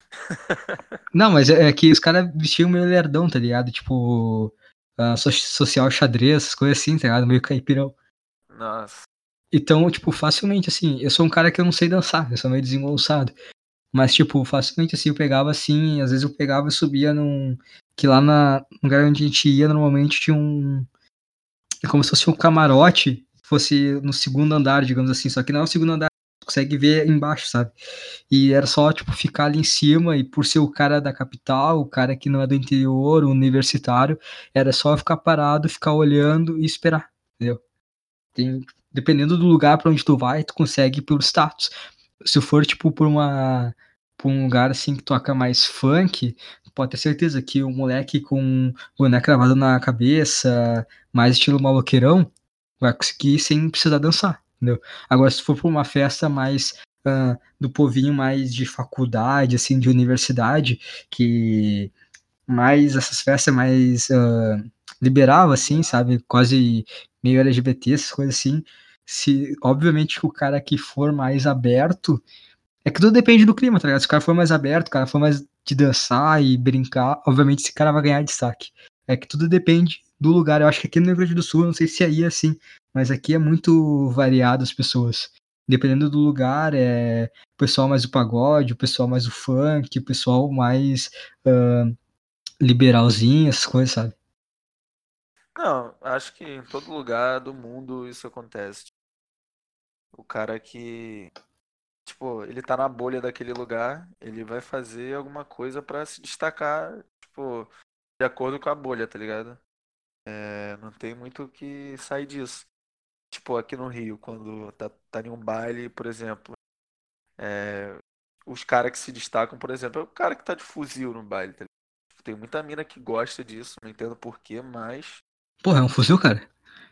Não, mas é, é que os caras vestiam meio lerdão, tá ligado? Tipo. ah, so- social xadrez, essas coisas assim, tá ligado? Meio caipirão. Nossa. Então, tipo, facilmente, assim, eu sou um cara que eu não sei dançar, eu sou meio desengonçado. Mas, tipo, facilmente assim, eu pegava assim, às vezes eu pegava e subia num. Que lá na, no lugar onde a gente ia, normalmente tinha um. É como se fosse um camarote, fosse no segundo andar, digamos assim. Só que não é o segundo andar, tu consegue ver embaixo, sabe? E era só, tipo, ficar ali em cima, e por ser o cara da capital, o cara que não é do interior, o universitário, era só ficar parado, ficar olhando e esperar, entendeu? Tem, dependendo do lugar pra onde tu vai, tu consegue pelo status. Se for, tipo, por uma. Por um lugar assim que toca mais funk, pode ter certeza que o moleque com boné cravado na cabeça, mais estilo maloqueirão, vai conseguir sem precisar dançar, entendeu? Agora, se for pra uma festa mais ah, do povinho mais de faculdade, assim, de universidade, que mais essas festas mais ah, liberal, assim, sabe? Quase meio L G B T, essas coisas assim. Se, obviamente que o cara que for mais aberto, é que tudo depende do clima, tá ligado? Se o cara for mais aberto, o cara for mais de dançar e brincar, obviamente esse cara vai ganhar destaque. É que tudo depende do lugar. Eu acho que aqui no Rio Grande do Sul, eu não sei se aí é assim, mas aqui é muito variado as pessoas. Dependendo do lugar, é o pessoal mais do pagode, o pessoal mais do funk, o pessoal mais ah, liberalzinho, essas coisas, sabe? Não, acho que em todo lugar do mundo isso acontece. O cara que, tipo, ele tá na bolha daquele lugar, ele vai fazer alguma coisa pra se destacar, tipo, de acordo com a bolha, tá ligado? É, não tem muito o que sair disso. Tipo, aqui no Rio, quando tá, tá em um baile, por exemplo, é, os caras que se destacam, por exemplo, é o cara que tá de fuzil no baile, tá ligado? Tem muita mina que gosta disso, não entendo por quê, mas. Porra, é um fuzil, cara?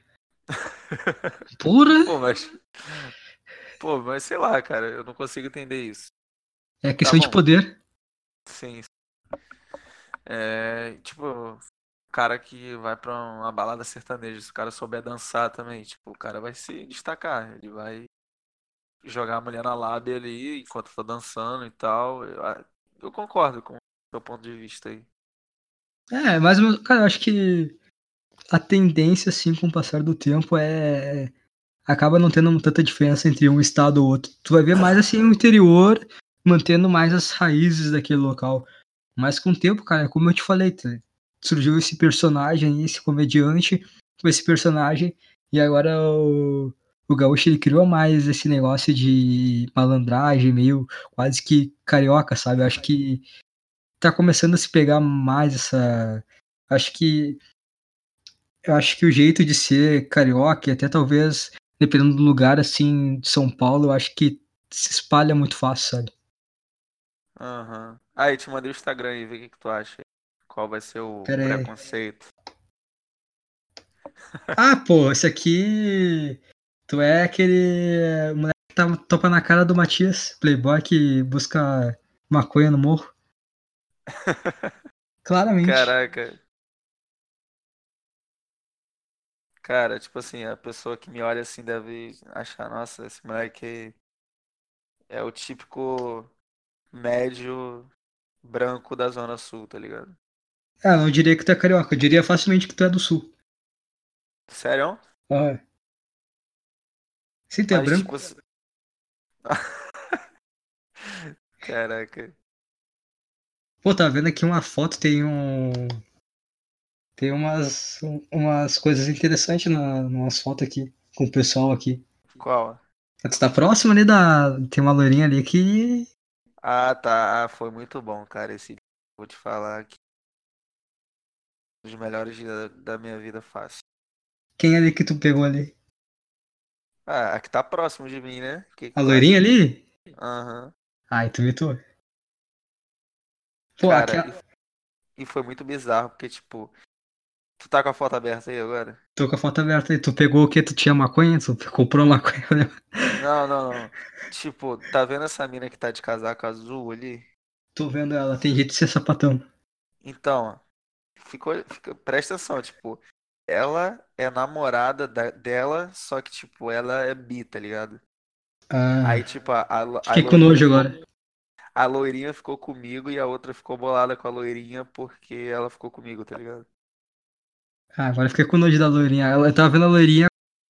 Porra! Pô, mas. Pô, mas sei lá, cara, eu não consigo entender isso. É Tá questão de bom, poder. sim. É, tipo, o cara que vai pra uma balada sertaneja, se o cara souber dançar também, tipo, o cara vai se destacar, ele vai jogar a mulher na lábia ali enquanto tá dançando e tal. Eu, ah, eu concordo com o seu ponto de vista aí. É, mas, cara, eu acho que a tendência, assim, com o passar do tempo é acaba não tendo tanta diferença entre um estado ou outro. Tu vai ver mais assim o interior mantendo mais as raízes daquele local. Mas com o tempo, cara, como eu te falei, tá, surgiu esse personagem, esse comediante com esse personagem, e agora o, o Gaúcho ele criou mais esse negócio de malandragem, meio quase que carioca, sabe? Eu acho que tá começando a se pegar mais essa. Acho que eu acho que o jeito de ser carioca, e até talvez, dependendo do lugar, assim, de São Paulo, eu acho que se espalha muito fácil, sabe? Aham. Aí, te mandei o Instagram aí, vê o que que tu acha. Qual vai ser o Pera aí. preconceito? Ah, pô, esse aqui. Tu é aquele moleque que tá, topa na cara do Matias, playboy que busca maconha no morro. Claramente. Caraca, cara, tipo assim, a pessoa que me olha assim deve achar, nossa, esse moleque é o típico médio branco da Zona Sul, tá ligado? Ah, não diria que tu é carioca, eu diria facilmente que tu é do sul. Sério? Ah, sim, tu é Mas, branco. tipo assim. Caraca. Pô, tá vendo aqui uma foto, tem um. Tem umas, umas coisas interessantes na, numas fotos aqui, com o pessoal aqui. Qual? Tu tá próximo ali da. Tem uma loirinha ali que. Ah, tá. Ah, foi muito bom, cara. Esse dia, vou te falar que um dos melhores dias da, da minha vida fácil. Quem é ali que tu pegou ali? Ah, a que tá próximo de mim, né? O que que A tu acha? loirinha ali? Aham. Ai, tu mitou. Pô, Cara, aquela. e, e foi muito bizarro, porque, tipo, tu tá com a foto aberta aí agora? Tô com a foto aberta aí. Tu pegou o quê? Tu tinha maconha? Tu comprou maconha? Não, não, não. Tipo, tá vendo essa mina que tá de casaco azul ali? Tô vendo ela, tem jeito de ser sapatão. Então, ficou, fica, presta atenção, tipo, ela é namorada da- dela, só que, tipo, ela é bi, tá ligado? Ah, Aí, tipo, a, a, lo- a fiquei com loirinha nojo ficou, agora. a loirinha ficou comigo e a outra ficou bolada com a loirinha porque ela ficou comigo, tá ligado? Ah, agora fiquei com nojo da loirinha. Ela tava vendo a loirinha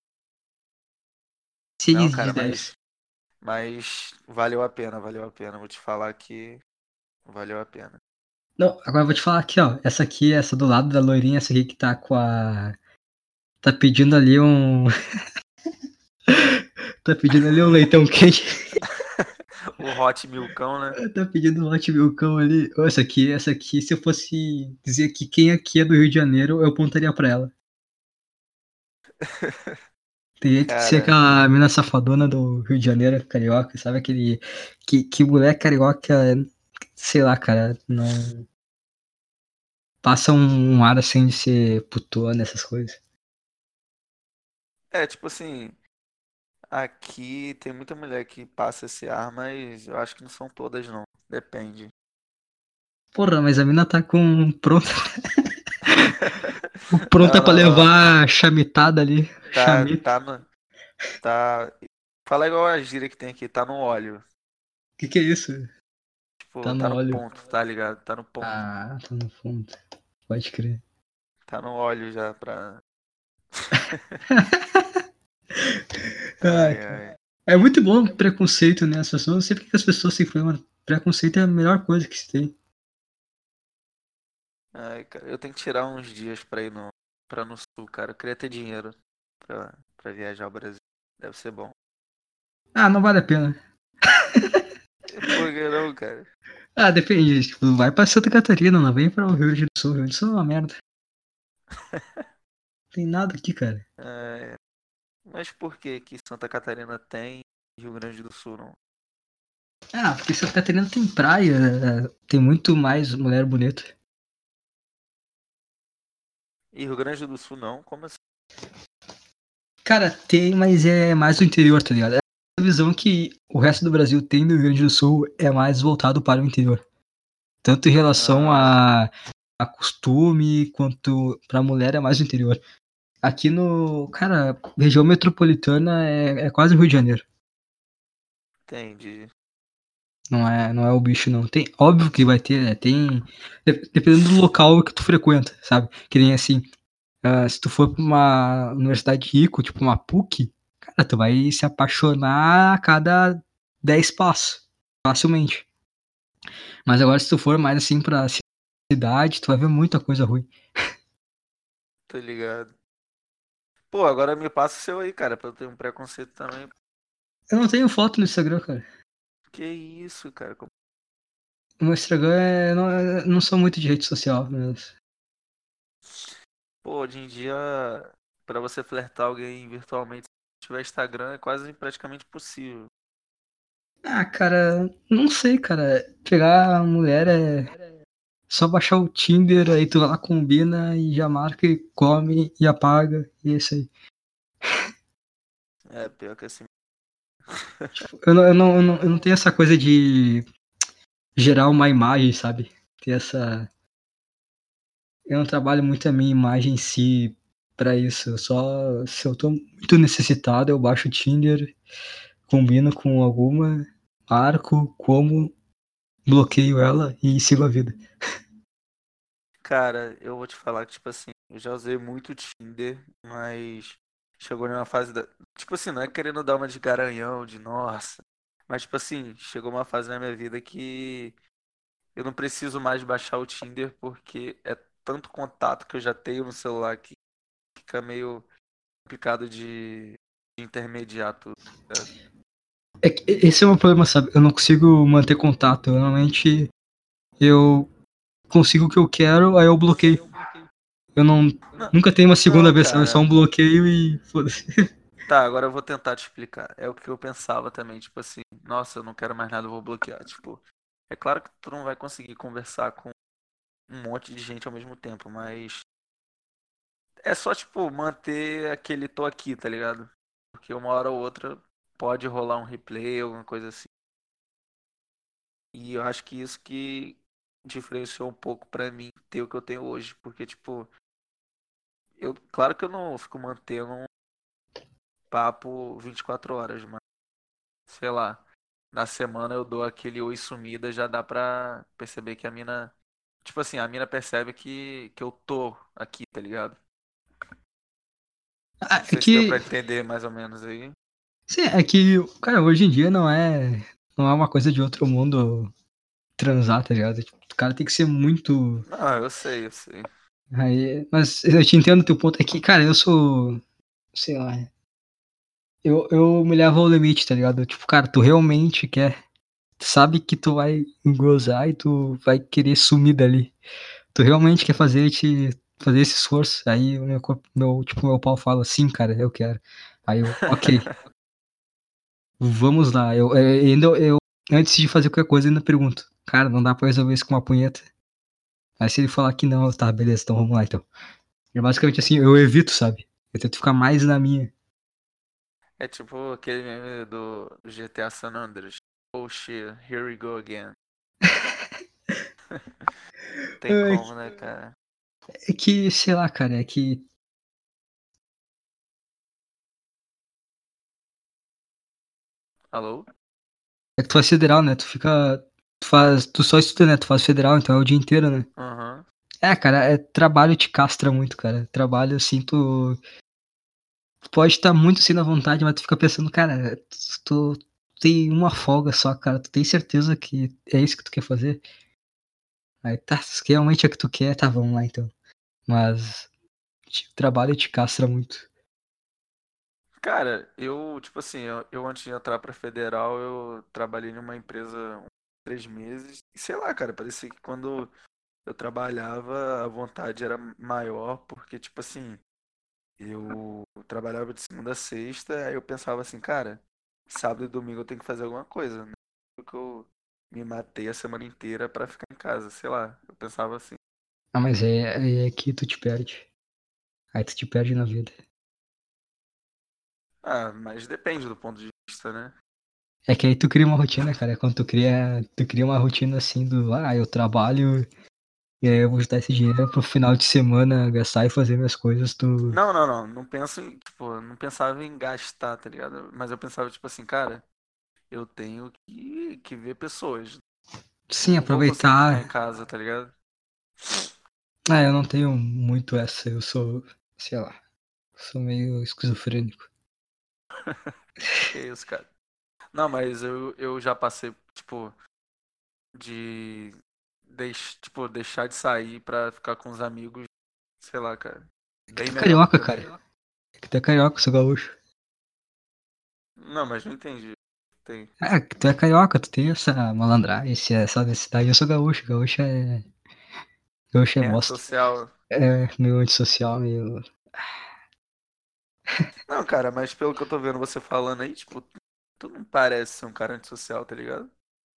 Não, seis de cara, dez. mas, mas valeu a pena, valeu a pena. Vou te falar que valeu a pena. Não, agora eu vou te falar aqui, ó. Essa aqui, essa do lado da loirinha, essa aqui que tá com a. Tá pedindo ali um. Tá pedindo ali um leitão quente. O Hot Milkão, né? Tá pedindo um hot milkão ali. Ô, essa aqui, essa aqui, se eu fosse dizer que quem aqui é do Rio de Janeiro, eu apontaria pra ela. Tem jeito de ser Cara, aquela mina safadona do Rio de Janeiro, carioca, sabe? Aquele. Que, que mulher carioca, sei lá, cara, não. Passa um, um ar assim de ser putona, essas coisas. é tipo assim, aqui tem muita mulher que passa esse ar, mas eu acho que não são todas, não. Depende. Porra, mas a mina tá com. Pronta, pronta Não, pra não, não. levar chamitada ali. Tá, Chamita. tá no, tá. Fala igual a gíria que tem aqui, tá no óleo. Que que é isso? Tá Tipo, no tá no óleo. ponto, tá ligado? Tá no ponto. Ah, tá no fundo. Pode crer. Tá no óleo já pra. Ah, Ai, ai. é muito bom preconceito, né? As pessoas, não sei porque que as pessoas se inflamam. Preconceito é a melhor coisa que se tem. Ai, cara, eu tenho que tirar uns dias pra ir no, pra no sul, cara. Eu queria ter dinheiro pra, pra viajar ao Brasil. Deve ser bom. Ah, não vale a pena. Por que não, cara? Ah, depende. Tipo, vai pra Santa Catarina, não vem para o Rio Grande do Sul. O Rio Grande do Sul é uma merda. Tem nada aqui, cara. É, mas por que que Santa Catarina tem e Rio Grande do Sul não? Ah, porque Santa Catarina tem praia, é, tem muito mais mulher bonita. E Rio Grande do Sul não? Como assim? Cara, tem, mas é mais do interior, tá ligado? É a visão que o resto do Brasil tem do Rio Grande do Sul é mais voltado para o interior. Tanto em relação Ah, a, a costume, quanto pra mulher é mais do interior. Aqui no, cara, região metropolitana é, é quase o Rio de Janeiro. entendi. Não é, não é o bicho, não. Tem, óbvio que vai ter, né? Tem. de- Dependendo do local que tu frequenta, sabe? Que nem assim, ah, se tu for pra uma universidade rico, tipo uma PUC, cara, tu vai se apaixonar a cada dez passos, facilmente. Mas agora, se tu for mais assim pra cidade, tu vai ver muita coisa ruim. Tô ligado. Pô, agora me passa o seu aí, cara, pra eu ter um preconceito também. Eu não tenho foto no Instagram, cara. Que isso, cara? Como- O meu Instagram é, não, é- não sou muito de rede social, mas. Pô, hoje em dia, pra você flertar alguém virtualmente, se tiver Instagram, é quase praticamente possível. Ah, cara, não sei, cara. Pegar a mulher é só baixar o Tinder, aí tu vai lá, combina e já marca e come e apaga. E é isso aí. É, pior que assim. Tipo, eu não, eu não, eu não, eu não tenho essa coisa de gerar uma imagem, sabe? Ter essa. Eu não trabalho muito a minha imagem em si pra isso. Eu só. Se eu tô muito necessitado, eu baixo o Tinder, combino com alguma, marco, como, bloqueio ela e sigo a vida. Cara, eu vou te falar que, tipo assim, eu já usei muito Tinder, mas chegou numa fase da. Tipo assim, não é querendo dar uma de garanhão, de nossa. Mas, tipo assim, chegou uma fase na minha vida que eu não preciso mais baixar o Tinder porque é tanto contato que eu já tenho no celular que fica meio complicado de, de intermediar tudo, tá? É que esse é o meu problema, sabe? Eu não consigo manter contato. Eu, normalmente eu consigo o que eu quero, aí eu bloqueio. Eu não. Não, Nunca tenho uma segunda não, versão, é só um cara. bloqueio e foda-se. Tá, agora eu vou tentar te explicar. É o que eu pensava também, tipo assim, nossa, eu não quero mais nada, eu vou bloquear. Tipo, é claro que tu não vai conseguir conversar com um monte de gente ao mesmo tempo, mas é só, tipo, manter aquele tô aqui, tá ligado? Porque uma hora ou outra pode rolar um replay, alguma coisa assim. E eu acho que isso que diferenciou um pouco pra mim ter o que eu tenho hoje. Porque, tipo, eu, claro que eu não fico mantendo um papo vinte e quatro horas, mas, sei lá, na semana eu dou aquele oi sumida, já dá pra perceber que a mina. Tipo assim, a mina percebe que, que eu tô aqui, tá ligado? Ah, Não é sei se deu pra que. entender mais ou menos aí. Sim, é que, cara, hoje em dia não é. Não é uma coisa de outro mundo transar, tá ligado? Tipo, o cara tem que ser muito. Não, eu sei, eu sei. Aí, mas eu te entendo o teu ponto. É que, cara, eu sou. Sei lá. Eu, eu me levo ao limite, tá ligado? Tipo, cara, tu realmente quer. Tu sabe que tu vai gozar e tu vai querer sumir dali. Tu realmente quer fazer te fazer esse esforço. Aí o meu corpo, meu, tipo, meu pau fala, sim, cara, eu quero. Aí eu, ok, vamos lá. Eu, eu ainda eu, antes de fazer qualquer coisa, eu ainda pergunto, cara, não dá pra resolver isso com uma punheta? Aí se ele falar que não, eu, tá, beleza, então vamos lá então. É basicamente assim, eu evito, sabe? Eu tento ficar mais na minha. É tipo aquele meme do G T A San Andreas. Oh shit, here we go again. Tem É como, que, né, cara? é que, sei lá, cara, é que. Alô? É que tu faz federal, né? Tu fica. Tu faz. Tu só estuda, né? Tu faz federal, então é o dia inteiro, né? Aham. É, cara, é, trabalho te castra muito, cara. Trabalho, assim, tu, tu pode estar muito assim na vontade, mas tu fica pensando, cara, tu, tu tem uma folga só, cara. Tu tem certeza que é isso que tu quer fazer? Aí tá, se realmente é o que tu quer, tá, vamos lá então. Mas te- trabalho te castra muito. Cara, eu, tipo assim, eu, eu antes de entrar pra federal, eu trabalhei numa empresa uns três meses. E sei lá, cara, parecia que quando eu trabalhava, a vontade era maior, porque, tipo assim, eu trabalhava de segunda a sexta, aí eu pensava assim, cara, sábado e domingo eu tenho que fazer alguma coisa, né? Porque eu me matei a semana inteira pra ficar em casa, sei lá. Eu pensava assim. Ah, mas é, é que tu te perde. Aí tu te perde na vida. Ah, mas depende do ponto de vista, né? É que aí tu cria uma rotina, cara. Quando tu cria, tu cria uma rotina assim do, ah, eu trabalho e aí eu vou juntar esse dinheiro pro final de semana gastar e fazer minhas coisas, tu. Não, não, não. Não penso em, tipo, eu não pensava em gastar, tá ligado? Mas eu pensava, tipo assim, cara, eu tenho que, que ver pessoas. Eu Sim, não vou conseguir ficar em aproveitar. casa, tá ligado? Ah, eu não tenho muito essa, eu sou, sei lá, sou meio esquizofrênico. Que isso, cara. Não, mas eu, eu já passei, tipo, de deix, tipo, deixar de sair pra ficar com os amigos, sei lá, cara. É que tu Bem é melhor do carioca, que eu cara. nem. É que tu é carioca, eu sou gaúcho. Não, mas não entendi. Tem. É que tu é carioca, tu tem essa malandragem, esse- essa necessidade. Eu sou gaúcho, gaúcho é. Gaúcho é É bosta. antissocial. É meio antissocial, meio. Não, cara, mas pelo que eu tô vendo você falando aí, tipo, tu não parece ser um cara antissocial, tá ligado?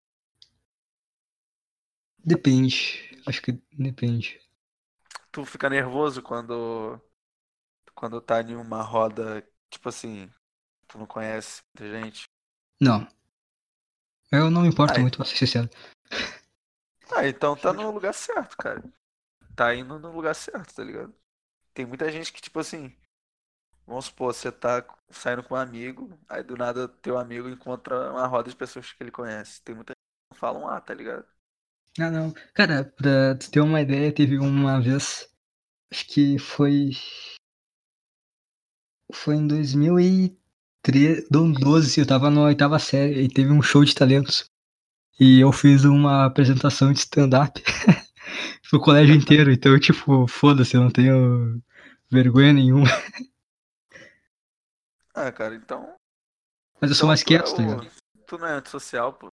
Depende. Acho que depende. Tu fica nervoso quando quando tá em uma roda, tipo assim, tu não conhece muita gente. Não. Eu não me importo Ah, muito, en- pra ser sincero. ah, então tá no lugar certo, cara. Tá indo no lugar certo, tá ligado? Tem muita gente que, tipo assim, vamos supor, você tá saindo com um amigo, aí do nada teu amigo encontra uma roda de pessoas que ele conhece. Tem muita gente que não falam ah, tá ligado? Ah, não. Cara, pra tu ter uma ideia, teve uma vez. Acho que foi. Foi em dois mil e doze, eu tava na oitava série e teve um show de talentos. E eu fiz uma apresentação de stand-up pro colégio inteiro, então, tipo, foda-se, eu não tenho vergonha nenhuma. Ah, cara, então, Mas eu sou então mais tu é quieto, tá o ligado? tu não é antissocial, pô.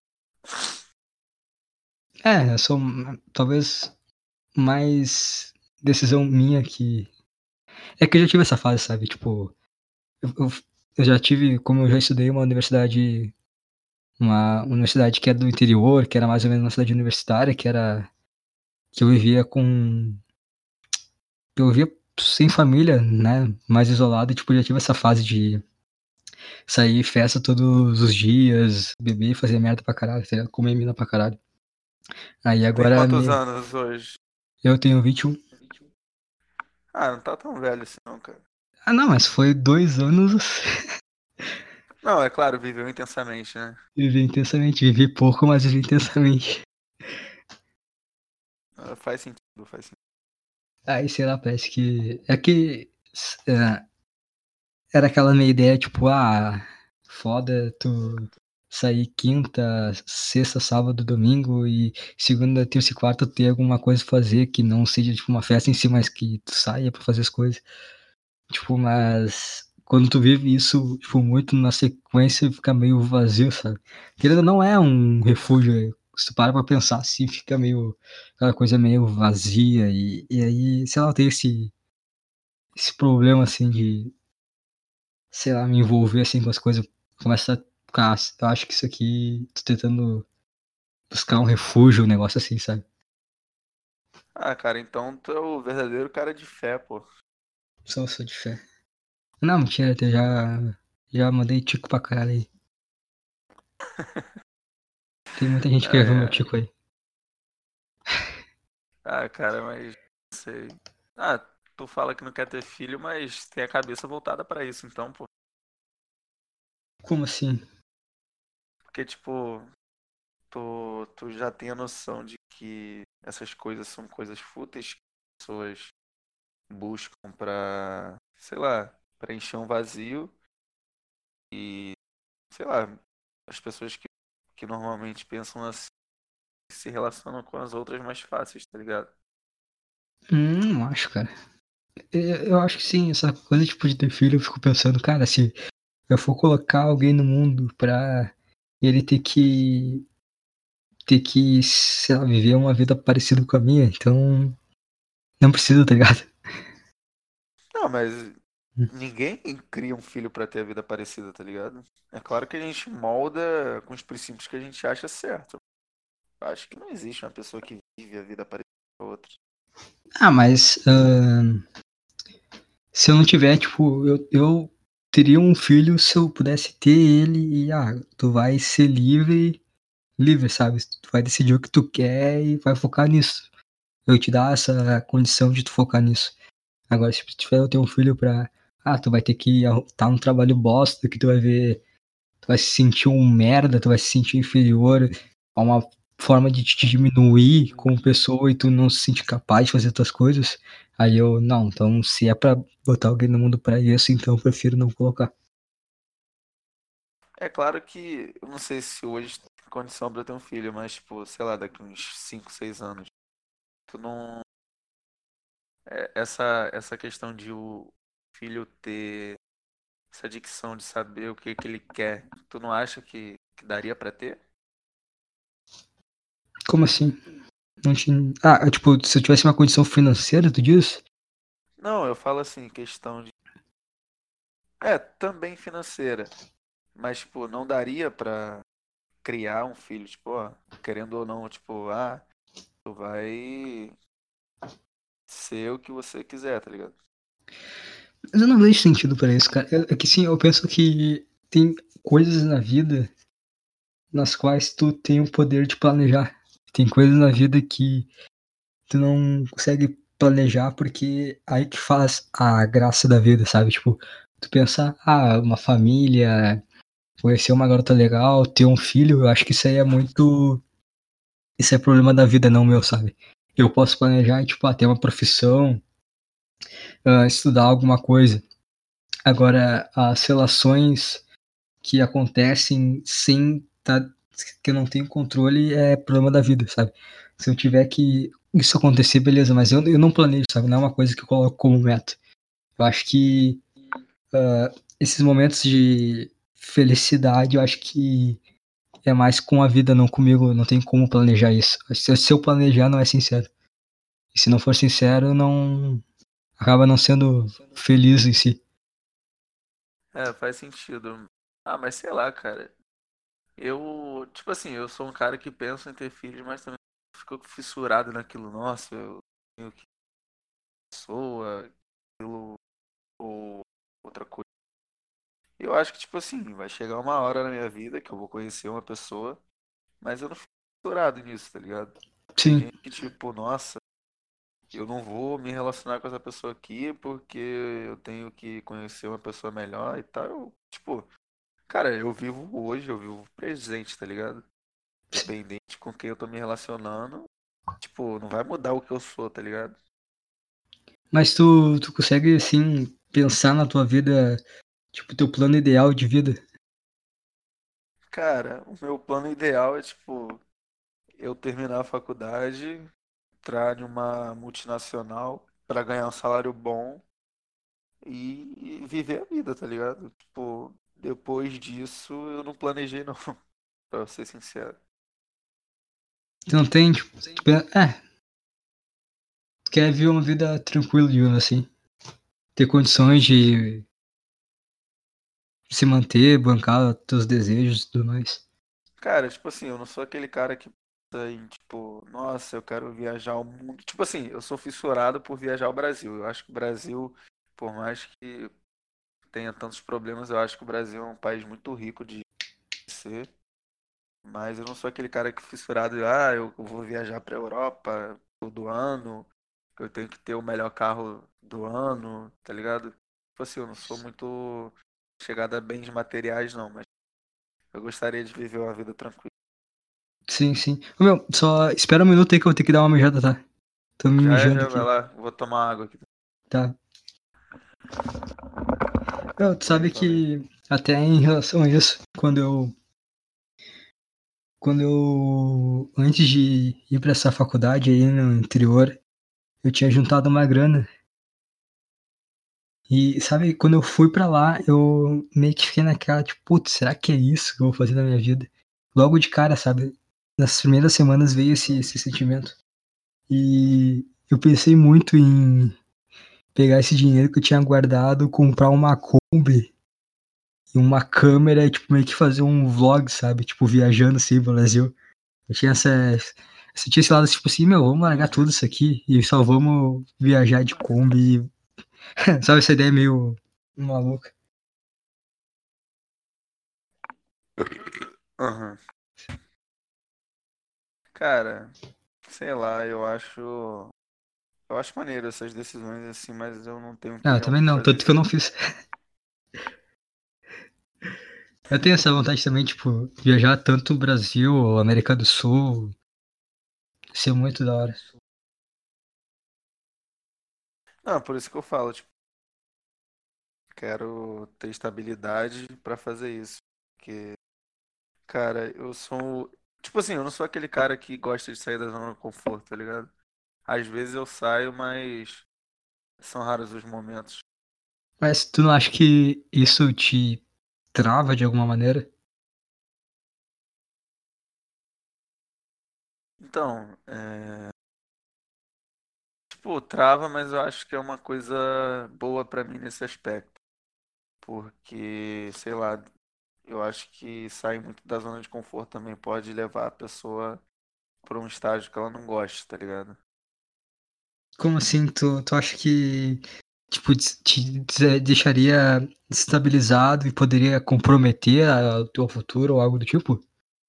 É, eu sou hum, talvez mais decisão minha que. É que eu já tive essa fase, sabe? Tipo, eu, eu eu já tive, como eu já estudei uma universidade, uma universidade que é do interior, que era mais ou menos uma cidade universitária, que era, que eu vivia com, eu vivia sem família, né, mais isolado, e tipo, já tive essa fase de sair festa todos os dias, beber, fazer merda pra caralho, tá ligado? Comer mina pra caralho. Aí Tem agora quantos me, anos hoje? eu tenho vinte e um. Ah, não tá tão velho assim não, cara. Ah, não, mas foi dois anos. Não, é claro, viveu intensamente, né? Vivi intensamente, vivi pouco, mas vivi intensamente. Ah, faz sentido, faz sentido. Aí, sei lá, parece que. É que. É, era aquela minha ideia, tipo, ah, foda tu sair quinta, sexta, sábado, domingo e segunda, terça e quarta ter alguma coisa pra fazer que não seja, tipo, uma festa em si, mas que tu saia pra fazer as coisas. Tipo, mas quando tu vive isso, tipo, muito na sequência, fica meio vazio, sabe? Querendo ou não é um refúgio. Se tu para pra pensar assim, fica meio. Aquela coisa meio vazia. E, e aí, sei lá, eu tenho esse, esse problema assim de, sei lá, me envolver assim com as coisas. Começa a ficar. Eu acho que isso aqui, tô tentando buscar um refúgio, um negócio assim, sabe? Ah, cara, então tu é o verdadeiro cara de fé, pô. Só sou de fé. Não, mentira, eu já, já mandei tico pra caralho aí. Tem muita gente que já viu meu É, tico aí. ah, cara, mas não sei. Ah, tu fala que não quer ter filho, mas tem a cabeça voltada pra isso, então, pô. Como assim? Porque, tipo, tu, tu já tem a noção de que essas coisas são coisas fúteis que as pessoas buscam pra, sei lá, preencher um vazio e, sei lá, as pessoas que, que normalmente pensam assim se relacionam com as outras mais fáceis, tá ligado? Hum, não acho, cara. Eu, eu acho que sim, essa coisa tipo, de ter filho, eu fico pensando, cara, se eu for colocar alguém no mundo pra ele ter que ter que, sei lá, viver uma vida parecida com a minha, então não precisa, tá ligado? Não, mas ninguém cria um filho pra ter a vida parecida, tá ligado? É claro que a gente molda com os princípios que a gente acha certo. Eu acho que não existe uma pessoa que vive a vida parecida com a outra. Ah, mas ahn, se eu não tiver, tipo, eu, eu teria um filho se eu pudesse ter ele e, ah, tu vai ser livre, livre, sabe? Tu vai decidir o que tu quer e vai focar nisso. Eu te dar essa condição de tu focar nisso. Agora, se tu tiver eu ter um filho pra. Ah, tu vai ter que estar num trabalho bosta, que tu vai ver. Tu vai se sentir um merda, tu vai se sentir inferior. É uma forma de te diminuir como pessoa e tu não se sentir capaz de fazer tuas coisas. Aí eu, não, então se é pra botar alguém no mundo pra isso, então eu prefiro não colocar. É claro que eu não sei se hoje tem condição pra ter um filho, mas, tipo, sei lá, daqui uns cinco, seis anos. Tu não. é, Essa, essa questão de o filho ter essa dicção de saber o que, que ele quer, tu não acha que, que daria pra ter? Como assim? Não tinha. Ah, tipo, se eu tivesse uma condição financeira, tu diz? Não, eu falo assim, questão de. É, também financeira. Mas, tipo, não daria pra criar um filho, tipo, ó, querendo ou não, tipo, ah, tu vai ser o que você quiser, tá ligado? Mas eu não vejo sentido pra isso, cara. É é que sim, eu penso que tem coisas na vida nas quais tu tem o poder de planejar. Tem coisas na vida que tu não consegue planejar porque aí que faz a graça da vida, sabe? Tipo, tu pensar, ah, uma família, conhecer uma garota legal, ter um filho, eu acho que isso aí é muito. Isso é problema da vida, não meu, sabe? Eu posso planejar, tipo, ah, ter uma profissão, ah, estudar alguma coisa. Agora, as relações que acontecem sem tá, que eu não tenho controle é problema da vida, sabe? Se eu tiver que isso acontecer, beleza, mas eu, eu não planejo, sabe? Não é uma coisa que eu coloco como meta. Eu acho que uh, esses momentos de felicidade, eu acho que é mais com a vida, não comigo. Não tem como planejar isso. Se, se eu planejar, não é sincero. E se não for sincero, não acaba não sendo feliz em si. É, faz sentido. Ah, mas sei lá, cara. Eu, tipo assim, eu sou um cara que pensa em ter filhos, mas também fico fissurado naquilo. Nossa, eu tenho que pessoa, aquilo ou outra coisa. Eu acho que, tipo assim, vai chegar uma hora na minha vida que eu vou conhecer uma pessoa, mas eu não fico fissurado nisso, tá ligado? Tem Sim. gente que, tipo, nossa, eu não vou me relacionar com essa pessoa aqui porque eu tenho que conhecer uma pessoa melhor e tal. Eu, tipo, cara, eu vivo hoje, eu vivo presente, tá ligado? Independente com quem eu tô me relacionando, tipo, não vai mudar o que eu sou, tá ligado? Mas tu, tu consegue, assim, pensar na tua vida, tipo, teu plano ideal de vida? Cara, o meu plano ideal é, tipo, eu terminar a faculdade, entrar em uma multinacional pra ganhar um salário bom e viver a vida, tá ligado? Tipo, depois disso eu não planejei não, pra ser sincero. Tu não tem, tipo, tu, pen- é, tu quer viver uma vida tranquila, digamos assim. Ter Sim, condições sim, sim. de se manter, bancar teus desejos e tudo mais. Cara, tipo assim, eu não sou aquele cara que pensa em, tipo, nossa, eu quero viajar ao mundo. Tipo assim, eu sou fissurado por viajar ao Brasil. Eu acho que o Brasil, por mais que tenha tantos problemas, eu acho que o Brasil é um país muito rico de ser. Mas eu não sou aquele cara que fissurado, ah, eu vou viajar pra Europa todo ano, eu tenho que ter o melhor carro do ano, tá ligado? Tipo assim, eu não sou muito chegado a bens materiais, não, mas eu gostaria de viver uma vida tranquila. Sim, sim. Ô, meu, só espera um minuto aí que eu vou ter que dar uma mijada, tá? Tô me Já é, mijando já vai aqui, lá, vou tomar água aqui. tá? Meu, tu Falei, sabe falei. que até em relação a isso, quando eu, quando eu, antes de ir pra essa faculdade aí no interior, eu tinha juntado uma grana. E, sabe, quando eu fui pra lá, eu meio que fiquei naquela, tipo, putz, será que é isso que eu vou fazer na minha vida? Logo de cara, sabe? Nas primeiras semanas veio esse, esse sentimento. E eu pensei muito em pegar esse dinheiro que eu tinha guardado, comprar uma Kombi e uma câmera e, tipo, meio que fazer um vlog, sabe? Tipo, viajando assim pelo Brasil. Eu tinha essa. Eu tinha esse lado, tipo assim, meu, vamos largar Uhum. tudo isso aqui e só vamos viajar de Kombi. Sabe, essa ideia meio maluca. Uhum. Cara, sei lá, eu acho. Eu acho maneiro essas decisões assim, mas eu não tenho Ah, eu opinião também pra não, fazer tanto que eu isso. não fiz. Eu tenho essa vontade também, tipo, viajar tanto o Brasil, América do Sul, ser muito da hora. Não, por isso que eu falo, tipo, quero ter estabilidade pra fazer isso. Porque, cara, eu sou. Tipo assim, eu não sou aquele cara que gosta de sair da zona de conforto, tá ligado? Às vezes eu saio, mas são raros os momentos. Mas tu não acha que isso te trava de alguma maneira? Então, é... tipo, trava, mas eu acho que é uma coisa boa pra mim nesse aspecto. Porque, sei lá, eu acho que sair muito da zona de conforto também pode levar a pessoa pra um estágio que ela não gosta, tá ligado? Como assim? Tu, tu acha que, tipo, te, te deixaria desestabilizado e poderia comprometer a- o teu futuro ou algo do tipo?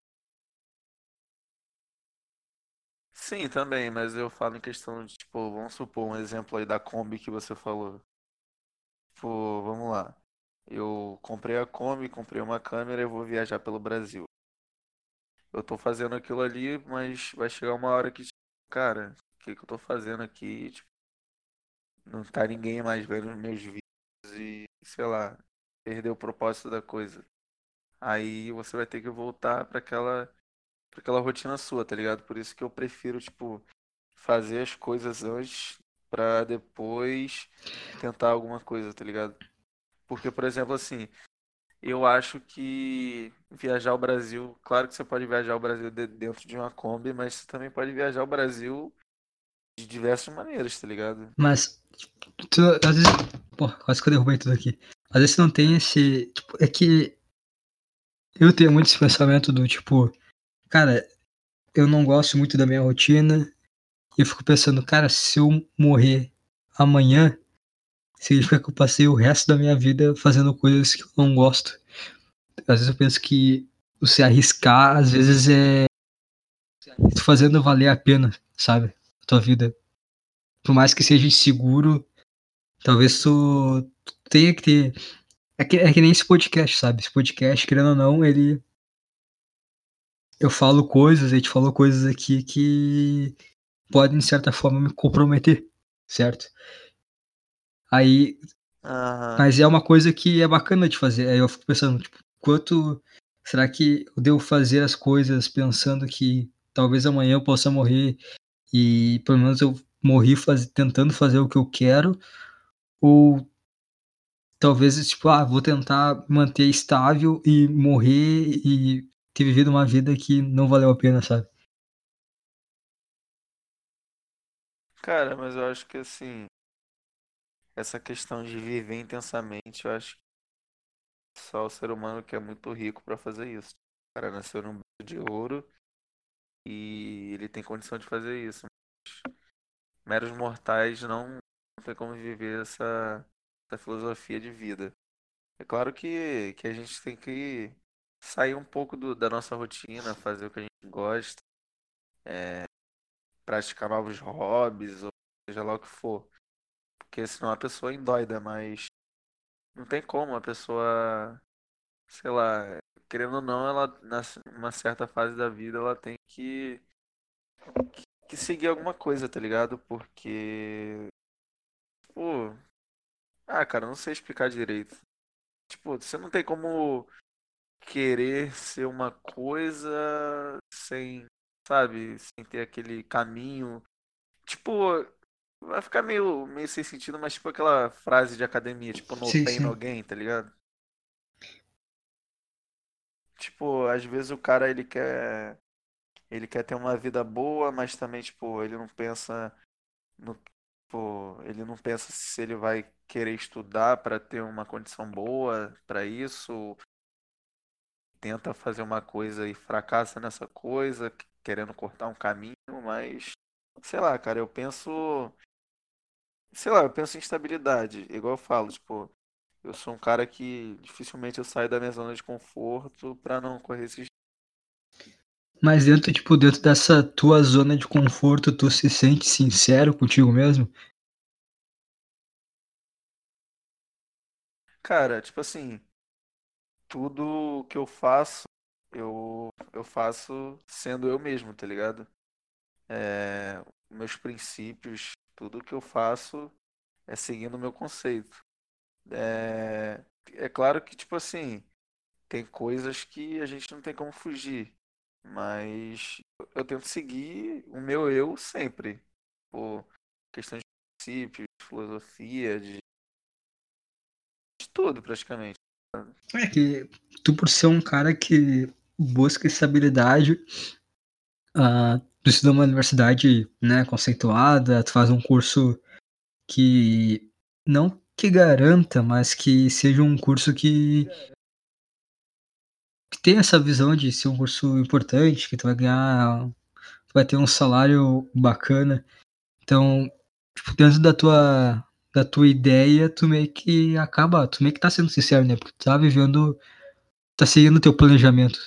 Sim, também, mas eu falo em questão de, tipo, vamos supor um exemplo aí da Kombi que você falou. Tipo, vamos lá. Eu comprei a Kombi, comprei uma câmera e vou viajar pelo Brasil. Eu tô fazendo aquilo ali, mas vai chegar uma hora que, tipo, cara, o que que eu tô fazendo aqui? Tipo, não tá ninguém mais vendo os meus vídeos e, sei lá, perdeu o propósito da coisa. Aí você vai ter que voltar para aquela, para aquela rotina sua, tá ligado? Por isso que eu prefiro, tipo, fazer as coisas antes pra depois tentar alguma coisa, tá ligado? Porque, por exemplo, assim, eu acho que viajar ao Brasil, claro que você pode viajar ao Brasil de- dentro de uma Kombi, mas você também pode viajar ao Brasil de diversas maneiras, tá ligado? Mas, tu, às vezes. Pô, quase que eu derrubei tudo aqui. Às vezes você não tem esse. Tipo, é que eu tenho muito esse pensamento do tipo, cara, eu não gosto muito da minha rotina. E eu fico pensando, cara, se eu morrer amanhã, significa que eu passei o resto da minha vida fazendo coisas que eu não gosto. Às vezes eu penso que você arriscar, às vezes é tu fazendo valer a pena, sabe? A tua vida. Por mais que seja inseguro, talvez tu, tu tenha que ter. É que, é que nem esse podcast, sabe? Esse podcast, querendo ou não, ele. Eu falo coisas, a gente falou coisas aqui que podem, de certa forma, me comprometer, certo? Aí. Aham. Mas é uma coisa que é bacana de fazer. Aí eu fico pensando, tipo, quanto. Será que eu devo fazer as coisas pensando que talvez amanhã eu possa morrer e pelo menos eu morri faz... tentando fazer o que eu quero? Ou talvez, tipo, ah, vou tentar manter estável e morrer e ter vivido uma vida que não valeu a pena, sabe? Cara, mas eu acho que assim, essa questão de viver intensamente, eu acho que só o ser humano que é muito rico pra fazer isso. O cara nasceu num berço de ouro e ele tem condição de fazer isso. Meros mortais não, não tem como viver essa, essa filosofia de vida. É claro que, que a gente tem que sair um pouco do- da nossa rotina, fazer o que a gente gosta, praticar novos hobbies, ou seja lá o que for. Porque senão a pessoa endoida, mas não tem como a pessoa, sei lá, querendo ou não, ela numa certa fase da vida ela tem que, que seguir alguma coisa, tá ligado? Porque, pô, ah, cara, eu não sei explicar direito. Tipo, você não tem como querer ser uma coisa sem, sabe, sem ter aquele caminho. Tipo, vai ficar meio, meio sem sentido, mas tipo aquela frase de academia, tipo, no Sim, pain, no sim. gain, tá ligado? Tipo, às vezes o cara ele quer, ele quer ter uma vida boa, mas também, tipo, ele não pensa no, tipo, ele não pensa se ele vai querer estudar para ter uma condição boa para isso, tenta fazer uma coisa e fracassa nessa coisa, querendo cortar um caminho, mas sei lá, cara, eu penso, sei lá, eu penso em estabilidade, igual eu falo, tipo, eu sou um cara que dificilmente eu saio da minha zona de conforto pra não correr esses. Mas dentro, tipo, dentro dessa tua zona de conforto, tu se sente sincero contigo mesmo? Cara, tipo assim, tudo que eu faço, eu eu faço sendo eu mesmo, tá ligado? É, meus princípios, tudo que eu faço é seguindo o meu conceito. É, é claro que, tipo assim, tem coisas que a gente não tem como fugir, mas eu tento seguir o meu eu sempre. Por questão de princípios, de filosofia, de, de tudo praticamente. É que tu, por ser um cara que busca estabilidade, ah, tu estuda numa universidade, né, conceituada, tu faz um curso que não que garanta, mas que seja um curso que, que tenha essa visão de ser um curso importante, que tu vai ganhar, tu vai ter um salário bacana. Então, tipo, dentro da tua da tua ideia, tu meio que acaba, tu meio que tá sendo sincero, né? Porque tu tá vivendo, tá seguindo o teu planejamento.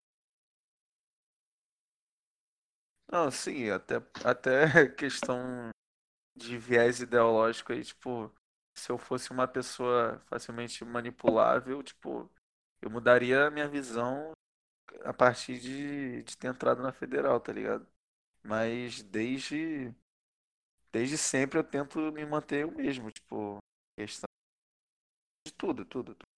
Não, sim, até, até questão de viés ideológico aí, tipo, se eu fosse uma pessoa facilmente manipulável, tipo, eu mudaria a minha visão a partir de, de ter entrado na federal, tá ligado? Mas desde, desde sempre eu tento me manter o mesmo, tipo, questão de tudo, tudo. tudo.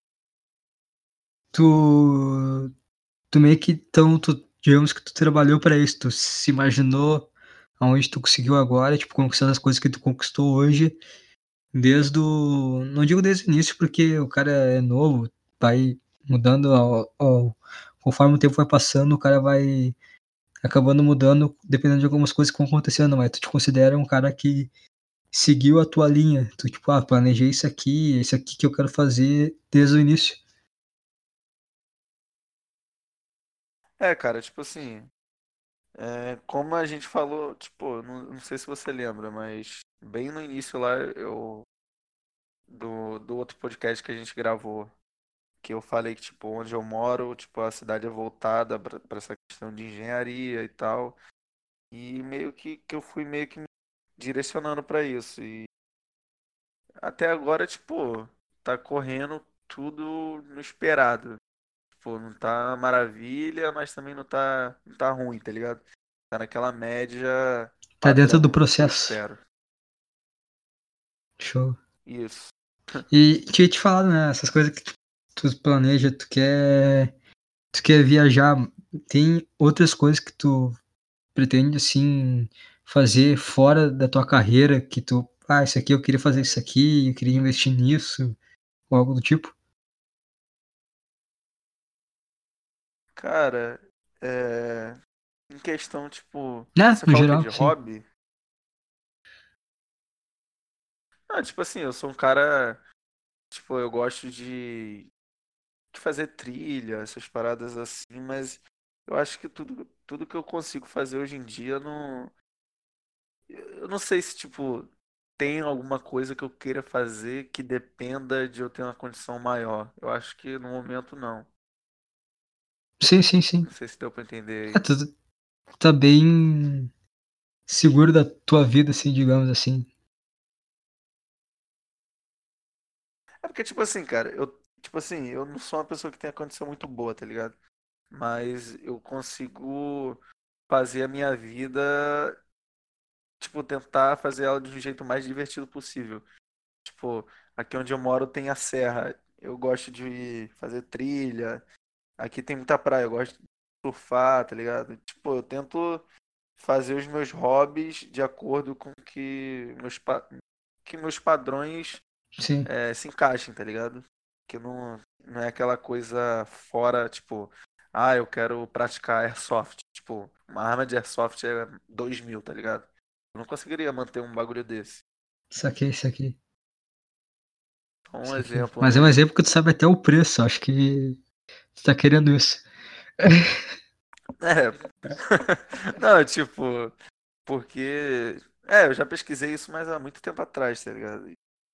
Tu tu meio que então tu digamos que tu trabalhou pra isso, tu se imaginou aonde tu conseguiu agora, tipo, conquistando as coisas que tu conquistou hoje, desde o não digo desde o início, porque o cara é novo, vai mudando ao ao conforme o tempo vai passando, o cara vai acabando mudando, dependendo de algumas coisas que vão acontecendo, mas tu te considera um cara que seguiu a tua linha. Tu, tipo, ah, planejei isso aqui, esse aqui que eu quero fazer desde o início. É, cara, tipo assim, é, como a gente falou, tipo, não, não sei se você lembra, mas bem no início lá, eu, do, do outro podcast que a gente gravou, que eu falei que, tipo, onde eu moro, tipo, a cidade é voltada pra pra essa questão de engenharia e tal, e meio que, que eu fui meio que me direcionando pra isso, e até agora, tipo, tá correndo tudo no esperado. Tipo, não tá maravilha, mas também não tá, não tá ruim, tá ligado? Tá naquela média Tá dentro do padrão que eu processo. espero. Show. Isso. E tinha te falado, né? Essas coisas que tu, tu planeja, tu quer. Tu quer viajar. Tem outras coisas que tu pretende, assim, fazer fora da tua carreira, que tu. Ah, isso aqui eu queria fazer isso aqui, eu queria investir nisso, ou algo do tipo. Cara, é... em questão, tipo, Né? você No falou o quê? geral, De sim. hobby? Ah, tipo assim, eu sou um cara, tipo, eu gosto de, de fazer trilha, essas paradas assim, mas eu acho que tudo, tudo que eu consigo fazer hoje em dia não. Eu não sei se, tipo, tem alguma coisa que eu queira fazer que dependa de eu ter uma condição maior. Eu acho que no momento não. Sim, sim, sim. Não sei se deu pra entender É, aí. tu tá bem seguro da tua vida, assim, digamos assim. É porque, tipo assim, cara, eu, tipo assim, eu não sou uma pessoa que tem a condição muito boa, tá ligado? Mas eu consigo fazer a minha vida, tipo, tentar fazer ela de um jeito mais divertido possível. Tipo, aqui onde eu moro tem a serra. Eu gosto de fazer trilha. Aqui tem muita praia, eu gosto de surfar, tá ligado? Tipo, eu tento fazer os meus hobbies de acordo com que meus, pa- que meus padrões Sim. é, se encaixem, tá ligado? Que não, não é aquela coisa fora, tipo, ah, eu quero praticar airsoft. Tipo, uma arma de airsoft é dois mil, tá ligado? Eu não conseguiria manter um bagulho desse. Saquei, saquei, Só um saquei. exemplo Mas é um mesmo. exemplo que tu sabe até o preço, acho que tu tá querendo isso. É. Não, tipo, porque. É, eu já pesquisei isso, mas há muito tempo atrás, tá ligado?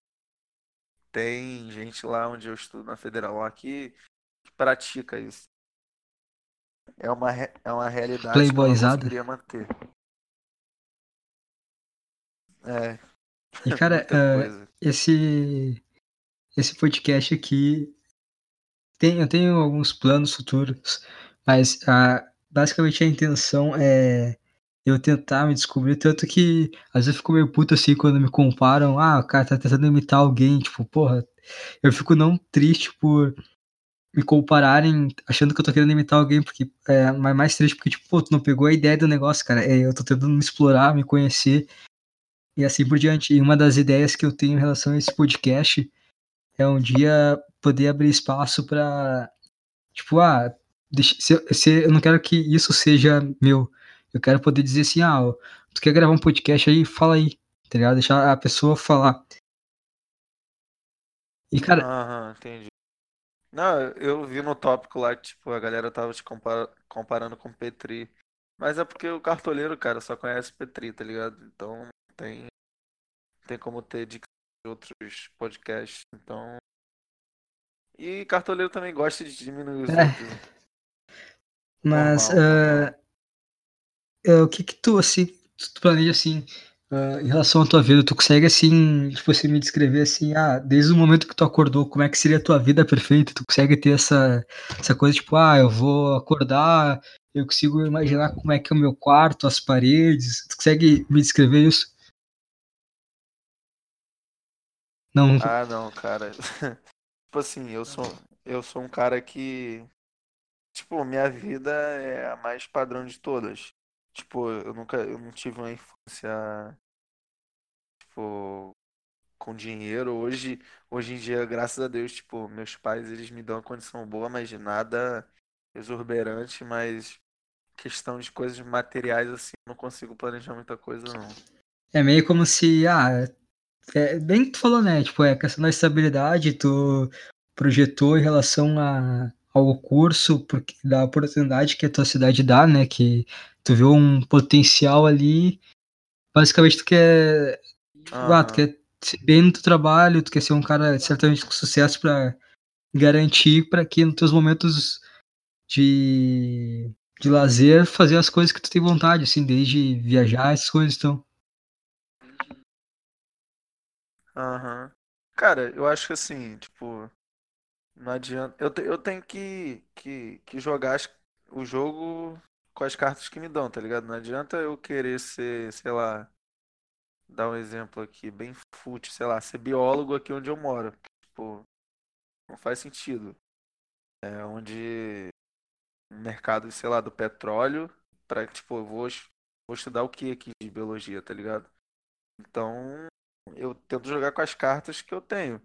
Tem gente lá onde eu estudo na Federal lá que, que pratica isso. É uma, re- é uma realidade que eu não Playboyzada. conseguiria manter. É, E, cara, muita ah, coisa. esse, esse podcast aqui, tem, eu tenho alguns planos futuros, mas ah, basicamente a intenção é eu tentar me descobrir, tanto que às vezes eu fico meio puto assim quando me comparam, ah, o cara tá tentando imitar alguém, tipo, porra, eu fico não triste por me compararem achando que eu tô querendo imitar alguém, porque é mas mais triste porque, tipo, pô, tu não pegou a ideia do negócio, cara, é, eu tô tentando me explorar, me conhecer e assim por diante. E uma das ideias que eu tenho em relação a esse podcast é um dia poder abrir espaço pra, tipo, ah, deixa, se, eu- se eu não quero que isso seja meu, eu quero poder dizer assim, ah, ó, tu quer gravar um podcast aí? Fala aí, tá ligado? Deixar a pessoa falar. E, cara, Aham, entendi. Não, eu vi no tópico lá que, tipo, a galera tava te compara- comparando com o Petri. Mas é porque o cartoleiro, cara, só conhece o Petri, tá ligado? Então tem, tem como ter dicas de outros podcasts. Então. E cartoleiro também gosta de diminuir os é, outros. mas Normal, normal. ah, é, o que que tu, assim, tu planeja, assim, ah, em relação à tua vida, tu consegue, assim, tipo assim, me descrever, assim, ah, desde o momento que tu acordou, como é que seria a tua vida perfeita? Tu consegue ter essa, essa coisa, tipo, ah, eu vou acordar, eu consigo imaginar como é que é o meu quarto, as paredes, tu consegue me descrever isso? Não, Ah, não, cara. Tipo assim, eu sou, eu sou um cara que, tipo, minha vida é a mais padrão de todas. Tipo, eu nunca, eu não tive uma infância, tipo, com dinheiro. Hoje, hoje em dia, graças a Deus, tipo, meus pais, eles me dão uma condição boa, mas de nada exuberante, mas questão de coisas materiais, assim, eu não consigo planejar muita coisa, não. é meio como se, ah, é bem que tu falou, né? Tipo, é a questão da estabilidade, tu projetou em relação a, ao curso, porque da oportunidade que a tua cidade dá, né? Que tu viu um potencial ali. Basicamente, tu quer. Ah, tu Aham, quer ser bem no teu trabalho, tu quer ser um cara certamente com sucesso pra garantir para que nos teus momentos de, de lazer fazer as coisas que tu tem vontade, assim, desde viajar, essas coisas, então. aham. Cara, eu acho que assim, tipo, não adianta. Eu, te- eu tenho que, que, que jogar as- o jogo com as cartas que me dão, tá ligado? Não adianta eu querer ser, sei lá, dar um exemplo aqui, bem fútil, sei lá, ser biólogo aqui onde eu moro. Tipo, não faz sentido. É onde o mercado, sei lá, do petróleo, pra, tipo, eu vou, es- vou estudar o que aqui de biologia, tá ligado? Então, eu tento jogar com as cartas que eu tenho.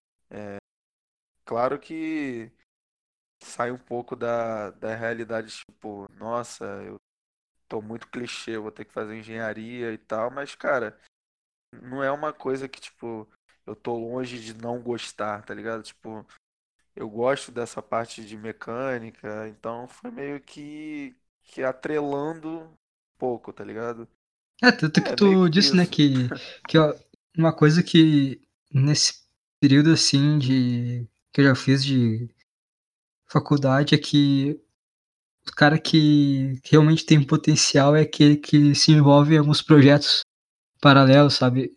Claro que sai um pouco da, da realidade, tipo, nossa, eu tô muito clichê, eu vou ter que fazer engenharia e tal, mas, cara, não é uma coisa que, tipo, eu tô longe de não gostar, tá ligado? Tipo, eu gosto dessa parte de mecânica, então foi meio que, que atrelando um pouco, tá ligado? É, tanto que É meio tu que disse, né, isso. que, que ó, uma coisa que nesse período, assim, de que eu já fiz de faculdade é que o cara que realmente tem potencial é aquele que se envolve em alguns projetos paralelos, sabe?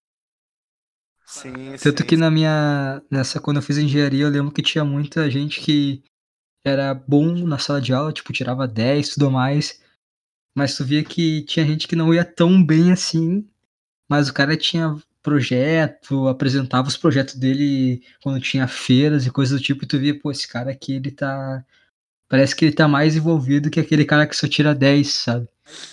Sim, Tanto sim. que na minha nessa quando eu fiz engenharia, eu lembro que tinha muita gente que era bom na sala de aula, tipo, tirava dez e tudo mais, mas tu via que tinha gente que não ia tão bem assim, mas o cara tinha projeto, apresentava os projetos dele quando tinha feiras e coisas do tipo, e tu via, pô, esse cara aqui, ele tá parece que ele tá mais envolvido que aquele cara que só tira dez, sabe?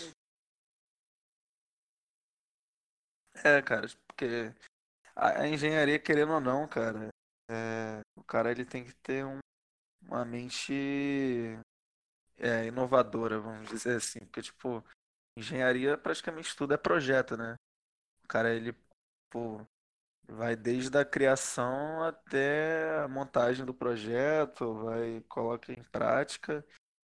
É, cara, porque a a engenharia, querendo ou não, cara, é, o cara ele tem que ter um- uma mente é, inovadora, vamos dizer assim, porque, tipo, engenharia praticamente tudo é projeto, né? O cara, ele, pô, vai desde a criação até a montagem do projeto, vai, coloca em prática.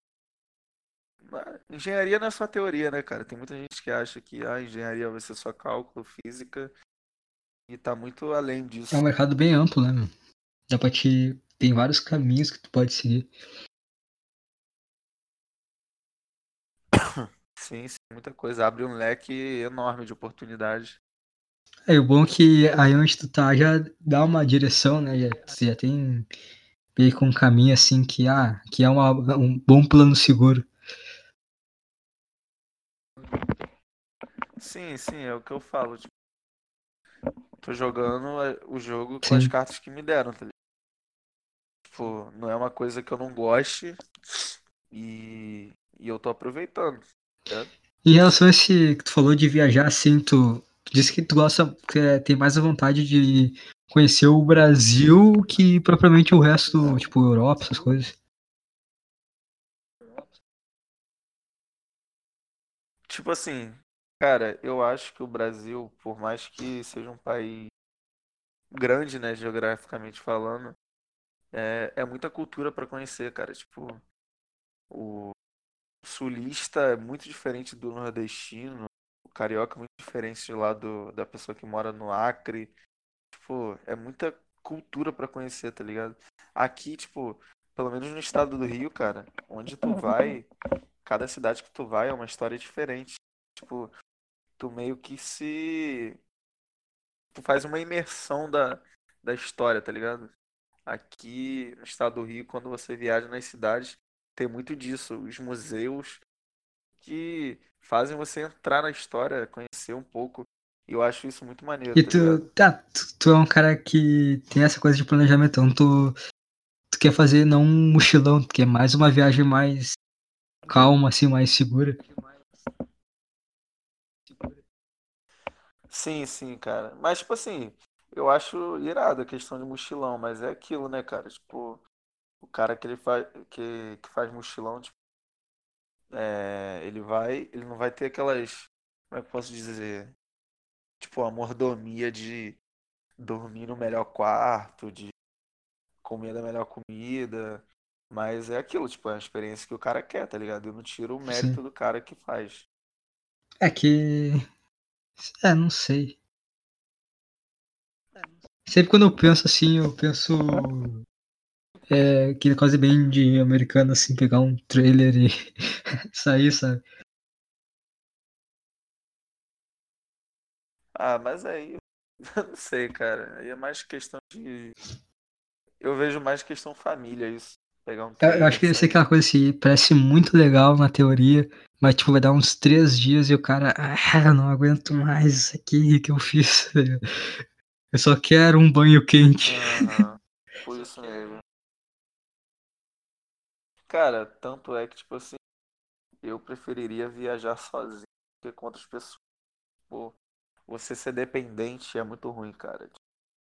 Mas engenharia não é só teoria, né, cara? Tem muita gente que acha que a engenharia vai ser só cálculo, física, e tá muito além É um disso. mercado bem amplo, né, meu? Dá pra te tem vários caminhos que tu pode seguir. Sim, sim, muita coisa. Abre um leque enorme de oportunidades. É, o bom é que aí onde tu tá já dá uma direção, né, já você já tem meio que um caminho, assim, que, ah, que é uma um bom plano seguro. Sim, sim, é o que eu falo. Tipo, tô jogando é, o jogo com as Sim. cartas que me deram, tá ligado? Tipo, não é uma coisa que eu não goste e, e eu tô aproveitando, tá ligado? Em relação a esse que tu falou de viajar, assim, tu tu disse que tu gosta que é, tem mais a vontade de conhecer o Brasil que propriamente o resto, tipo, Europa, essas coisas. Tipo assim, cara, eu acho que o Brasil, por mais que seja um país grande, né, geograficamente falando, é, é muita cultura pra conhecer, cara. Tipo, o sulista é muito diferente do nordestino, o carioca é muito diferente de lá do, da pessoa que mora no Acre. Tipo, é muita cultura pra conhecer, tá ligado? Aqui, tipo, pelo menos no estado do Rio, cara, onde tu vai, cada cidade que tu vai é uma história diferente. Tipo, tu meio que se. Tu faz uma imersão da, da história, tá ligado? Aqui no estado do Rio, quando você viaja nas cidades, tem muito disso. Os museus que fazem você entrar na história, conhecer um pouco. E eu acho isso muito maneiro, E tá tu, ligado? tá, tu, tu é um cara que tem essa coisa de planejamento, então tu, tu quer fazer não um mochilão, tu quer mais uma viagem mais calma, assim, mais segura. Sim, sim, cara. Mas, tipo assim, eu acho irado a questão de mochilão, mas é aquilo, né, cara? Tipo, o cara que ele faz, que, que faz mochilão, tipo, é, ele vai, ele não vai ter aquelas, como é que eu posso dizer? tipo, a mordomia de dormir no melhor quarto, de comer da melhor comida. Mas é aquilo, tipo, é a experiência que o cara quer, tá ligado? Eu não tiro o Sim. mérito do cara que faz. É que. É, não sei. Sempre quando eu penso assim, eu penso. É, que é quase bem de americano, assim, pegar um trailer e sair, sabe? Ah, mas aí, eu não sei, cara. Aí é mais questão de. Eu vejo mais questão família isso. Pegar um Eu, eu acho trailer, que deve ser sair. aquela coisa assim, parece muito legal na teoria, mas tipo, vai dar uns três dias e o cara, ah, eu não aguento mais isso aqui que eu fiz. Eu só quero um banho quente. Aham. Por isso mesmo. Cara, tanto é que, tipo assim, eu preferiria viajar sozinho do que com outras pessoas. Pô, você ser dependente é muito ruim, cara.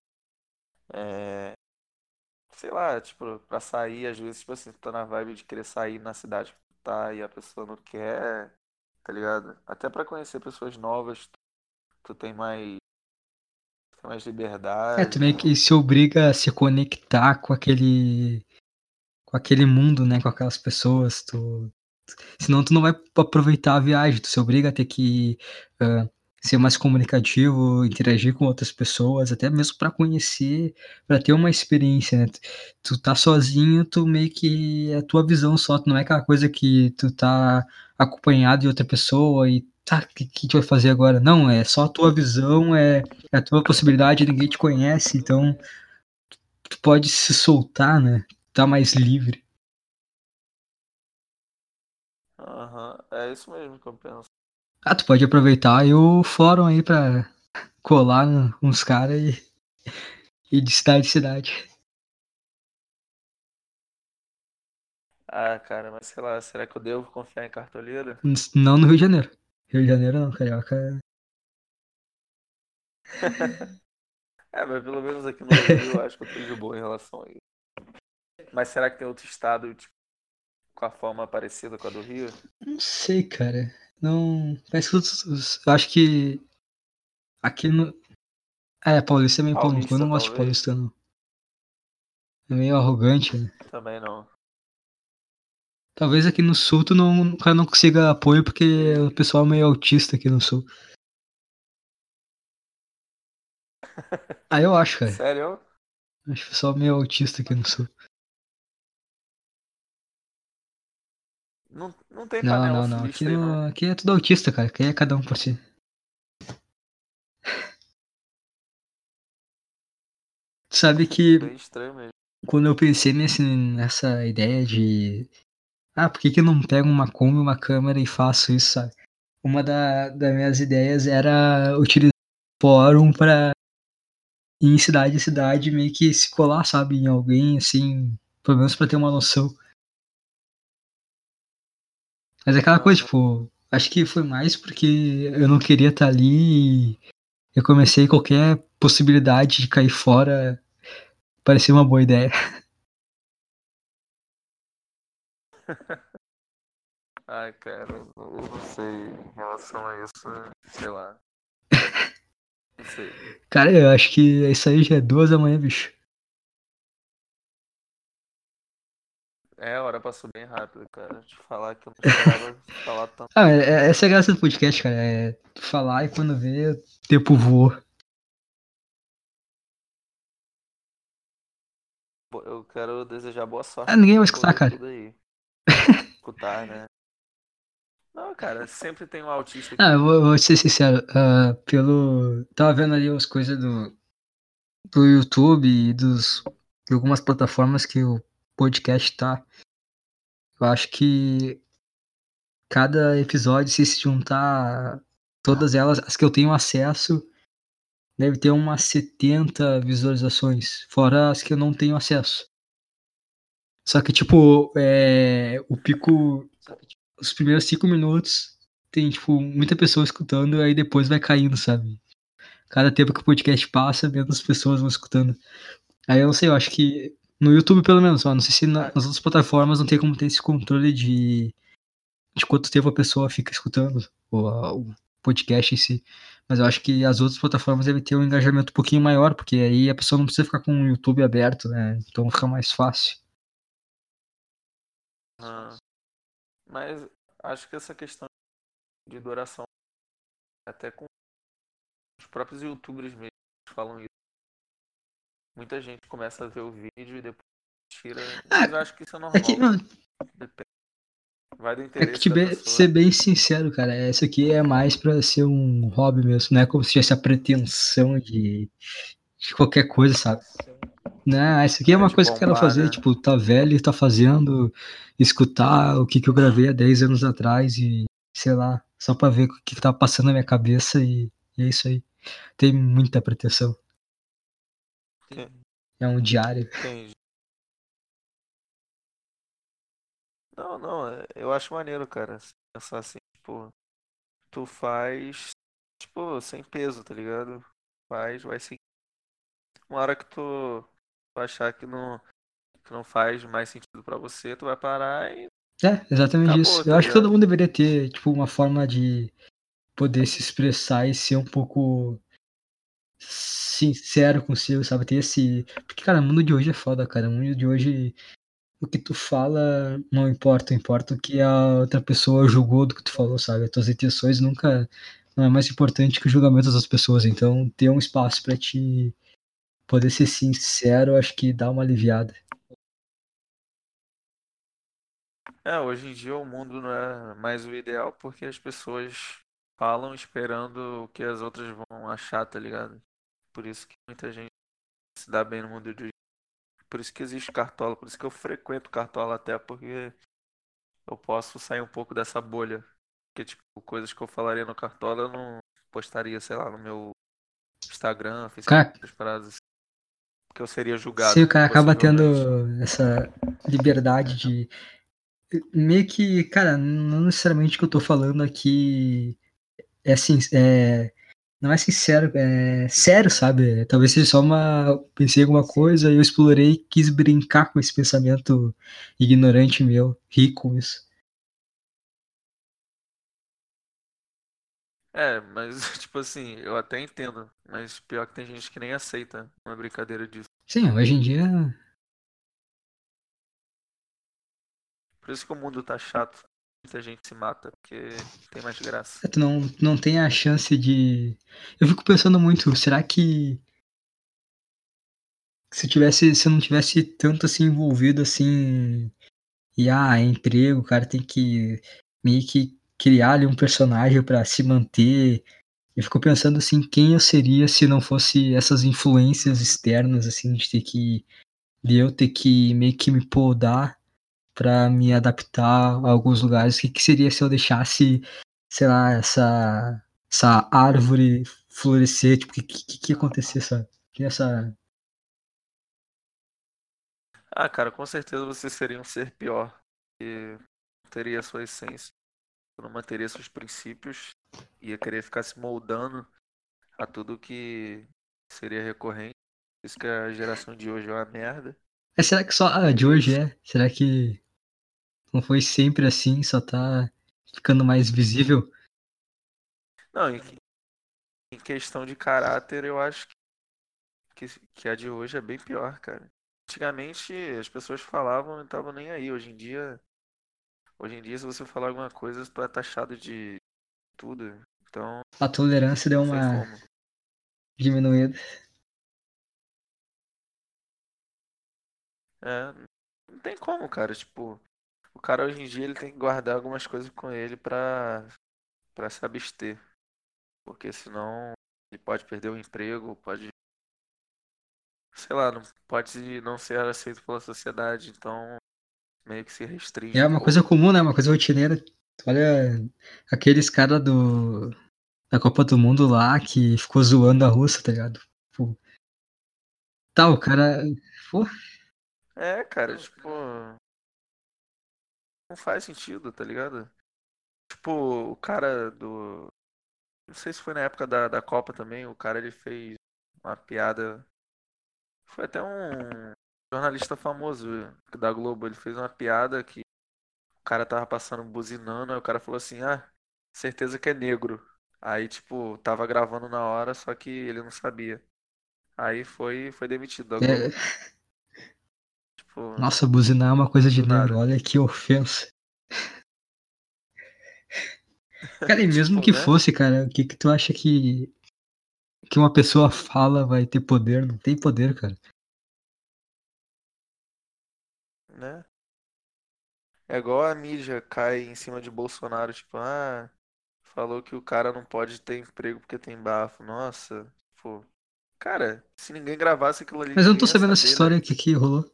É, sei lá, tipo, pra sair, às vezes, tipo assim, tu tá na vibe de querer sair na cidade que tu tá e a pessoa não quer, tá ligado? Até pra conhecer pessoas novas, tu, tu tem mais, tem mais É, tu liberdade. meio que se obriga a se conectar com aquele, com aquele mundo, né, com aquelas pessoas, tu, senão tu não vai aproveitar a viagem, tu se obriga a ter que uh, ser mais comunicativo, interagir com outras pessoas, até mesmo para conhecer, para ter uma experiência, né? Tu, tu tá sozinho, tu meio que é a tua visão só, tu não é aquela coisa que tu tá acompanhado de outra pessoa e tá, o que, que tu vai fazer agora? Não, é só a tua visão, é, é a tua possibilidade, ninguém te conhece, então tu pode se soltar, né? Tá mais livre. Aham, é isso mesmo que eu penso. Ah, tu pode aproveitar e o fórum aí pra colar no- uns caras e, e de cidade em cidade. Ah, cara, mas sei lá, será que eu devo confiar em cartoleiro? N- Não no Rio de Janeiro. Rio de Janeiro não, carioca. É, mas pelo menos aqui no Rio eu acho que eu tô de boa em relação a isso. Mas será que tem outro estado, tipo, com a forma parecida com a do Rio? Não sei, cara. Não. Parece que os- os- eu acho que aqui no. É, paulista é meio pau no cu. Eu Paulista, não gosto de talvez? paulista, não. É meio arrogante, né? Também não. Talvez aqui no sul tu não, o cara não consiga apoio porque E- o pessoal é meio autista aqui no sul. Ah, eu acho, cara. Sério? Acho o pessoal meio autista aqui no sul. Não, não tem Não, panela não, não. Aqui, sulista aí, não. no, aqui é tudo autista, cara. Aqui é cada um por si. Sabe que Bem estranho mesmo. quando eu pensei nesse, nessa ideia de ah, por que que eu não pego uma Kombi, uma câmera e faço isso, sabe? Uma da, das minhas ideias era utilizar o fórum pra ir em cidade em cidade meio que se colar, sabe, em alguém, assim, pelo menos pra ter uma noção. Mas é aquela coisa, Aham. tipo, acho que foi mais porque eu não queria estar ali e eu comecei qualquer possibilidade de cair fora, parecia uma boa ideia. Ai, cara, eu não sei em relação a isso, sei lá. Não sei. Cara, eu acho que isso aí já é duas da manhã, bicho. É, a hora passou bem rápido, cara. Te falar que eu não esperava falar tanto. Ah, é- é- essa é a graça do podcast, cara. É falar e quando vê, o tempo voou. Eu quero desejar boa Ah, sorte pra ninguém vai quem for escutar, ver cara. tudo aí. Escutar, né? Não, cara, sempre tem um autista Ah, que. eu vou, eu vou ser sincero. ah, pelo. Tava vendo ali as coisas do, do YouTube e dos, de algumas plataformas que o podcast tá. Eu acho que cada episódio, se se juntar todas elas, as que eu tenho acesso, deve ter umas setenta visualizações. Fora as que eu não tenho acesso. Só que, tipo, é, o pico. Os primeiros cinco minutos tem, tipo, muita pessoa escutando, aí depois vai caindo, sabe? Cada tempo que o podcast passa, menos pessoas vão escutando. Aí eu não sei, eu acho que no YouTube pelo menos, ó, não sei se na- Ah, nas outras plataformas não tem como ter esse controle de, de quanto tempo a pessoa fica escutando o, a- o podcast em si. Mas eu acho que as outras plataformas devem ter um engajamento um pouquinho maior, porque aí a pessoa não precisa ficar com o YouTube aberto, né? Então fica mais fácil. Ah, mas acho que essa questão de duração, até com os próprios YouTubers mesmo falam isso. Muita gente começa a ver o vídeo e depois tira. Ah, Mas eu acho que isso é é que, normal. mano, Depende. Vai do é que interesse te da be- pessoa. ser bem sincero, cara, essa aqui é mais pra ser um hobby mesmo, não é como se tivesse a pretensão de, de qualquer coisa, sabe? Né? Isso aqui é É uma de coisa que eu quero bombar, fazer, né? tipo, tá velho e tá fazendo, escutar o que que eu gravei há dez anos atrás e, sei lá, só pra ver o que que tá passando na minha cabeça e, e é isso aí. Tem muita pretensão. É um diário. Entendi. Não, não, é- eu acho maneiro, cara. Pensar assim, tipo, tu faz, tipo, sem peso, tá ligado? Faz, vai seguir. Uma hora que tu, tu achar que não, que não faz mais sentido pra você, tu vai parar e É, exatamente acabou, isso. Eu tá acho que todo ligado? mundo deveria ter, tipo, uma forma de poder se expressar e ser um pouco sincero consigo, sabe? Ter esse. Porque, cara, o mundo de hoje é foda, cara. O mundo de hoje, o que tu fala não importa, importa o que a outra pessoa julgou do que tu falou, sabe? As tuas intenções nunca. Não é mais importante que o julgamento das pessoas. Então, ter um espaço pra te poder ser sincero, acho que dá uma aliviada. É, hoje em dia o mundo não é mais o ideal porque as pessoas falam esperando o que as outras vão achar, tá ligado? Por isso que muita gente se dá bem no mundo de hoje. Por isso que existe Cartola, por isso que eu frequento Cartola até porque eu posso sair um pouco dessa bolha. Porque, tipo, coisas que eu falaria no Cartola eu não postaria, sei lá, no meu Instagram, Facebook, Cara, essas paradas assim, porque eu seria se o julgado, cara acaba tendo possivelmente. essa liberdade de. Meio que, cara, não necessariamente o que eu tô falando aqui é assim, é, não é sincero, é sério, sabe? Talvez seja só uma. Pensei em alguma coisa e eu explorei e quis brincar com esse pensamento ignorante meu, rico com isso. É, mas, tipo assim, eu até entendo, mas pior que tem gente que nem aceita uma brincadeira disso. Sim, hoje em dia Por isso que o mundo tá chato. Muita gente se mata, porque tem mais graça. tu não, não tem a chance de. Eu fico pensando muito, será que se eu tivesse, se eu não tivesse tanto assim envolvido assim, e ah, é emprego, o cara tem que meio que criar ali um personagem pra se manter. Eu fico pensando assim, quem eu seria se não fosse essas influências externas, assim, de ter que, de eu ter que meio que me podar pra me adaptar a alguns lugares. O que, que seria se eu deixasse, sei lá, essa, essa árvore florescer? Tipo, o que, que, que ia acontecer, sabe? Que essa. Ah, cara, com certeza você seria um ser pior. E teria a sua essência, não manteria seus princípios, ia querer ficar se moldando a tudo que seria recorrente. Por isso que a geração de hoje é uma merda. É, será que só a de E hoje é? Será que não foi sempre assim, só tá ficando mais visível? não, em, em questão de caráter, eu acho que, que a de hoje é bem pior, cara. Antigamente as pessoas falavam e não estavam nem aí. Hoje em dia, hoje em dia, se você falar alguma coisa, tu é taxado de tudo. Então, A tolerância deu não tem uma como. diminuída. É, não tem como, cara. Tipo, o cara hoje em dia ele tem que guardar algumas coisas com ele pra, pra se abster. Porque senão ele pode perder o emprego, pode, sei lá, não pode não ser aceito pela sociedade. Então, meio que se restringe É um uma coisa pouco. comum, né? Uma coisa rotineira. Olha aqueles caras do da Copa do Mundo lá que ficou zoando a Rússia, tá ligado? Pô, tá, o cara. Pô, É, cara, tipo, não faz sentido, tá ligado? Tipo, o cara do. Não sei se foi na época da, da Copa também, o cara ele fez uma piada. Foi até um jornalista famoso da Globo, ele fez uma piada que o cara tava passando buzinando, aí o cara falou assim, ah, certeza que é negro. Aí, tipo, tava gravando na hora, só que ele não sabia. Aí foi, foi demitido da É, Globo. Tipo, nossa, buzinar é uma coisa de do negro, nada. olha que ofensa. Cara, e mesmo Tipo, que né? fosse, cara, o que que tu acha que, que uma pessoa fala vai ter poder? Não tem poder, cara. Né? É igual a mídia cai em cima de Bolsonaro, tipo, ah, falou que o cara não pode ter emprego porque tem bafo. Nossa, pô. Cara, se ninguém gravasse aquilo ali, Mas eu não ninguém tô ia sabendo essa saber, né? história que que rolou.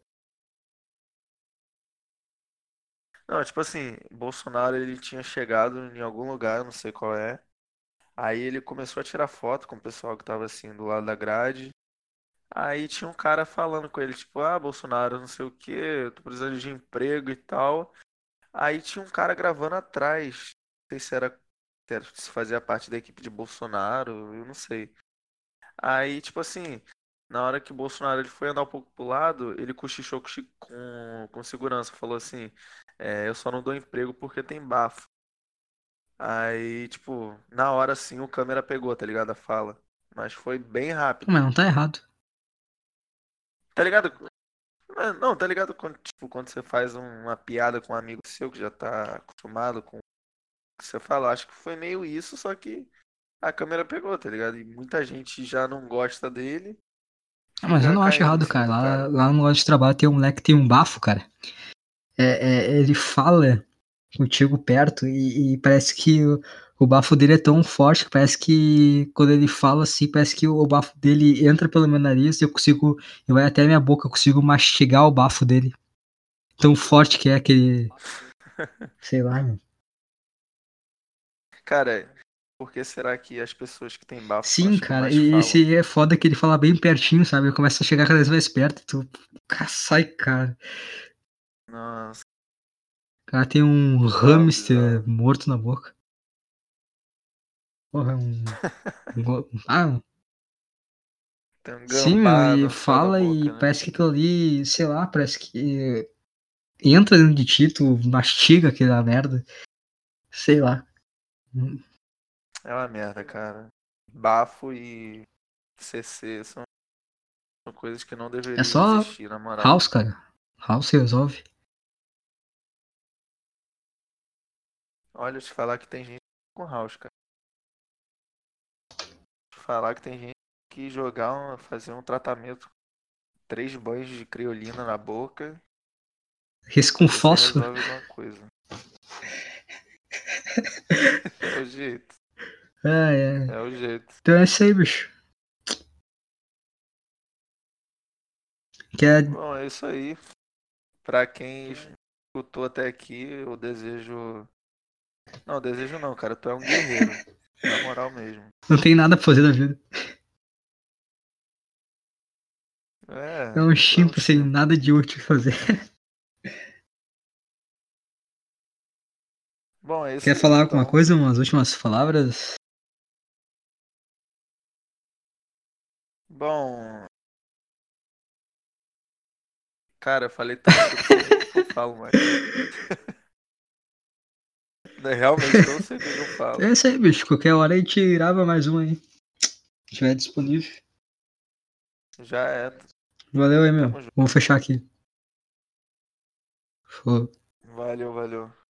Não, tipo assim, Bolsonaro ele tinha chegado em algum lugar, eu não sei qual é. Aí ele começou a tirar foto com o pessoal que tava assim do lado da grade. Aí tinha um cara falando com ele, tipo, ah, Bolsonaro, não sei o quê, eu tô precisando de emprego e tal. Aí tinha um cara gravando atrás. Não sei se era, se era- se fazia parte da equipe de Bolsonaro, eu não sei. Aí, tipo assim, na hora que o Bolsonaro ele foi andar um pouco pro lado, ele cochichou com, chi- com, com segurança, falou assim, é, eu só não dou emprego porque tem bafo. Aí, tipo, na hora sim o câmera pegou, tá ligado? A fala. Mas foi bem Pô, rápido. mas não tá errado. Tá ligado? Não, não, tá ligado quando, tipo, quando você faz um- uma piada com um amigo seu que já tá acostumado com o que você fala? Acho que foi meio isso, só que a câmera pegou, tá ligado? E muita gente já não gosta dele, Ah, mas eu fica não acho caindo em errado, cima cara. do Lá, cara. lá no loja de trabalho tem um moleque que tem um bafo, cara. É, é, ele fala contigo perto e, e parece que o, o bafo dele é tão forte que parece que quando ele fala assim, parece que o bafo dele entra pelo meu nariz e eu consigo, e vai até a minha boca, eu consigo mastigar o bafo dele. Tão forte que é aquele, sei lá, meu. Cara, por que será que as pessoas que têm bafo são Sim, as que cara, mais e falam? esse é foda que ele fala bem pertinho, sabe? Eu começo a chegar cada vez mais perto e tu, cara, sai, cara. Nossa, O cara tem um bizarro, hamster bizarro. morto na boca. Porra, é um. um go- Ah, Tem um sim, meu, gambá e no céu da fala e boca, né? parece que aquilo ali, sei lá, parece que entra dentro de ti, tu mastiga aquela merda. Sei lá. É uma merda, cara. Bafo e C C são coisas que não É deveriam só existir, na moral. House, cara. House resolve. Olha, te falar que tem gente com house, cara. Te falar que tem gente que jogar, um, fazer um tratamento, três banhos de criolina na boca, Risco com pra ver se fósforo. resolve alguma coisa. É o jeito. Ah, é. É o jeito. Então é isso aí, bicho. Quer. Bom, é isso aí. Pra quem escutou até aqui, eu desejo. Não, desejo não, cara. Tu é um guerreiro. Na moral mesmo. Não tem nada pra fazer da vida. É É, um tu é um chimpo sem chimpo. nada de útil fazer. Bom, é isso Quer aí, falar alguma então. coisa? Umas últimas palavras? Bom, cara, eu falei tanto que eu não sei nem o que que eu falo mais. Eu realmente não sei o que que eu falo. É isso aí, bicho. Qualquer hora a gente grava mais um aí. Se estiver disponível. Já é. Valeu aí, meu. Tamo junto. Vou fechar aqui. Falou. Valeu, valeu.